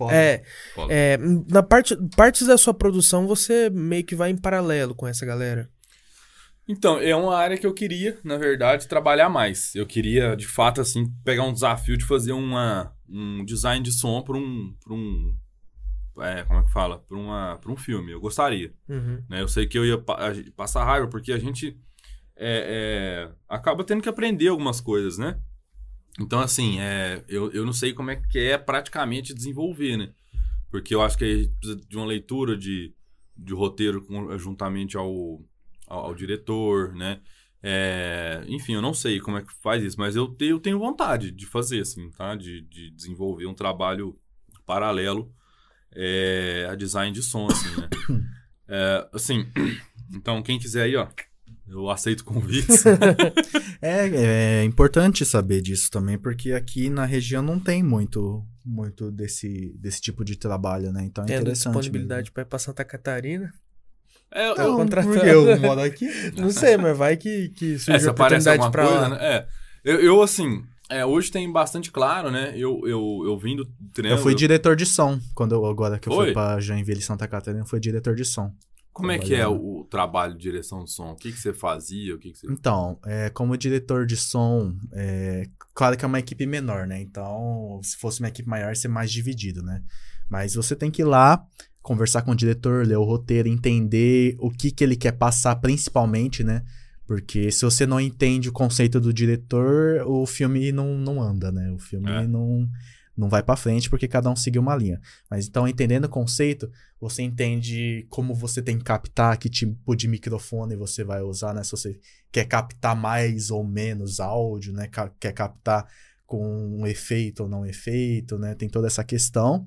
Na partes da sua produção, você meio que vai em paralelo com essa galera. Então, é uma área que eu queria, na verdade, trabalhar mais. Eu queria, de fato, assim, pegar um desafio de fazer um design de som para um como é que fala? Para um filme. Eu gostaria. Né? Eu sei que eu ia passar raiva, porque a gente acaba tendo que aprender algumas coisas, né? Então, assim, eu não sei como é que é praticamente desenvolver, né? Porque eu acho que aí precisa de uma leitura de roteiro juntamente ao diretor, né? Enfim, eu não sei como é que faz isso, mas eu tenho vontade de fazer, assim, tá? De desenvolver um trabalho paralelo a design de som, assim, né? Assim, então, quem quiser aí, ó, eu aceito convites. É importante saber disso também, porque aqui na região não tem muito desse tipo de trabalho, né? Então é Tendo interessante disponibilidade pra ir pra Santa Catarina. Não, contratando. porque eu moro aqui. Não sei, mas vai que surge Se aparece oportunidade alguma pra coisa, lá. né? Eu assim, hoje tem bastante claro, né? Eu vim do treino. Eu fui diretor de som, agora que eu Foi? fui pra Joinville, Santa Catarina, eu fui diretor de som. Como é que é o trabalho de direção de som? O que você fazia? Então, como diretor de som, claro que é uma equipe menor, né? Então, se fosse uma equipe maior, ia ser mais dividido, né? Mas você tem que ir lá, conversar com o diretor, ler o roteiro, entender o que ele quer passar principalmente, né? Porque se você não entende o conceito do diretor, o filme não anda, né? O filme não vai pra frente porque cada um seguiu uma linha. Mas então, entendendo o conceito, você entende como você tem que captar, que tipo de microfone você vai usar, né? Se você quer captar mais ou menos áudio, né? Quer captar com um efeito ou não efeito, né? Tem toda essa questão.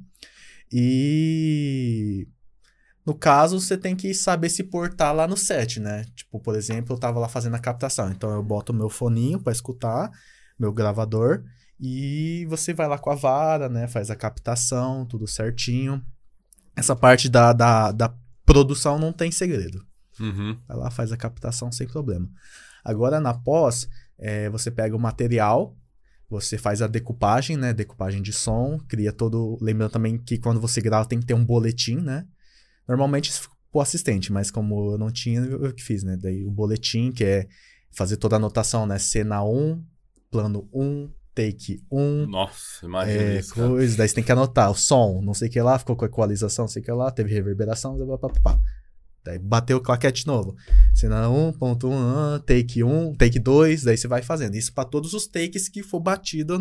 E no caso, você tem que saber se portar lá no set, né? Tipo, por exemplo, eu tava lá fazendo a captação. Então, eu boto o meu foninho pra escutar, meu gravador, e você vai lá com a vara, né? Faz a captação, tudo certinho. Essa parte da produção não tem segredo. Uhum. Vai lá, faz a captação sem problema. Agora, na pós, você pega o material, você faz a decupagem, né? Decupagem de som, cria todo... Lembrando também que quando você grava tem que ter um boletim, né? Normalmente isso fica pro assistente, mas como eu não tinha, eu que fiz, né? Daí o boletim, que é fazer toda a anotação, né? Cena 1, plano 1, take 1. Nossa, imagina isso, cara. Coisa, daí você tem que anotar o som, não sei o que lá, ficou com equalização, não sei o que lá, teve reverberação, pá. Daí bateu o claquete novo. Cena 1.1, take 1, take 2, daí você vai fazendo. Isso para todos os takes que for batido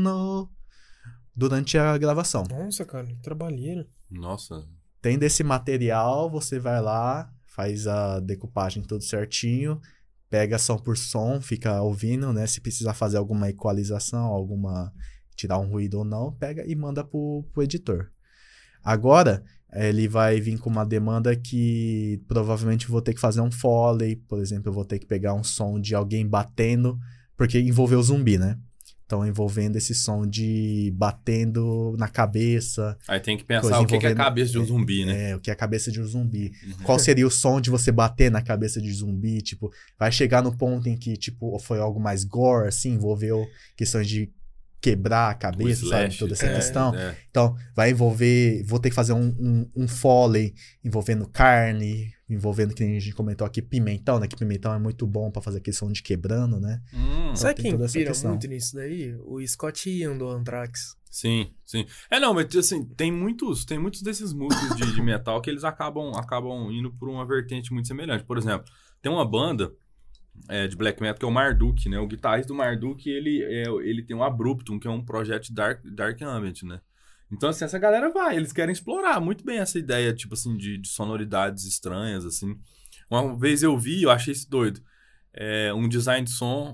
durante a gravação. Nossa, cara, que trabalheira. Nossa. Tem desse material, você vai lá, faz a decupagem tudo certinho, pega som por som, fica ouvindo, né? Se precisar fazer alguma equalização, tirar um ruído ou não, pega e manda pro editor. Agora, ele vai vir com uma demanda que provavelmente eu vou ter que fazer um Foley, por exemplo, eu vou ter que pegar um som de alguém batendo, porque envolveu zumbi, né? Então, envolvendo esse som de batendo na cabeça. Aí tem que pensar o que é a cabeça de um zumbi, né? O que é a cabeça de um zumbi. Uhum. Qual seria o som de você bater na cabeça de zumbi? Tipo, vai chegar no ponto em que, tipo, foi algo mais gore, assim, envolveu questões de quebrar a cabeça, sabe? Toda essa questão. Então, vai envolver... Vou ter que fazer um Foley envolvendo carne, envolvendo, que a gente comentou aqui, pimentão, né? Que pimentão é muito bom pra fazer aquele som de quebrando, né? Então, sabe quem pira muito nisso daí? O Scott Ian do Anthrax. Sim. Não, mas assim, tem muitos desses músicos de metal que eles acabam indo por uma vertente muito semelhante. Por exemplo, tem uma banda de black metal que é o Marduk, né? O guitarrista do Marduk, ele tem um Abruptum, que é um projeto de dark ambient, né? Então, assim, essa galera eles querem explorar muito bem essa ideia, tipo assim, de sonoridades estranhas, assim. Uma vez eu achei isso doido. Um designer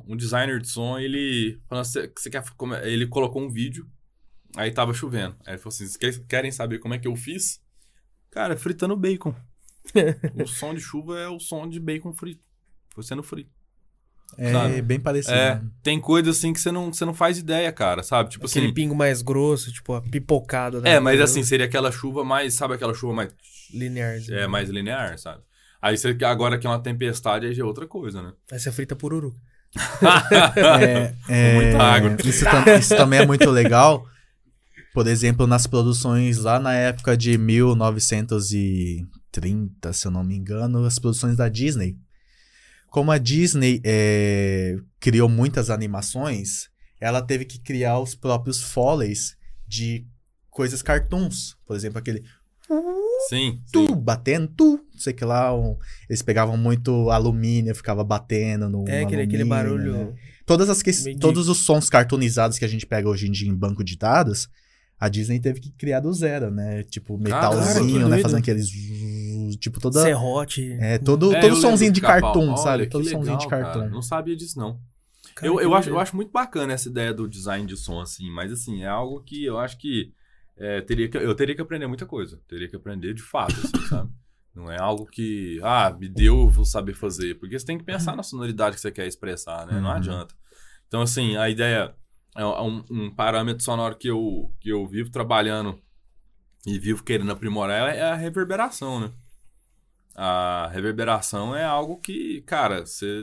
de som, ele falou assim, ele colocou um vídeo, aí tava chovendo. Aí ele falou assim, vocês querem saber como é que eu fiz? Cara, fritando bacon. O som de chuva é o som de bacon frito. Foi sendo frito. Sabe? Bem parecido. Né? Tem coisa assim que você não faz ideia, cara, sabe? Tipo aquele assim, pingo mais grosso, tipo a pipocada. Né? Mas assim, seria aquela chuva mais, sabe aquela chuva mais... linear. Mais linear, sabe? Aí agora que é uma tempestade, aí já é outra coisa, né? Aí você frita pururu. Muita água. Isso também é muito legal. Por exemplo, nas produções lá na época de 1930, se eu não me engano, as produções da Disney. Como a Disney criou muitas animações, ela teve que criar os próprios Foleys de coisas cartoons. Por exemplo, aquele... Sim. Batendo, não sei o que lá. Eles pegavam muito alumínio, ficava batendo no aquele barulho... Né? Todos os sons cartoonizados que a gente pega hoje em dia em banco de dados, A Disney teve que criar do zero, né? Tipo, Cara, que metalzinho, né? doido. Fazendo aqueles... Tipo, toda... Serrote. todo eu somzinho lembro de Pica-Pau. cartoon, Olha, sabe? que Todo legal, somzinho de cartoon. cara. Não sabia disso, não. Cara, Eu que acho, doideira. muito bacana essa ideia do design de som, assim, mas assim, é algo que eu acho que eu teria que aprender muita coisa. Teria que aprender de fato, assim, sabe? Não é algo que, me deu, eu vou saber fazer. Porque você tem que pensar na sonoridade que você quer expressar, né? Não adianta. Então, assim, a ideia é um parâmetro sonoro que eu vivo trabalhando e vivo querendo aprimorar é a reverberação, né? A reverberação é algo que, cara,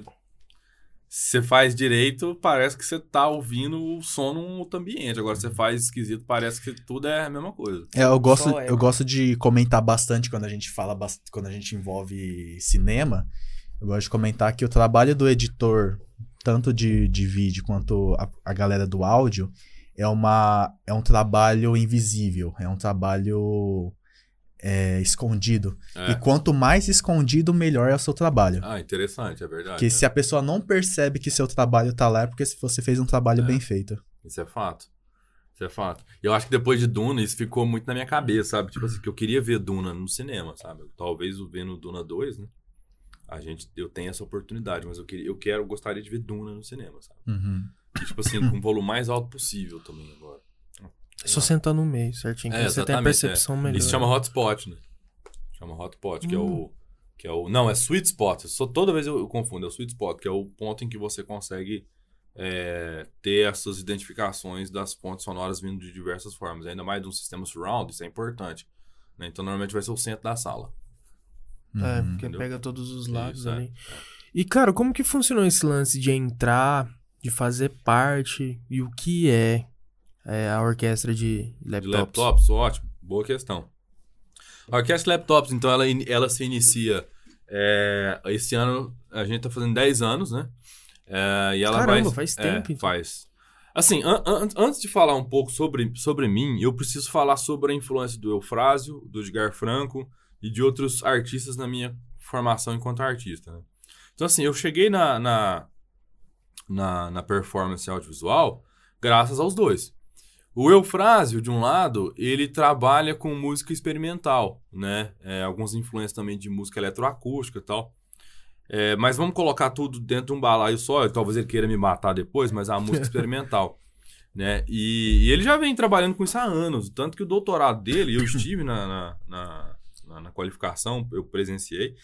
você faz direito, parece que você tá ouvindo o som num outro ambiente. Agora, você faz esquisito, parece que tudo é a mesma coisa. Eu Só é, eu gosto de comentar bastante quando a gente fala, quando a gente envolve cinema. Eu gosto de comentar que o trabalho do editor, tanto de vídeo quanto a galera do áudio, é um trabalho invisível, é um trabalho escondido. E quanto mais escondido, melhor é o seu trabalho. Interessante, é verdade. Porque se a pessoa não percebe que seu trabalho tá lá, é porque você fez um trabalho bem feito. Isso é fato. Isso é fato. E eu acho que depois de Duna, isso ficou muito na minha cabeça, sabe? Tipo assim, que eu queria ver Duna no cinema, sabe? Talvez vendo Duna 2, né? Eu tenho essa oportunidade, mas eu gostaria de ver Duna no cinema, sabe? E, tipo assim, com o volume mais alto possível também agora. É só sentar no meio, certinho. Que você tem a percepção melhor. Isso chama hotspot, né? Chama hotspot, que é o... Não, é sweet spot. Toda vez eu confundo. É o sweet spot, que é o ponto em que você consegue ter essas identificações das fontes sonoras vindo de diversas formas. Ainda mais de um sistema surround, isso é importante. Né? Então, normalmente vai ser o centro da sala. Porque Entendeu? pega todos os lados Isso, ali. E, cara, como que funcionou esse lance de entrar, de fazer parte e o que é a orquestra de laptops? De laptops, ótimo. Boa questão. A orquestra de laptops, então, ela se inicia... esse ano, a gente tá fazendo 10 anos, né? E ela Caramba, faz tempo, então. Faz. Assim, antes de falar um pouco sobre mim, eu preciso falar sobre a influência do Eufrásio, do Edgar Franco e de outros artistas na minha formação enquanto artista, né? Então, assim, eu cheguei na performance audiovisual graças aos dois. O Eufrásio, de um lado, ele trabalha com música experimental, né? Algumas influências também de música eletroacústica e tal. Mas vamos colocar tudo dentro de um balaio só. Talvez ele queira me matar depois, mas a música experimental, né? E ele já vem trabalhando com isso há anos. Tanto que o doutorado dele, eu estive na qualificação, eu presenciei,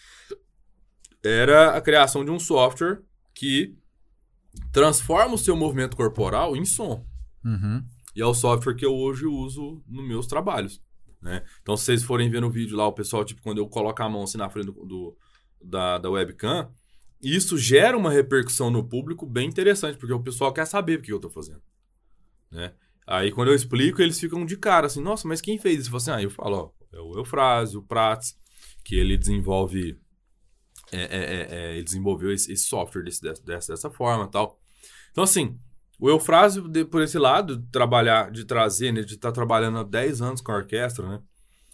era a criação de um software que transforma o seu movimento corporal em som. E é o software que eu hoje uso nos meus trabalhos, né? Então, se vocês forem ver no vídeo lá, o pessoal, tipo, quando eu coloco a mão assim na frente da webcam, isso gera uma repercussão no público bem interessante, porque o pessoal quer saber o que eu tô fazendo, né? Aí, quando eu explico, eles ficam de cara, assim, nossa, mas quem fez isso? Eu falo, é o Eufrásio, o Prats, que ele desenvolve... ele desenvolveu esse software dessa forma e tal. Então, assim, o Eufrásio, por esse lado, de estar trabalhando há 10 anos com a orquestra, né?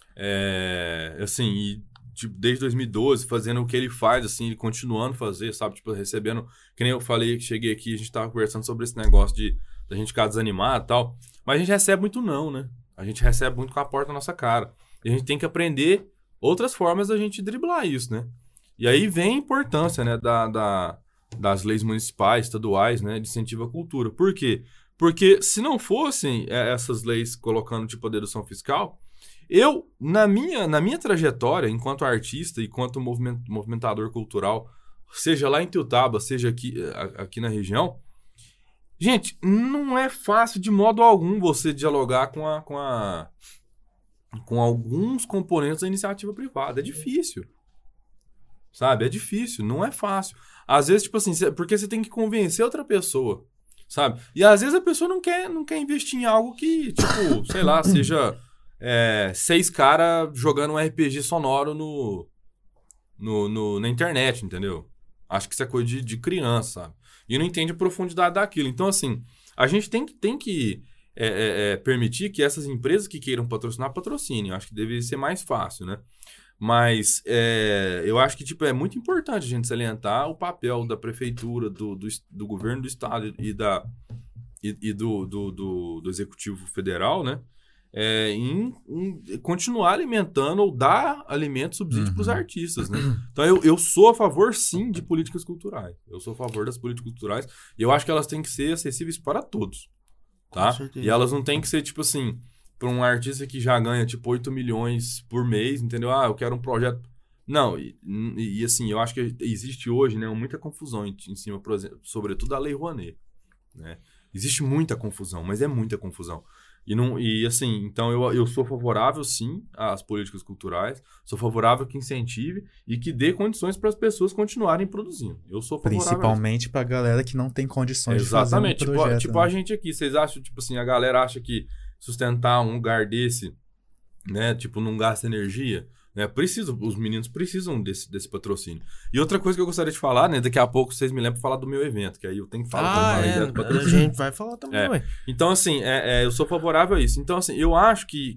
Assim, e tipo, desde 2012, fazendo o que ele faz, assim, ele continuando a fazer, sabe? Tipo, recebendo... Que nem eu falei que cheguei aqui, a gente tava conversando sobre esse negócio da gente ficar desanimado e tal. Mas a gente recebe muito não, né? A gente recebe muito com a porta na nossa cara. E a gente tem que aprender outras formas da gente driblar isso, né? E aí vem a importância, né, das leis municipais, estaduais, né, de incentivo à cultura. Por quê? Porque se não fossem essas leis colocando, tipo, a dedução fiscal, eu, na minha trajetória, enquanto artista e enquanto movimentador cultural, seja lá em Tiltaba, seja aqui na região, gente, não é fácil de modo algum você dialogar com alguns componentes da iniciativa privada. É difícil. Sabe? É difícil, não é fácil. Às vezes, tipo assim, porque você tem que convencer outra pessoa, sabe? E às vezes a pessoa não quer investir em algo que, tipo, sei lá, seja 6 caras jogando um RPG sonoro na internet, entendeu? Acho que isso é coisa de criança, sabe? E não entende a profundidade daquilo. Então, assim, a gente tem que permitir que essas empresas que queiram patrocinar, patrocinem. Eu acho que deveria ser mais fácil, né? Mas eu acho que tipo, é muito importante a gente salientar o papel da prefeitura, do governo do estado e do executivo federal, né? em continuar alimentando ou dar alimento, subsídio para os artistas, né? Então eu sou a favor, sim, de políticas culturais. Eu sou a favor das políticas culturais e eu acho que elas têm que ser acessíveis para todos, tá? E elas não têm que ser, tipo assim, para um artista que já ganha, tipo, 8 milhões por mês, entendeu? Eu quero um projeto... Não, e assim, eu acho que existe hoje, né, muita confusão em cima, por exemplo, sobretudo da Lei Rouanet, né? Existe muita confusão, mas é muita confusão. E assim, então eu sou favorável, sim, às políticas culturais, sou favorável que incentive e que dê condições para as pessoas continuarem produzindo. Eu sou favorável. Principalmente para a galera que não tem condições de fazer um projeto. Exatamente, tipo a gente aqui, vocês acham, tipo assim, a galera acha que sustentar um lugar desse, né, tipo, não gasta energia, né, os meninos precisam desse patrocínio. E outra coisa que eu gostaria de falar, né, daqui a pouco vocês me lembram de falar do meu evento, que aí eu tenho que falar do patrocínio. A gente vai falar também, ué. Então, assim, eu sou favorável a isso. Então, assim, eu acho que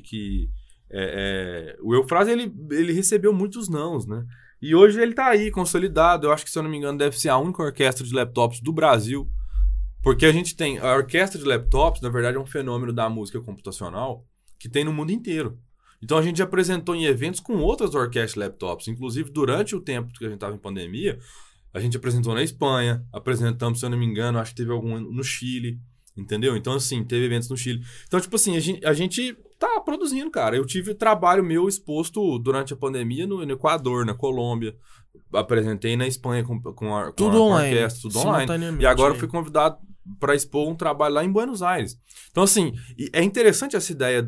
o Eufrásio, ele recebeu muitos nãos, né, e hoje ele tá aí, consolidado. Eu acho que, se eu não me engano, deve ser a única orquestra de laptops do Brasil. Porque a gente tem... A orquestra de laptops, na verdade, é um fenômeno da música computacional que tem no mundo inteiro. Então, a gente já apresentou em eventos com outras orquestras de laptops. Inclusive, durante o tempo que a gente estava em pandemia, a gente apresentou na Espanha, apresentamos, se eu não me engano, acho que teve algum no Chile, entendeu? Então, assim, teve eventos no Chile. Então, tipo assim, a gente tá produzindo, cara. Eu tive trabalho meu exposto durante a pandemia no Equador, na Colômbia. Apresentei na Espanha com a orquestra, tudo online. E agora eu fui convidado para expor um trabalho lá em Buenos Aires. Então, assim, é interessante essa ideia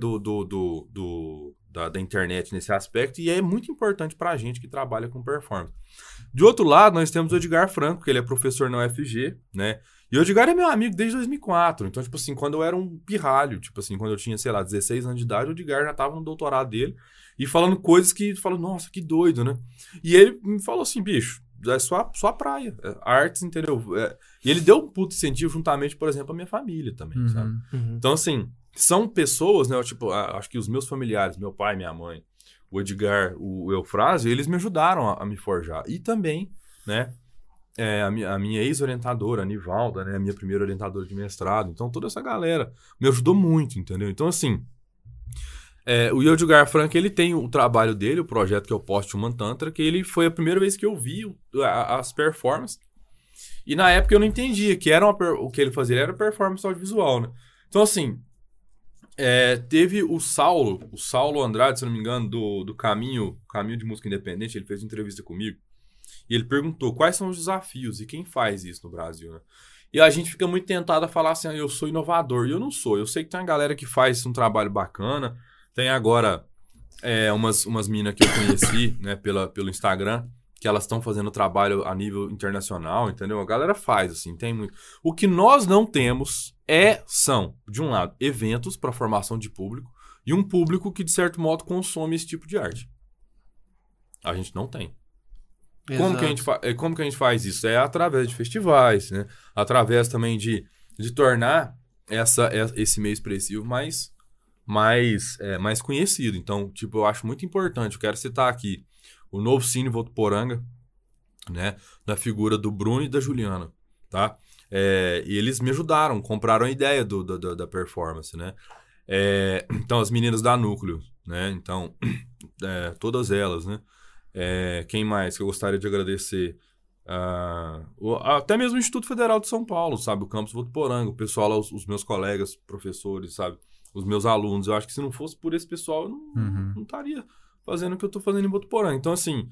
da internet nesse aspecto, e é muito importante para a gente que trabalha com performance. De outro lado, nós temos o Edgar Franco, que ele é professor na UFG, né? E o Edgar é meu amigo desde 2004. Então, tipo assim, quando eu era um pirralho, tipo assim, quando eu tinha, sei lá, 16 anos de idade, o Edgar já estava no doutorado dele e falando coisas que falam, nossa, que doido, né? E ele me falou assim, bicho, é sua praia, artes, entendeu? E ele deu um puto incentivo juntamente, por exemplo, à minha família também, sabe? Então, assim, são pessoas, né? Tipo, acho que os meus familiares, meu pai, minha mãe, o Edgar, o Eufrásio, eles me ajudaram a me forjar. E também, né? A minha ex-orientadora, a Nivalda, né? A minha primeira orientadora de mestrado. Então, toda essa galera me ajudou muito, entendeu? Então, assim, o Edgar Franco, ele tem o trabalho dele, o projeto que é o Post Human Tantra, que ele foi a primeira vez que eu vi as performances. E na época eu não entendia que o que ele fazia era performance audiovisual, né? Então, assim, teve o Saulo Andrade, se não me engano, do Caminho de Música Independente, ele fez uma entrevista comigo. E ele perguntou quais são os desafios e quem faz isso no Brasil, né? E a gente fica muito tentado a falar assim, eu sou inovador. E eu não sou. Eu sei que tem uma galera que faz um trabalho bacana. Tem agora umas minas que eu conheci, né, pelo Instagram, que elas estão fazendo trabalho a nível internacional, entendeu? A galera faz, assim, tem muito. O que nós não temos são, de um lado, eventos para formação de público e um público que, de certo modo, consome esse tipo de arte. A gente não tem. Como que a gente faz isso? É através de festivais, né? Através também de tornar esse meio expressivo mais conhecido. Então, tipo, eu acho muito importante. Eu quero citar aqui o novo Cine Votuporanga, né? Da figura do Bruno e da Juliana, tá? E eles me ajudaram, compraram a ideia da performance, né? Então, as meninas da Núcleo, né? Então, todas elas, né? Quem mais que eu gostaria de agradecer? Até mesmo o Instituto Federal de São Paulo, sabe? O Campus Votuporanga, o pessoal lá, os meus colegas, professores, sabe? Os meus alunos. Eu acho que se não fosse por esse pessoal, eu não estaria fazendo o que eu estou fazendo em Votuporanga. Então, assim,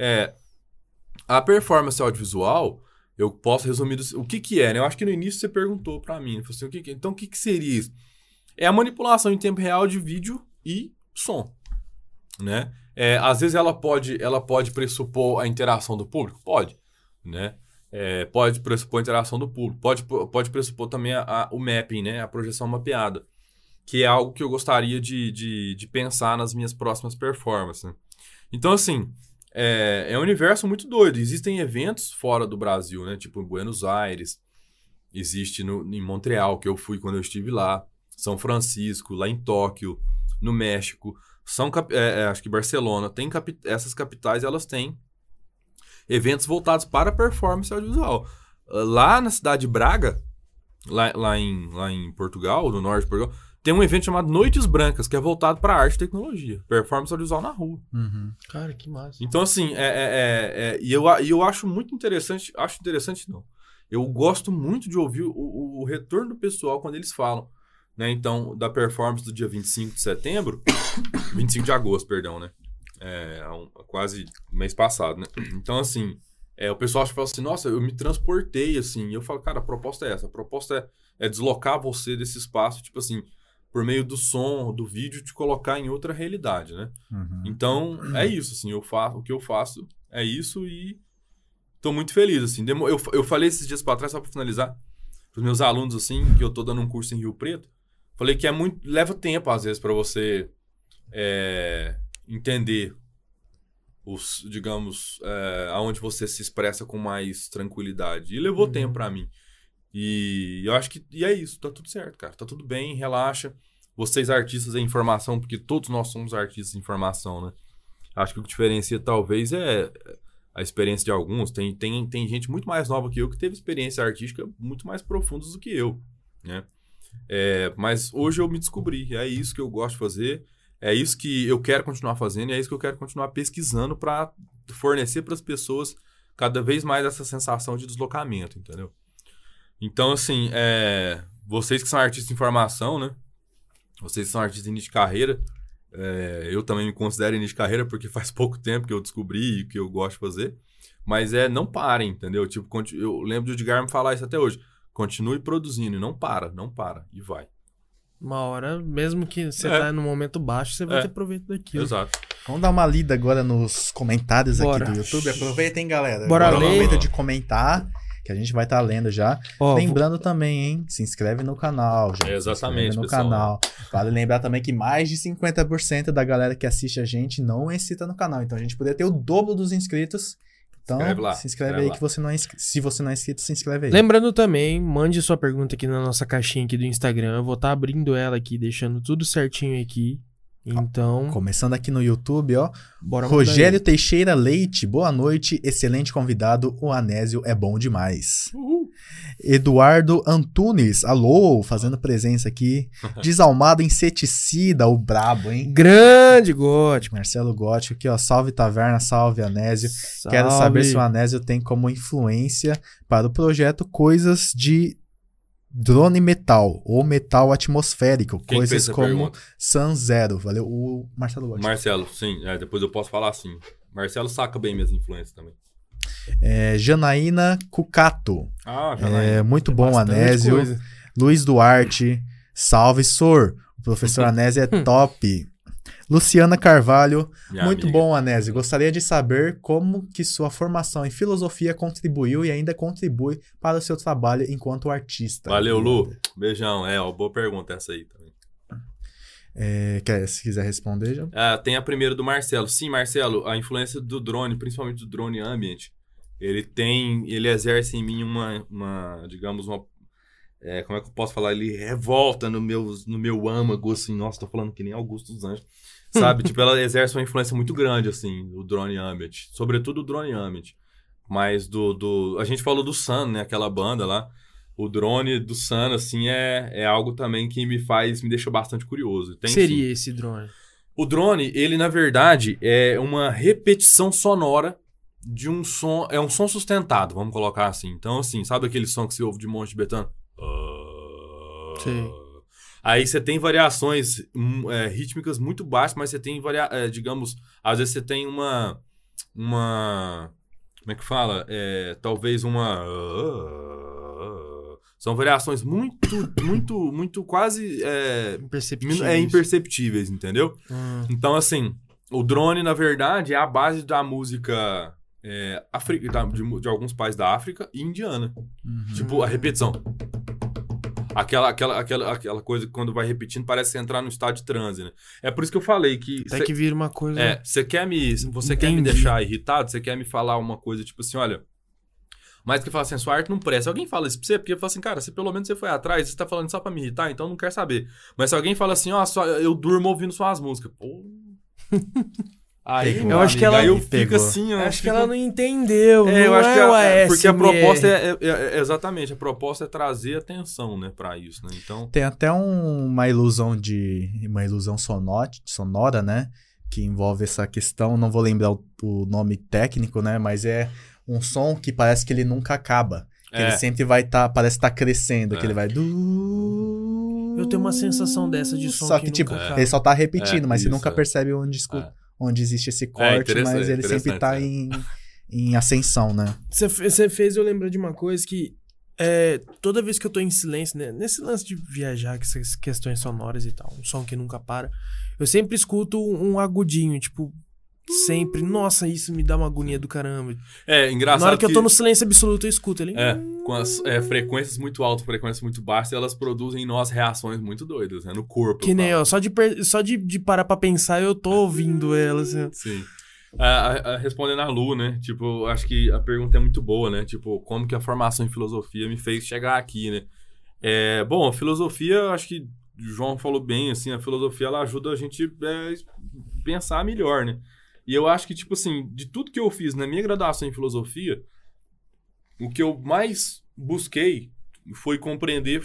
a performance audiovisual, eu posso resumir o que é, né? Eu acho que no início você perguntou para mim, assim, então o que seria isso? É a manipulação em tempo real de vídeo e som, né? Às vezes ela pode pressupor a interação do público? Pode, né? Pode pressupor a interação do público, pode pressupor também o mapping, né? A projeção mapeada, que é algo que eu gostaria de pensar nas minhas próximas performances, né? Então, assim, é um universo muito doido. Existem eventos fora do Brasil, né? Tipo em Buenos Aires, existe em Montreal, que eu fui quando eu estive lá, São Francisco, lá em Tóquio, no México, acho que Barcelona, essas capitais, elas têm eventos voltados para a performance audiovisual. Lá na cidade de Braga, lá em Portugal, no norte de Portugal, tem um evento chamado Noites Brancas, que é voltado para arte e tecnologia. Performance audiovisual na rua. Cara, que massa. Então, assim, e eu acho muito interessante... Acho interessante, não. Eu gosto muito de ouvir o retorno do pessoal quando eles falam. Né? Então, da performance do dia 25 de setembro... 25 de agosto, perdão, né? Quase mês passado, né? Então, assim... o pessoal fala assim, nossa, eu me transportei, assim. E eu falo, cara, a proposta é essa. A proposta é deslocar você desse espaço, tipo assim... por meio do som, do vídeo, te colocar em outra realidade, né? Então, é isso, assim, o que eu faço é isso e tô muito feliz, assim. Eu falei esses dias para trás, só para finalizar, pros meus alunos, assim, que eu tô dando um curso em Rio Preto, falei que leva tempo, às vezes, para você entender digamos, aonde você se expressa com mais tranquilidade. E levou tempo para mim. E eu acho que é isso, tá tudo certo, cara. Tá tudo bem, relaxa. Vocês artistas em informação, porque todos nós somos artistas em informação, né? Acho que o que diferencia talvez é a experiência de alguns. Tem gente muito mais nova que eu que teve experiência artística muito mais profundas do que eu, né? Mas hoje eu me descobri, é isso que eu gosto de fazer, é isso que eu quero continuar fazendo e é isso que eu quero continuar pesquisando para fornecer para as pessoas cada vez mais essa sensação de deslocamento, entendeu? Então, assim, vocês que são artistas de informação, né? Vocês que são artistas de início de carreira, eu também me considero início de carreira porque faz pouco tempo que eu descobri o que eu gosto de fazer, mas não parem, entendeu? Tipo, eu lembro de Edgar me falar isso até hoje, continue produzindo e não para, e vai. Uma hora, mesmo que você tá no momento baixo, você vai ter proveito daquilo. Exato. Vamos dar uma lida agora nos comentários Bora. aqui do YouTube. Aproveitem, galera. Bora Agora é o ler. momento de comentar, que a gente vai estar lendo já. Lembrando também, hein? Se inscreve no canal, gente. Exatamente, se inscreve no pessoal. Canal. Vale lembrar também que mais de 50% da galera que assiste a gente não é inscrita no canal. Então a gente poderia ter o dobro dos inscritos. Então, se inscreve aí que você não é inscrito. Se você não é inscrito, se inscreve aí. Lembrando também, mande sua pergunta aqui na nossa caixinha aqui do Instagram. Eu vou estar abrindo ela aqui, deixando tudo certinho aqui. Então, Começando aqui no YouTube, ó. bora Rogério Teixeira Leite, boa noite, excelente convidado, o Anésio é bom demais. Eduardo Antunes, alô, fazendo presença aqui. Desalmado Inseticida, o brabo, hein? Grande Gótico. Marcelo Gótico aqui, ó, salve Taverna, salve Anésio. Salve. Quero saber se o Anésio tem como influência para o projeto coisas de drone metal ou metal atmosférico, Quem coisas fez essa como pergunta? Sun Zero. Valeu, o Marcelo Gótico. Marcelo, sim, depois eu posso falar assim. Marcelo saca bem minhas influências também. Janaína Cucato. Já Muito bom, Bastante Anésio. coisa. Luiz Duarte. Salve, Sor. O professor Anésio é top. Luciana Carvalho. Minha Muito amiga. bom, Anésio. Gostaria de saber como que sua formação em filosofia contribuiu e ainda contribui para o seu trabalho enquanto artista. Valeu, Lu. Beijão. Boa pergunta essa aí também. Se quiser responder, já. Tem a primeira do Marcelo. Sim, Marcelo, a influência do drone, principalmente do drone ambient, ele exerce em mim digamos, como é que eu posso falar? Ele revolta no meu âmago, assim, nossa, tô falando que nem Augusto dos Anjos, sabe? Tipo, ela exerce uma influência muito grande, assim, o drone ambient, sobretudo o drone ambient, mas a gente falou do Sun, né, aquela banda lá, o drone do Sun, assim, é algo também que me deixa bastante curioso. O que seria esse drone? O drone, ele, na verdade, é uma repetição sonora de um som... É um som sustentado, vamos colocar assim. Então, assim, sabe aquele som que você ouve de monte tibetano? Sim. Aí você tem variações rítmicas muito baixas, mas você tem, digamos... Às vezes você tem uma... Como é que fala? Talvez uma... São variações muito quase... imperceptíveis, entendeu? Então, assim, o drone, na verdade, é a base da música de alguns países da África e indiana. Tipo, a repetição. Aquela coisa que quando vai repetindo parece você entrar num estado de transe, né? É por isso que eu falei que... Até que vira uma coisa... Você quer me deixar irritado? Você quer me falar uma coisa, tipo assim, olha... Mas que fala assim, sua arte não presta. Se alguém fala isso pra você, porque fala assim, cara, pelo menos você foi atrás, você tá falando só pra me irritar, então não quero saber. Mas se alguém fala assim, eu durmo ouvindo suas músicas. Pô... Aí, Pegou. Eu acho que ela- aí eu Pegou. fico assim, ó. Acho que ela não entendeu. É, eu não acho que é o porque a ASMR. proposta exatamente, a proposta é trazer atenção, né, pra isso, né? Então, Tem até uma ilusão sonora, né? Que envolve essa questão, não vou lembrar o nome técnico, né? Mas é um som que parece que ele nunca acaba. Que ele sempre vai estar, parece estar crescendo, que ele vai... Eu tenho uma sensação dessa de som Só que, tipo, nunca acaba. ele só tá repetindo, mas você isso, nunca percebe onde existe esse corte, interessante, mas ele sempre tá em ascensão, né? Você fez eu lembrar de uma coisa que toda vez que eu tô em silêncio, né, nesse lance de viajar, com essas questões sonoras e tal, um som que nunca para, eu sempre escuto um agudinho, tipo, sempre. Nossa, isso me dá uma agonia do caramba. é engraçado Na hora que eu tô no silêncio absoluto, eu escuto ele. com as frequências muito altas, frequências muito baixas, elas produzem em nós reações muito doidas, né, no corpo. Que eu nem, falo. ó, só de parar pra pensar, eu tô ouvindo elas. Assim. Sim. Respondendo a Lu, né? Tipo, acho que a pergunta é muito boa, né? Tipo, como que a formação em filosofia me fez chegar aqui, né? Bom, a filosofia, acho que o João falou bem, assim, a filosofia, ela ajuda a gente pensar melhor, né? E eu acho que, tipo assim, de tudo que eu fiz na minha graduação em filosofia, o que eu mais busquei foi compreender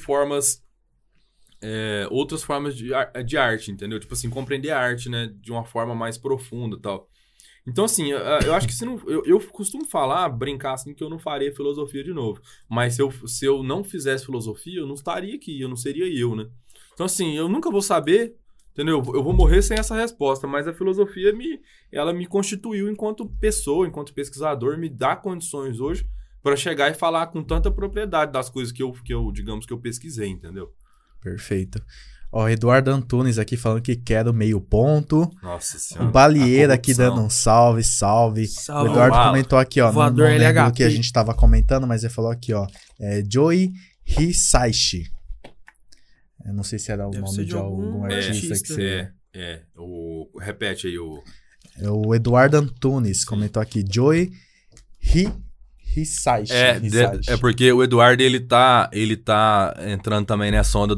outras formas de arte, entendeu? Tipo assim, compreender a arte, né? De uma forma mais profunda e tal. Então, assim, eu acho que eu costumo brincar assim, que eu não faria filosofia de novo. Mas se eu não fizesse filosofia, eu não estaria aqui, eu não seria eu, né? Então, assim, eu nunca vou saber, entendeu? Eu vou morrer sem essa resposta, mas a filosofia ela me constituiu enquanto pessoa, enquanto pesquisador, me dá condições hoje para chegar e falar com tanta propriedade das coisas que eu digamos que eu pesquisei, entendeu? Perfeito. Ó, Eduardo Antunes aqui falando que quer o meio ponto. Nossa senhora. O Balieira a aqui corrupção. dando um salve. Salve. O Eduardo Fala. comentou aqui, ó. Não Voador lembro LHP. o que a gente tava comentando, mas ele falou aqui, ó. Joey Hisaishi. Eu não sei se era o Deve nome ser de de algum algum artista que artista. você... Repete aí o... O Eduardo Antunes comentou aqui. Joey Hisaishi. Hisaishi. Porque o Eduardo, ele tá entrando também nessa onda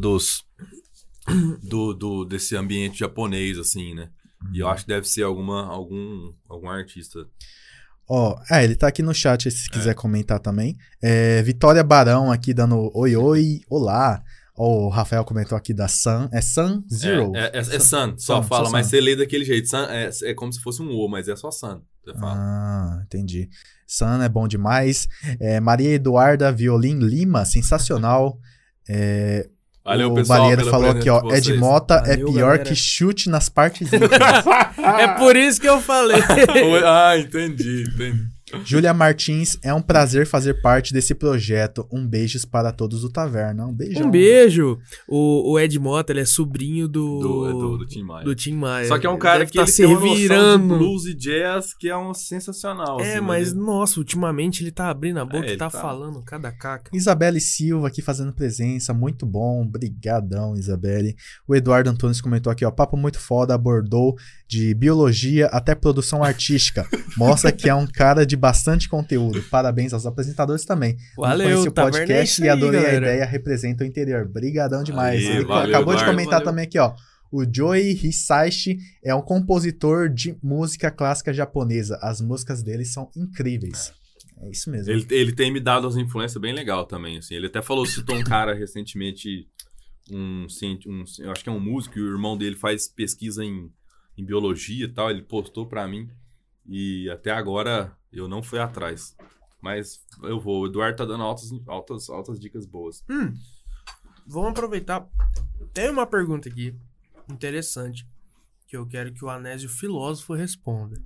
desse ambiente japonês, assim, né? E eu acho que deve ser algum artista. Ó, ele tá aqui no chat se quiser comentar também. Vitória Barão aqui dando oi, olá. Ó, o Rafael comentou aqui da Sun. É Sun Zero? Sun, só fala, Sun. mas você lê daquele jeito. Sun é como se fosse um O, mas é só Sun. Você fala. Ah, entendi. Sun é bom demais. Maria Eduarda Violim Lima, sensacional. Valeu, o pessoal. Balieira pela falou aqui, presença ó. de Ed vocês. Mota é Valeu, pior galera. que chute nas partes íntimas. É por isso que eu falei. Entendi. Júlia Martins, é um prazer fazer parte desse projeto. Um beijos para todos do Taverna. Um beijo. Um beijo. O Ed Mota, ele é sobrinho Do Tim Maia. do Tim Maia. Só que é um cara Deve que tá ele se tem uma noção de revirando. blues e jazz que é sensacional. assim, Mas, ele- nossa, ultimamente ele tá abrindo a boca e ele tá tá. falando cada caca. Isabelle Silva aqui fazendo presença, muito bom, brigadão, Isabelle. O Eduardo Antunes comentou aqui, ó, papo muito foda, abordou de biologia até produção artística. Mostra que é um cara de bastante conteúdo. Parabéns aos apresentadores também. Valeu, Conheci o Taverna é podcast isso e aí, adorei galera. a ideia, representa o interior. Brigadão demais. Aí, Ele valeu, acabou de Eduardo, comentar valeu. também aqui, ó. O Joey Hisaishi é um compositor de música clássica japonesa. As músicas dele são incríveis. É isso mesmo. Ele tem me dado umas influências bem legal também, assim. Ele até citou um cara recentemente, eu acho que é um músico, e o irmão dele faz pesquisa em biologia e tal, ele postou pra mim, e até agora eu não fui atrás. Mas eu vou, o Eduardo tá dando altas dicas boas. Vamos aproveitar. Tem uma pergunta aqui interessante que eu quero que o Anésio Filósofo responda.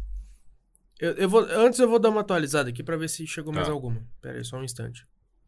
Antes eu vou dar uma atualizada aqui pra ver se chegou mais Tá. alguma. Pera aí, só um instante.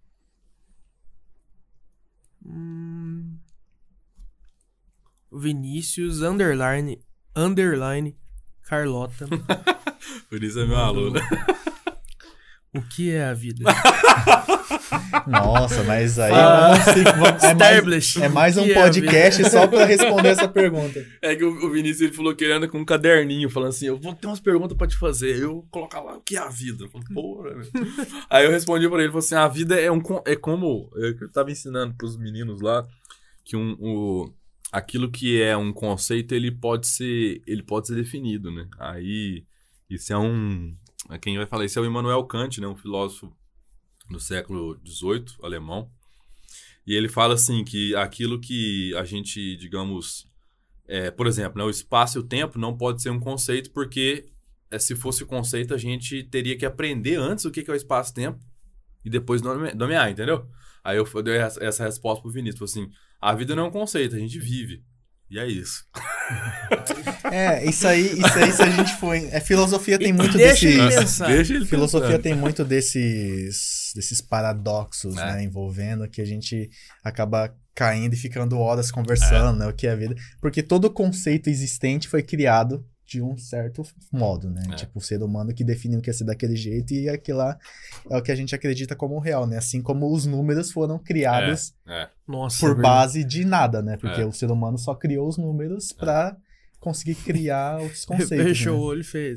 Vinícius _ Carlota. Por isso é meu aluno. O que é a vida? Nossa, mas aí Establish. é mais O um que é a podcast só pra responder essa pergunta. É que o Vinícius ele falou que ele anda com um caderninho, falando assim, eu vou ter umas perguntas pra te fazer. Eu colocar lá, o que é a vida? Eu falei, porra, velho. Aí eu respondi pra ele, falei assim, a vida é como... Eu tava ensinando pros meninos lá que aquilo que é um conceito, ele pode ser definido, né? Aí, isso quem vai falar isso é o Immanuel Kant, né? Um filósofo do século XVIII, alemão. E ele fala assim, que aquilo que a gente, digamos... por exemplo, né, o espaço e o tempo não pode ser um conceito, porque se fosse conceito, a gente teria que aprender antes o que é o espaço-tempo e depois nomear, entendeu? Aí eu dei essa resposta pro Vinícius, assim, a vida não é um conceito, a gente vive. E é isso. Isso aí, se a gente for... filosofia tem muito Deixa ele desses... pensar. Deixa ele Filosofia pensando. tem muito desses paradoxos, né, envolvendo, que a gente acaba caindo e ficando horas conversando, né, o que é a vida. Porque todo conceito existente foi criado de um certo modo, né? Tipo, o ser humano que definiu que ia ser daquele jeito e aquilo lá é o que a gente acredita como real, né? Assim como os números foram criados Nossa, por base de nada, né? Porque o ser humano só criou os números pra conseguir criar os conceitos. Fechou né? o olho e fez.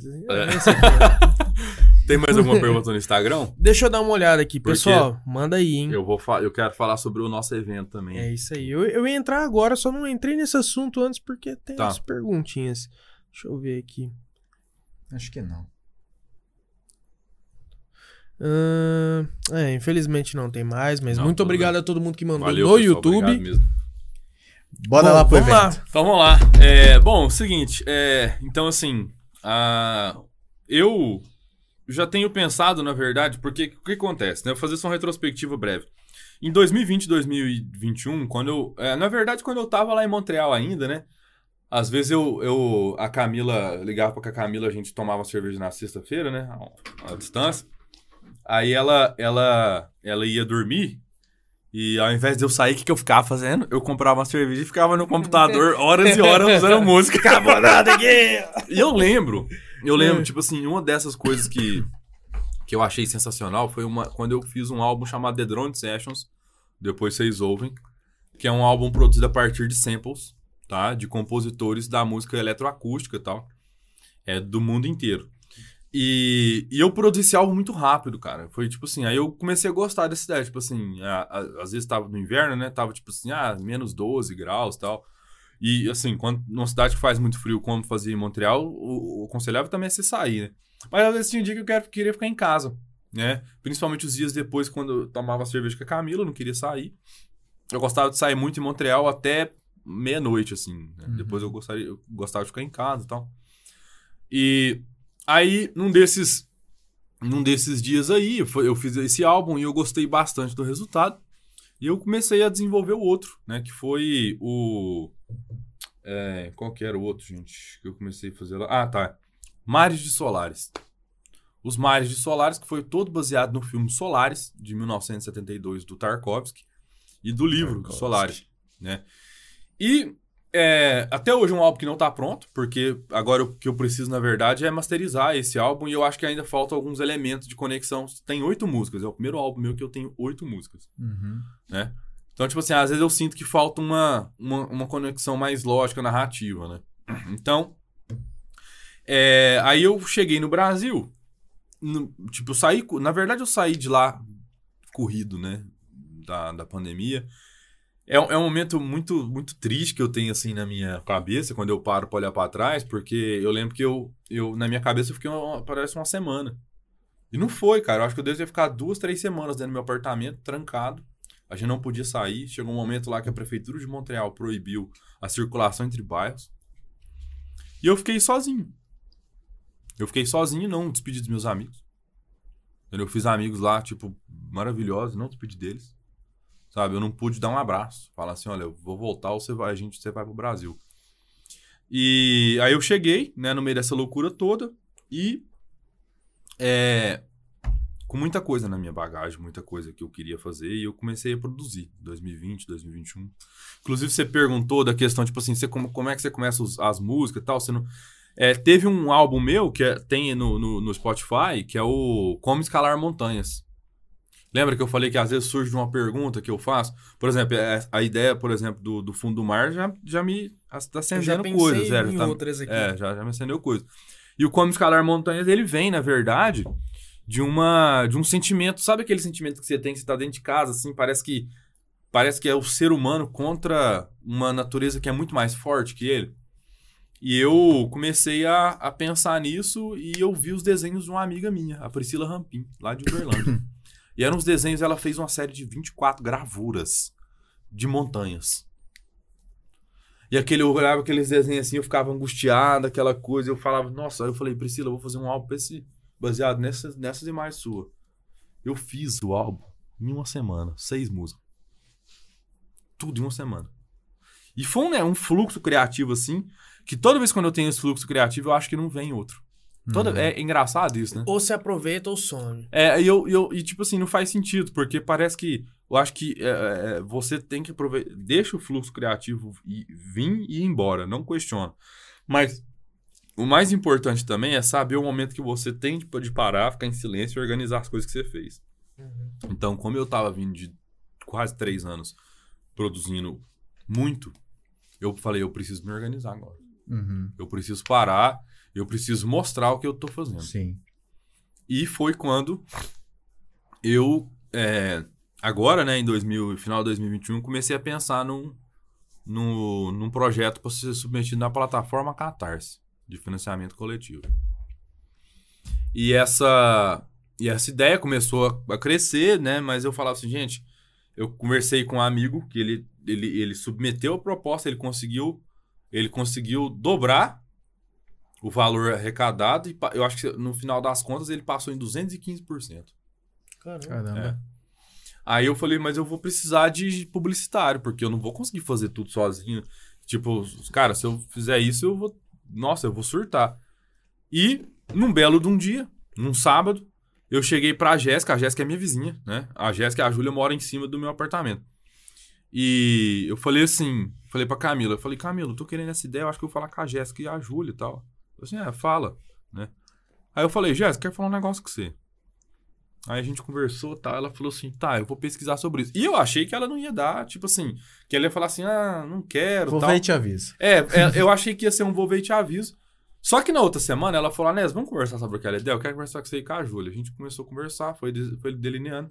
Tem mais alguma pergunta no Instagram? Deixa eu dar uma olhada aqui, Porque pessoal. Manda aí, hein? Eu quero falar sobre o nosso evento também. É isso aí. Eu ia entrar agora, só não entrei nesse assunto antes porque tem as perguntinhas. Deixa eu ver aqui. Acho que não. Infelizmente não tem mais, mas Não, muito tudo obrigado bem. a todo mundo que mandou Valeu, no pessoal, YouTube. obrigado mesmo. Bora Bom, lá pro vamos evento. lá. Então vamos lá. Bom, seguinte, então assim, eu já tenho pensado, na verdade, porque o que acontece, né? Eu vou fazer só uma retrospectiva breve. Em 2020 e 2021, quando na verdade, quando eu tava lá em Montreal ainda, né? Às vezes a Camila, ligava pra Camila, a gente tomava cerveja na sexta-feira, né? À distância. Aí ela ia dormir e ao invés de eu sair, o que eu ficava fazendo? Eu comprava uma cerveja e ficava no computador horas e horas usando música. Acabou nada aqui! E eu lembro, tipo assim, uma dessas coisas que eu achei sensacional foi quando eu fiz um álbum chamado The Drone Sessions, depois vocês ouvem, que é um álbum produzido a partir de samples, tá? De compositores da música eletroacústica e tal, do mundo inteiro. E eu produzi esse álbum muito rápido, cara. Foi tipo assim, aí eu comecei a gostar dessa ideia, tipo assim, às vezes tava no inverno, né? Tava tipo assim, menos 12 graus e tal. E assim, numa cidade que faz muito frio, como fazia em Montreal, o aconselhável também é você sair, né? Mas às vezes tinha um dia que eu queria ficar em casa, né? Principalmente os dias depois, quando eu tomava cerveja com a Camila, eu não queria sair. Eu gostava de sair muito em Montreal até meia-noite, assim, né? Depois eu gostava de ficar em casa e tal. E aí, num desses dias aí, eu fiz esse álbum e eu gostei bastante do resultado. E eu comecei a desenvolver o outro, né? Que foi o... qual que era o outro, gente? Que eu comecei a fazer lá? Tá. Mares de Solaris. Os Mares de Solaris, que foi todo baseado no filme Solaris, de 1972, do Tarkovsky, e do livro Solaris, né? E até hoje é um álbum que não tá pronto, porque agora o que eu preciso, na verdade, é masterizar esse álbum, e eu acho que ainda faltam alguns elementos de conexão. Tem 8 músicas, é o primeiro álbum meu que eu tenho 8 músicas, né? Então, tipo assim, às vezes eu sinto que falta uma conexão mais lógica, narrativa, né? Então, aí eu cheguei no Brasil, eu saí de lá corrido, né? Da pandemia. É um momento muito, muito triste que eu tenho, assim, na minha cabeça, quando eu paro pra olhar pra trás, porque eu lembro que eu na minha cabeça, eu fiquei, parece uma semana. E não foi, cara. Eu acho que eu devia ficar 2, 3 semanas dentro do meu apartamento, trancado. A gente não podia sair. Chegou um momento lá que a Prefeitura de Montreal proibiu a circulação entre bairros. E eu fiquei sozinho. Não despedi dos meus amigos. Eu fiz amigos lá, tipo, maravilhosos, não despedi deles. Sabe, eu não pude dar um abraço. Falar assim, olha, eu vou voltar ou você vai pro Brasil. E aí eu cheguei, né, no meio dessa loucura toda e com muita coisa na minha bagagem, muita coisa que eu queria fazer, e eu comecei a produzir 2020, 2021. Inclusive, você perguntou da questão, tipo assim, como é que você começa as músicas e tal, você não... teve um álbum meu que tem no Spotify, que é o Como Escalar Montanhas. Lembra que eu falei que às vezes surge uma pergunta que eu faço? Por exemplo, a ideia, por exemplo, do fundo do mar já me está acendendo coisas. Outras aqui. Já me acendeu coisas. E o Como Escalar Montanhas, ele vem, na verdade, de um sentimento. Sabe aquele sentimento que você tem, que você está dentro de casa, assim, parece que parece que é o ser humano contra uma natureza que é muito mais forte que ele. E eu comecei a pensar nisso e eu vi os desenhos de uma amiga minha, a Priscila Rampim, lá de Uberlândia. E eram os desenhos, ela fez uma série de 24 gravuras de montanhas. E eu olhava aqueles desenhos assim, eu ficava angustiado, aquela coisa, eu falava, nossa, aí eu falei, Priscila, eu vou fazer um álbum baseado nessas imagens suas. Eu fiz o álbum em uma semana, 6 músicas. Tudo em uma semana. E foi um fluxo criativo assim, que toda vez quando eu tenho esse fluxo criativo, eu acho que não vem outro. É engraçado isso, né? Ou se aproveita ou some. E tipo assim, não faz sentido, porque parece que eu acho que você tem que aproveitar, deixa o fluxo criativo vir e ir embora, não questiona. Mas o mais importante também é saber o momento que você tem de parar, ficar em silêncio e organizar as coisas que você fez. Então, como eu tava vindo de quase 3 anos produzindo muito, eu falei, eu preciso me organizar agora. Eu preciso parar, eu preciso mostrar o que eu tô fazendo. Sim. E foi quando eu, agora, né, final de 2021, comecei a pensar num projeto para ser submetido na plataforma Catarse, de financiamento coletivo. E essa ideia começou a crescer, né, mas eu falava assim, gente, eu conversei com um amigo que ele submeteu a proposta, ele conseguiu dobrar o valor arrecadado e eu acho que no final das contas ele passou em 215%. Caramba. Aí eu falei, mas eu vou precisar de publicitário, porque eu não vou conseguir fazer tudo sozinho. Tipo, cara, se eu fizer isso, eu vou surtar. E num belo de um dia, num sábado, eu cheguei pra Jéssica, a Jéssica é minha vizinha, né? A Jéssica e a Júlia moram em cima do meu apartamento. E eu falei pra Camila, Camila, eu tô querendo essa ideia, eu acho que eu vou falar com a Jéssica e a Júlia e tal. Eu assim, fala, né? Aí eu falei, Jéssica, quero falar um negócio com você. Aí a gente conversou e tal, ela falou assim, tá, eu vou pesquisar sobre isso. E eu achei que ela não ia dar, tipo assim, que ela ia falar assim, não quero, vou tal. ver e te aviso. Eu achei que ia ser um vou ver e te aviso. Só que na outra semana ela falou, Anés, vamos conversar sobre aquela ideia? Eu quero conversar com você e com a Júlia. A gente começou a conversar, foi delineando.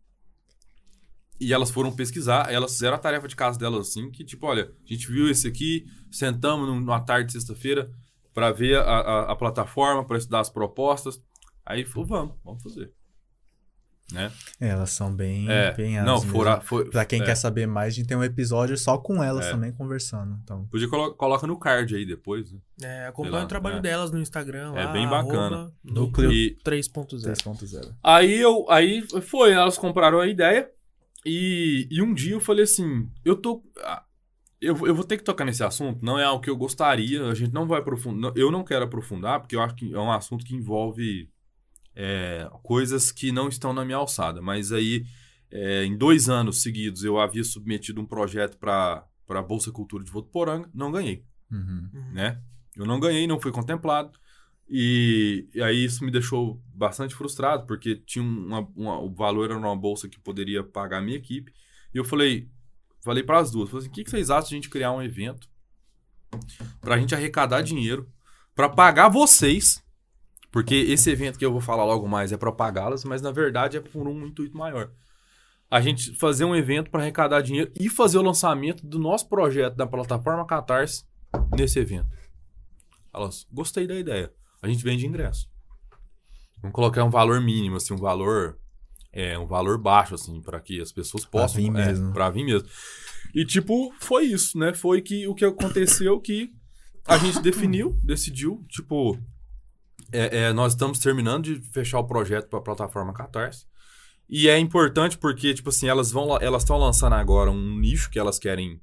E elas foram pesquisar, elas fizeram a tarefa de casa delas assim, que tipo, olha, a gente viu esse aqui, sentamos numa tarde de sexta-feira para ver a plataforma, para estudar as propostas. Aí falou, vamos fazer. Né? Elas são bem não, pra quem quer saber mais, a gente tem um episódio só com elas também conversando. Então. Podia coloca no card aí depois. Né? Acompanha o trabalho delas no Instagram. É bem bacana. Núcleo 3.0. Aí foi, elas compraram a ideia e um dia eu falei assim, eu vou ter que tocar nesse assunto, não é algo que eu gostaria, a gente não vai aprofundar, eu não quero aprofundar, porque eu acho que é um assunto que envolve coisas que não estão na minha alçada, mas aí em 2 anos seguidos eu havia submetido um projeto para a Bolsa Cultura de Votuporanga, não ganhei, né? Eu não ganhei, não fui contemplado e aí isso me deixou bastante frustrado, porque tinha o valor era uma bolsa que poderia pagar a minha equipe, e eu falei para as duas, falei assim, o que vocês acham de a gente criar um evento para a gente arrecadar dinheiro para pagar vocês. Porque esse evento que eu vou falar logo mais é para pagá-las, mas na verdade é por um intuito maior. A gente fazer um evento para arrecadar dinheiro e fazer o lançamento do nosso projeto da plataforma Catarse nesse evento. Elas, gostei da ideia. A gente vende ingresso. Vamos colocar um valor mínimo, assim, um valor baixo, assim, para que as pessoas possam... Para vir mesmo. E tipo, foi isso, né? Foi que o que aconteceu que a gente decidiu, tipo... nós estamos terminando de fechar o projeto para a plataforma Catarse. E é importante porque, tipo assim, elas estão lançando agora um nicho que elas querem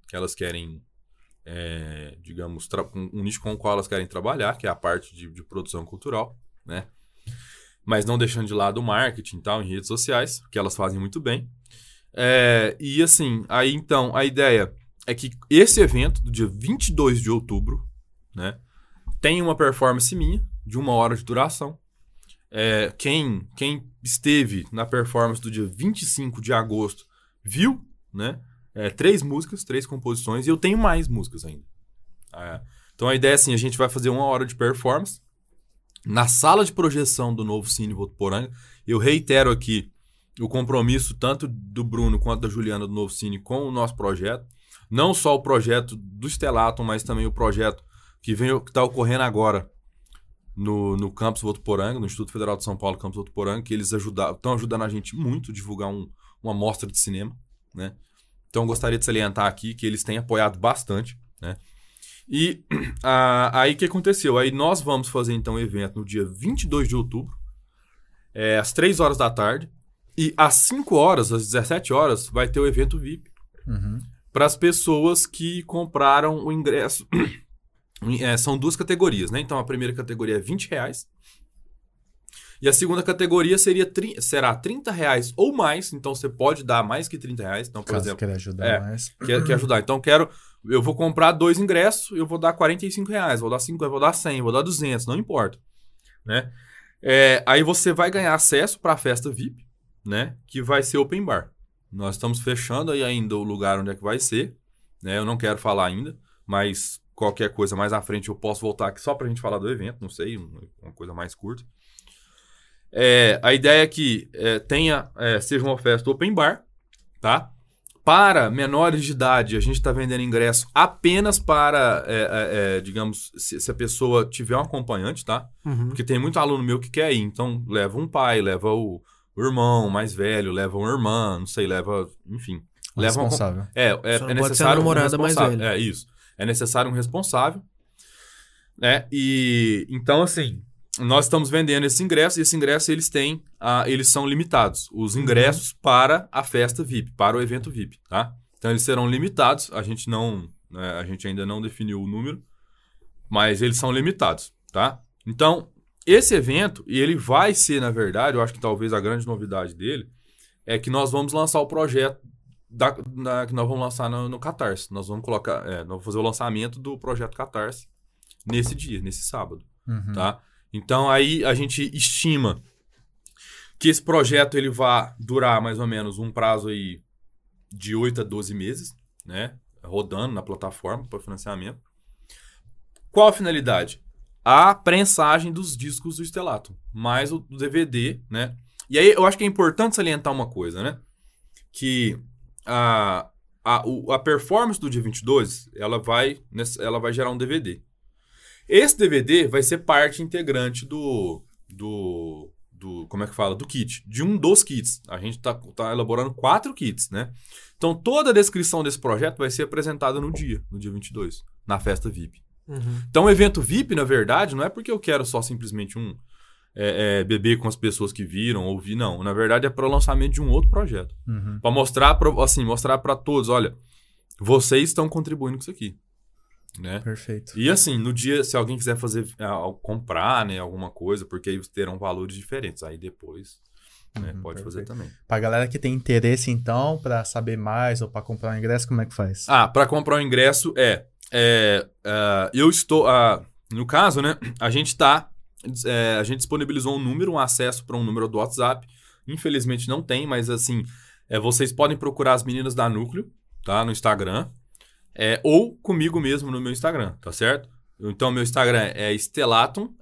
digamos, um nicho com o qual elas querem trabalhar, que é a parte de produção cultural, né? Mas não deixando de lado o marketing e tal, em redes sociais, que elas fazem muito bem. E assim, aí então, a ideia é que esse evento, do dia 22 de outubro, né, tem uma performance minha, de 1 hora de duração. Quem esteve na performance do dia 25 de agosto viu, né? 3 músicas, 3 composições, e eu tenho mais músicas ainda. Então a ideia é assim, a gente vai fazer 1 hora de performance na sala de projeção do novo Cine Votuporanga. Eu reitero aqui o compromisso tanto do Bruno quanto da Juliana do Novo Cine com o nosso projeto. Não só o projeto do Stelatum, mas também o projeto que está ocorrendo agora no Campus Votuporanga, no Instituto Federal de São Paulo, Campus Votuporanga, que eles estão ajudando a gente muito a divulgar uma mostra de cinema, né? Então, eu gostaria de salientar aqui que eles têm apoiado bastante, né? E aí, o que aconteceu? Aí, nós vamos fazer, então, o evento no dia 22 de outubro, às 3 horas da tarde, e às 5 horas, às 17 horas, vai ter o evento VIP para as pessoas que compraram o ingresso. São 2 categorias, né? Então, a primeira categoria é R$20. E a segunda categoria será R$30 ou mais. Então, você pode dar mais que R$30. Então, por exemplo, quer ajudar mais. Quer ajudar. Então, eu vou comprar 2 ingressos, eu vou dar R$45. Vou dar 50, vou dar 100, vou dar 200, não importa. Né? Aí você vai ganhar acesso para a festa VIP, né? Que vai ser open bar. Nós estamos fechando aí ainda o lugar onde é que vai ser. Né? Eu não quero falar ainda, mas qualquer coisa mais à frente eu posso voltar aqui só para a gente falar do evento. Não sei, uma coisa mais curta. A ideia é que seja uma festa open bar, tá? Para menores de idade, a gente está vendendo ingresso apenas para, digamos, se a pessoa tiver um acompanhante, tá? Porque tem muito aluno meu que quer ir. Então, leva um pai, leva o irmão mais velho, leva uma irmã, não sei, enfim. Leva responsável. Só não necessário pode ser a namorada mais velha. É isso. É necessário um responsável, né? E, então, assim, nós estamos vendendo esse ingresso, e esse ingresso eles são limitados. Os ingressos para a festa VIP, para o evento VIP, tá? Então eles serão limitados. A gente ainda não definiu o número, mas eles são limitados, tá? Então, esse evento, e ele vai ser, na verdade, eu acho que talvez a grande novidade dele, é que nós vamos lançar o projeto que nós vamos lançar no Catarse. Nós vamos nós vamos fazer o lançamento do projeto Catarse nesse dia, nesse sábado, tá? Então, aí a gente estima que esse projeto ele vai durar mais ou menos um prazo aí de 8 a 12 meses, né? Rodando na plataforma para financiamento. Qual a finalidade? A prensagem dos discos do Stelatum, mais o DVD, né? E aí eu acho que é importante salientar uma coisa, né? Que a performance do dia 22, ela vai gerar um DVD. Esse DVD vai ser parte integrante do como é que fala? Do kit. De um dos kits. A gente tá elaborando 4 kits, né? Então, toda a descrição desse projeto vai ser apresentada no dia 22, na festa VIP. Então, o evento VIP, na verdade, não é porque eu quero só simplesmente beber com as pessoas que viram, ouvir, não. Na verdade, é para o lançamento de um outro projeto. Para mostrar para todos, olha, vocês estão contribuindo com isso aqui. Né? Perfeito. E assim, no dia, se alguém quiser comprar, né, alguma coisa, porque aí terão valores diferentes. Aí depois, né, pode fazer também. Pra galera que tem interesse, então, para saber mais ou para comprar um ingresso, como é que faz? Para comprar um ingresso eu estou... no caso, né, a gente disponibilizou um acesso para um número do WhatsApp. Infelizmente não tem, mas assim, vocês podem procurar as meninas da Núcleo, tá, no Instagram. Ou comigo mesmo no meu Instagram, tá certo? Então, meu Instagram é Stelatum,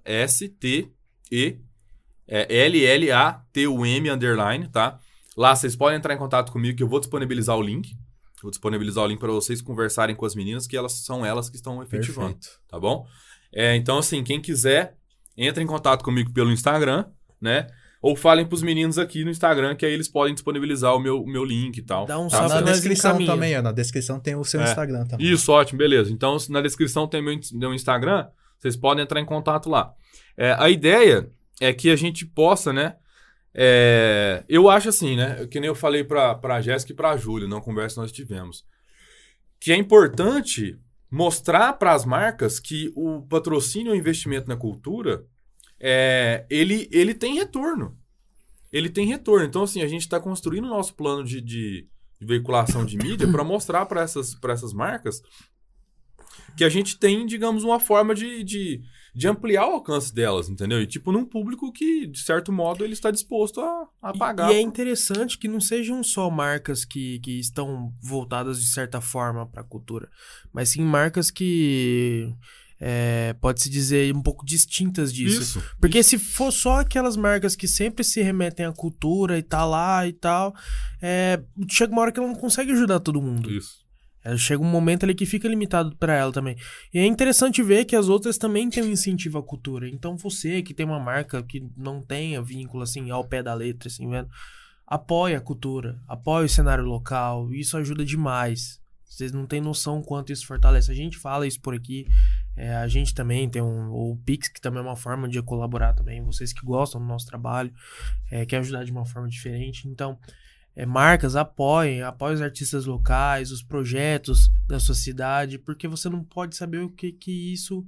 STELLATUM_, tá? Lá vocês podem entrar em contato comigo que eu vou disponibilizar o link. Vou disponibilizar o link para vocês conversarem com as meninas, que são elas que estão efetivando. Perfeito. Tá bom? Então, assim, quem quiser, entra em contato comigo pelo Instagram, né? Ou falem pros meninos aqui no Instagram, que aí eles podem disponibilizar o meu link e tal. Dá um Tá salve na nós descrição encaminha. também, ó. Na descrição tem o seu Instagram também. Isso, ótimo, beleza. Então, na descrição tem meu Instagram, vocês podem entrar em contato lá. A ideia é que a gente possa, né? Eu acho assim, né? Que nem eu falei pra Jéssica e pra Júlia, numa conversa que nós tivemos. Que é importante mostrar para as marcas que o patrocínio e o investimento na cultura, ele tem retorno. Ele tem retorno. Então, assim, a gente está construindo o nosso plano de veiculação de mídia para mostrar para essas marcas que a gente tem, digamos, uma forma de ampliar o alcance delas, entendeu? E, tipo, num público que, de certo modo, ele está disposto a pagar. E é interessante que não sejam só marcas que estão voltadas, de certa forma, para a cultura, mas sim marcas que pode-se dizer, um pouco distintas disso. Isso. Porque se for só aquelas marcas que sempre se remetem à cultura e tá lá e tal, chega uma hora que ela não consegue ajudar todo mundo. Isso. Chega um momento ali que fica limitado pra ela também. E é interessante ver que as outras também têm um incentivo à cultura. Então você que tem uma marca que não tenha vínculo assim ao pé da letra, assim, vendo, apoia a cultura, apoia o cenário local. Isso ajuda demais. Vocês não têm noção quanto isso fortalece. A gente fala isso por aqui. A gente também tem o Pix, que também é uma forma de colaborar também. Vocês que gostam do nosso trabalho, querem ajudar de uma forma diferente. Então, marcas, apoiem os artistas locais, os projetos da sua cidade, porque você não pode saber o que isso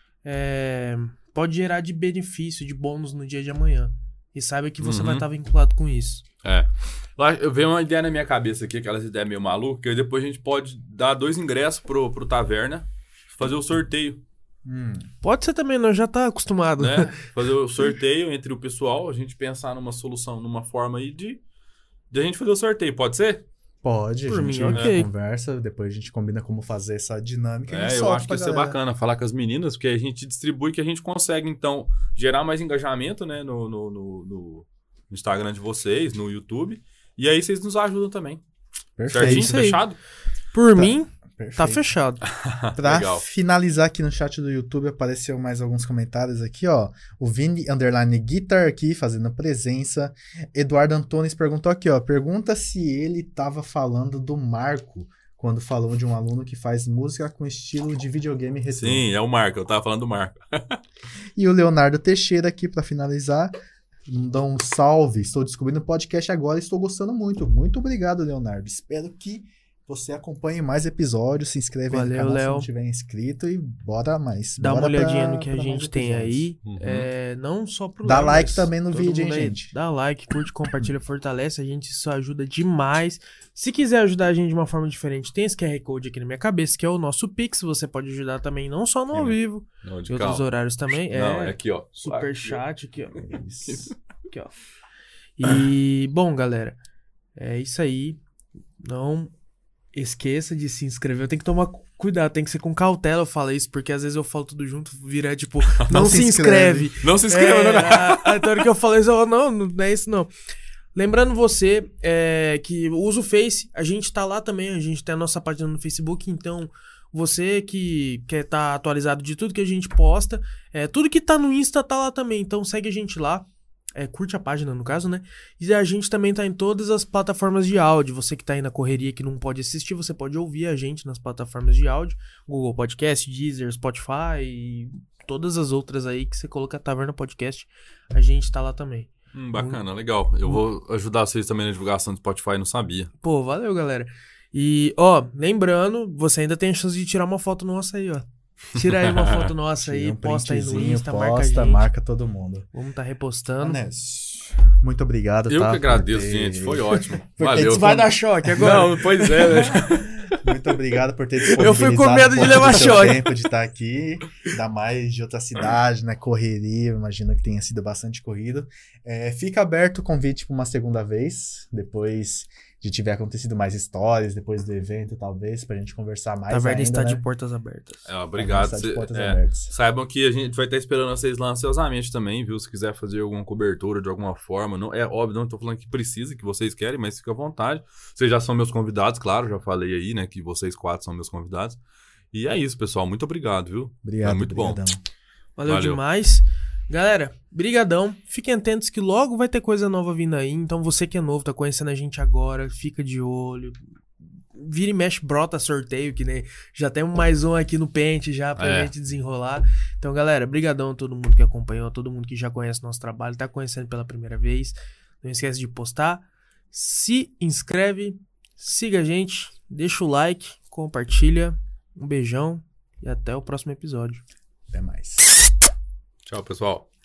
pode gerar de benefício, de bônus no dia de amanhã. E saiba que você vai estar vinculado com isso. Eu vejo uma ideia na minha cabeça aqui, aquelas ideias meio malucas, que depois a gente pode dar 2 ingressos pro Taverna, fazer o sorteio. Pode ser também, nós já tá acostumado. Né? Fazer o sorteio entre o pessoal, a gente pensar numa solução, numa forma aí de a gente fazer o sorteio, pode ser? Pode, Por a gente mim, ok. conversa, depois a gente combina como fazer essa dinâmica. Eu acho que ia ser bacana falar com as meninas, porque a gente distribui que a gente consegue, então, gerar mais engajamento, né, no Instagram de vocês, no YouTube, e aí vocês nos ajudam também. Perfeito. Certinho? Isso aí. Fechado? Por mim, Perfeito. tá fechado. Pra Legal. finalizar aqui no chat do YouTube, apareceu mais alguns comentários aqui, ó. O Vini _Guitar aqui, fazendo presença. Eduardo Antunes perguntou aqui, ó. Pergunta se ele tava falando do Marco, quando falou de um aluno que faz música com estilo de videogame retrô. Sim, é o Marco, eu tava falando do Marco. E o Leonardo Teixeira aqui, pra finalizar, dá um salve. Estou descobrindo o podcast agora e estou gostando muito. Muito obrigado, Leonardo. Espero que você acompanhe mais episódios, se inscreve aí no canal se não tiver inscrito e bora mais. Dá Bora uma olhadinha no que a pra gente mais tem episódios. aí. Não só pro Dá Léo, like mas também no todo vídeo, hein, mundo aí. gente? Dá like, curte, compartilha, fortalece a gente. Isso ajuda demais. Se quiser ajudar a gente de uma forma diferente, tem esse QR Code aqui na minha cabeça, que é o nosso Pix. Você pode ajudar também, não só no ao vivo, Não, de em outros calma. horários também. Não, é aqui, ó. Super chat aqui, ó. Aqui, ó. E, bom, galera, é isso aí. Não esqueça de se inscrever. Tem que tomar cuidado, tem que ser com cautela. Eu falo isso, porque às vezes eu falo tudo junto, vira tipo, não se inscreve. Não se inscreva, não. Então, hora que eu falo isso, não é isso, não. Lembrando você que usa o Face, a gente tá lá também, a gente tem a nossa página no Facebook, então você que quer estar atualizado de tudo que a gente posta, tudo que tá no Insta tá lá também, então segue a gente lá. Curte a página, no caso, né? E a gente também tá em todas as plataformas de áudio. Você que tá aí na correria que não pode assistir, você pode ouvir a gente nas plataformas de áudio. Google Podcast, Deezer, Spotify e todas as outras aí que você coloca Taverna Podcast. A gente tá lá também. Bacana, legal. Eu vou ajudar vocês também na divulgação do Spotify, não sabia. Pô, valeu, galera. E, lembrando, você ainda tem a chance de tirar uma foto nossa aí, ó. Tira aí uma foto nossa aí, posta aí no Insta, marca a gente. Marca todo mundo. Vamos tá repostando. Anésio, muito obrigado, Eu tá? que agradeço, gente. Foi ótimo. Valeu. Você vai dar choque agora. Não, pois é, né? Muito obrigado por ter disponibilizado Eu fui com medo de levar do seu choque. tempo de estar aqui, ainda mais de outra cidade, né? Correria, imagino que tenha sido bastante corrido. Fica aberto o convite para uma segunda vez, depois de tiver acontecido mais histórias, depois do evento, talvez, pra gente conversar mais Taverna ainda, está né? de portas abertas. Obrigado. Está de portas abertas. Saibam que a gente vai estar esperando vocês lá ansiosamente também, viu? Se quiser fazer alguma cobertura de alguma forma. Não, é óbvio, não tô falando que precisa, que vocês querem, mas fica à vontade. Vocês já são meus convidados, claro, já falei aí, né? Que vocês 4 são meus convidados. E é isso, pessoal. Muito obrigado, viu? Obrigado, Foi muito brigadão. bom. Valeu demais. Galera, brigadão. Fiquem atentos que logo vai ter coisa nova vindo aí. Então você que é novo, tá conhecendo a gente agora, fica de olho. Vira e mexe, brota sorteio, que nem já temos mais um aqui no pente já pra gente desenrolar. Então, galera, brigadão a todo mundo que acompanhou, a todo mundo que já conhece nosso trabalho, tá conhecendo pela primeira vez. Não esquece de postar, se inscreve, siga a gente, deixa o like, compartilha. Um beijão e até o próximo episódio. Até mais. Tchau, pessoal.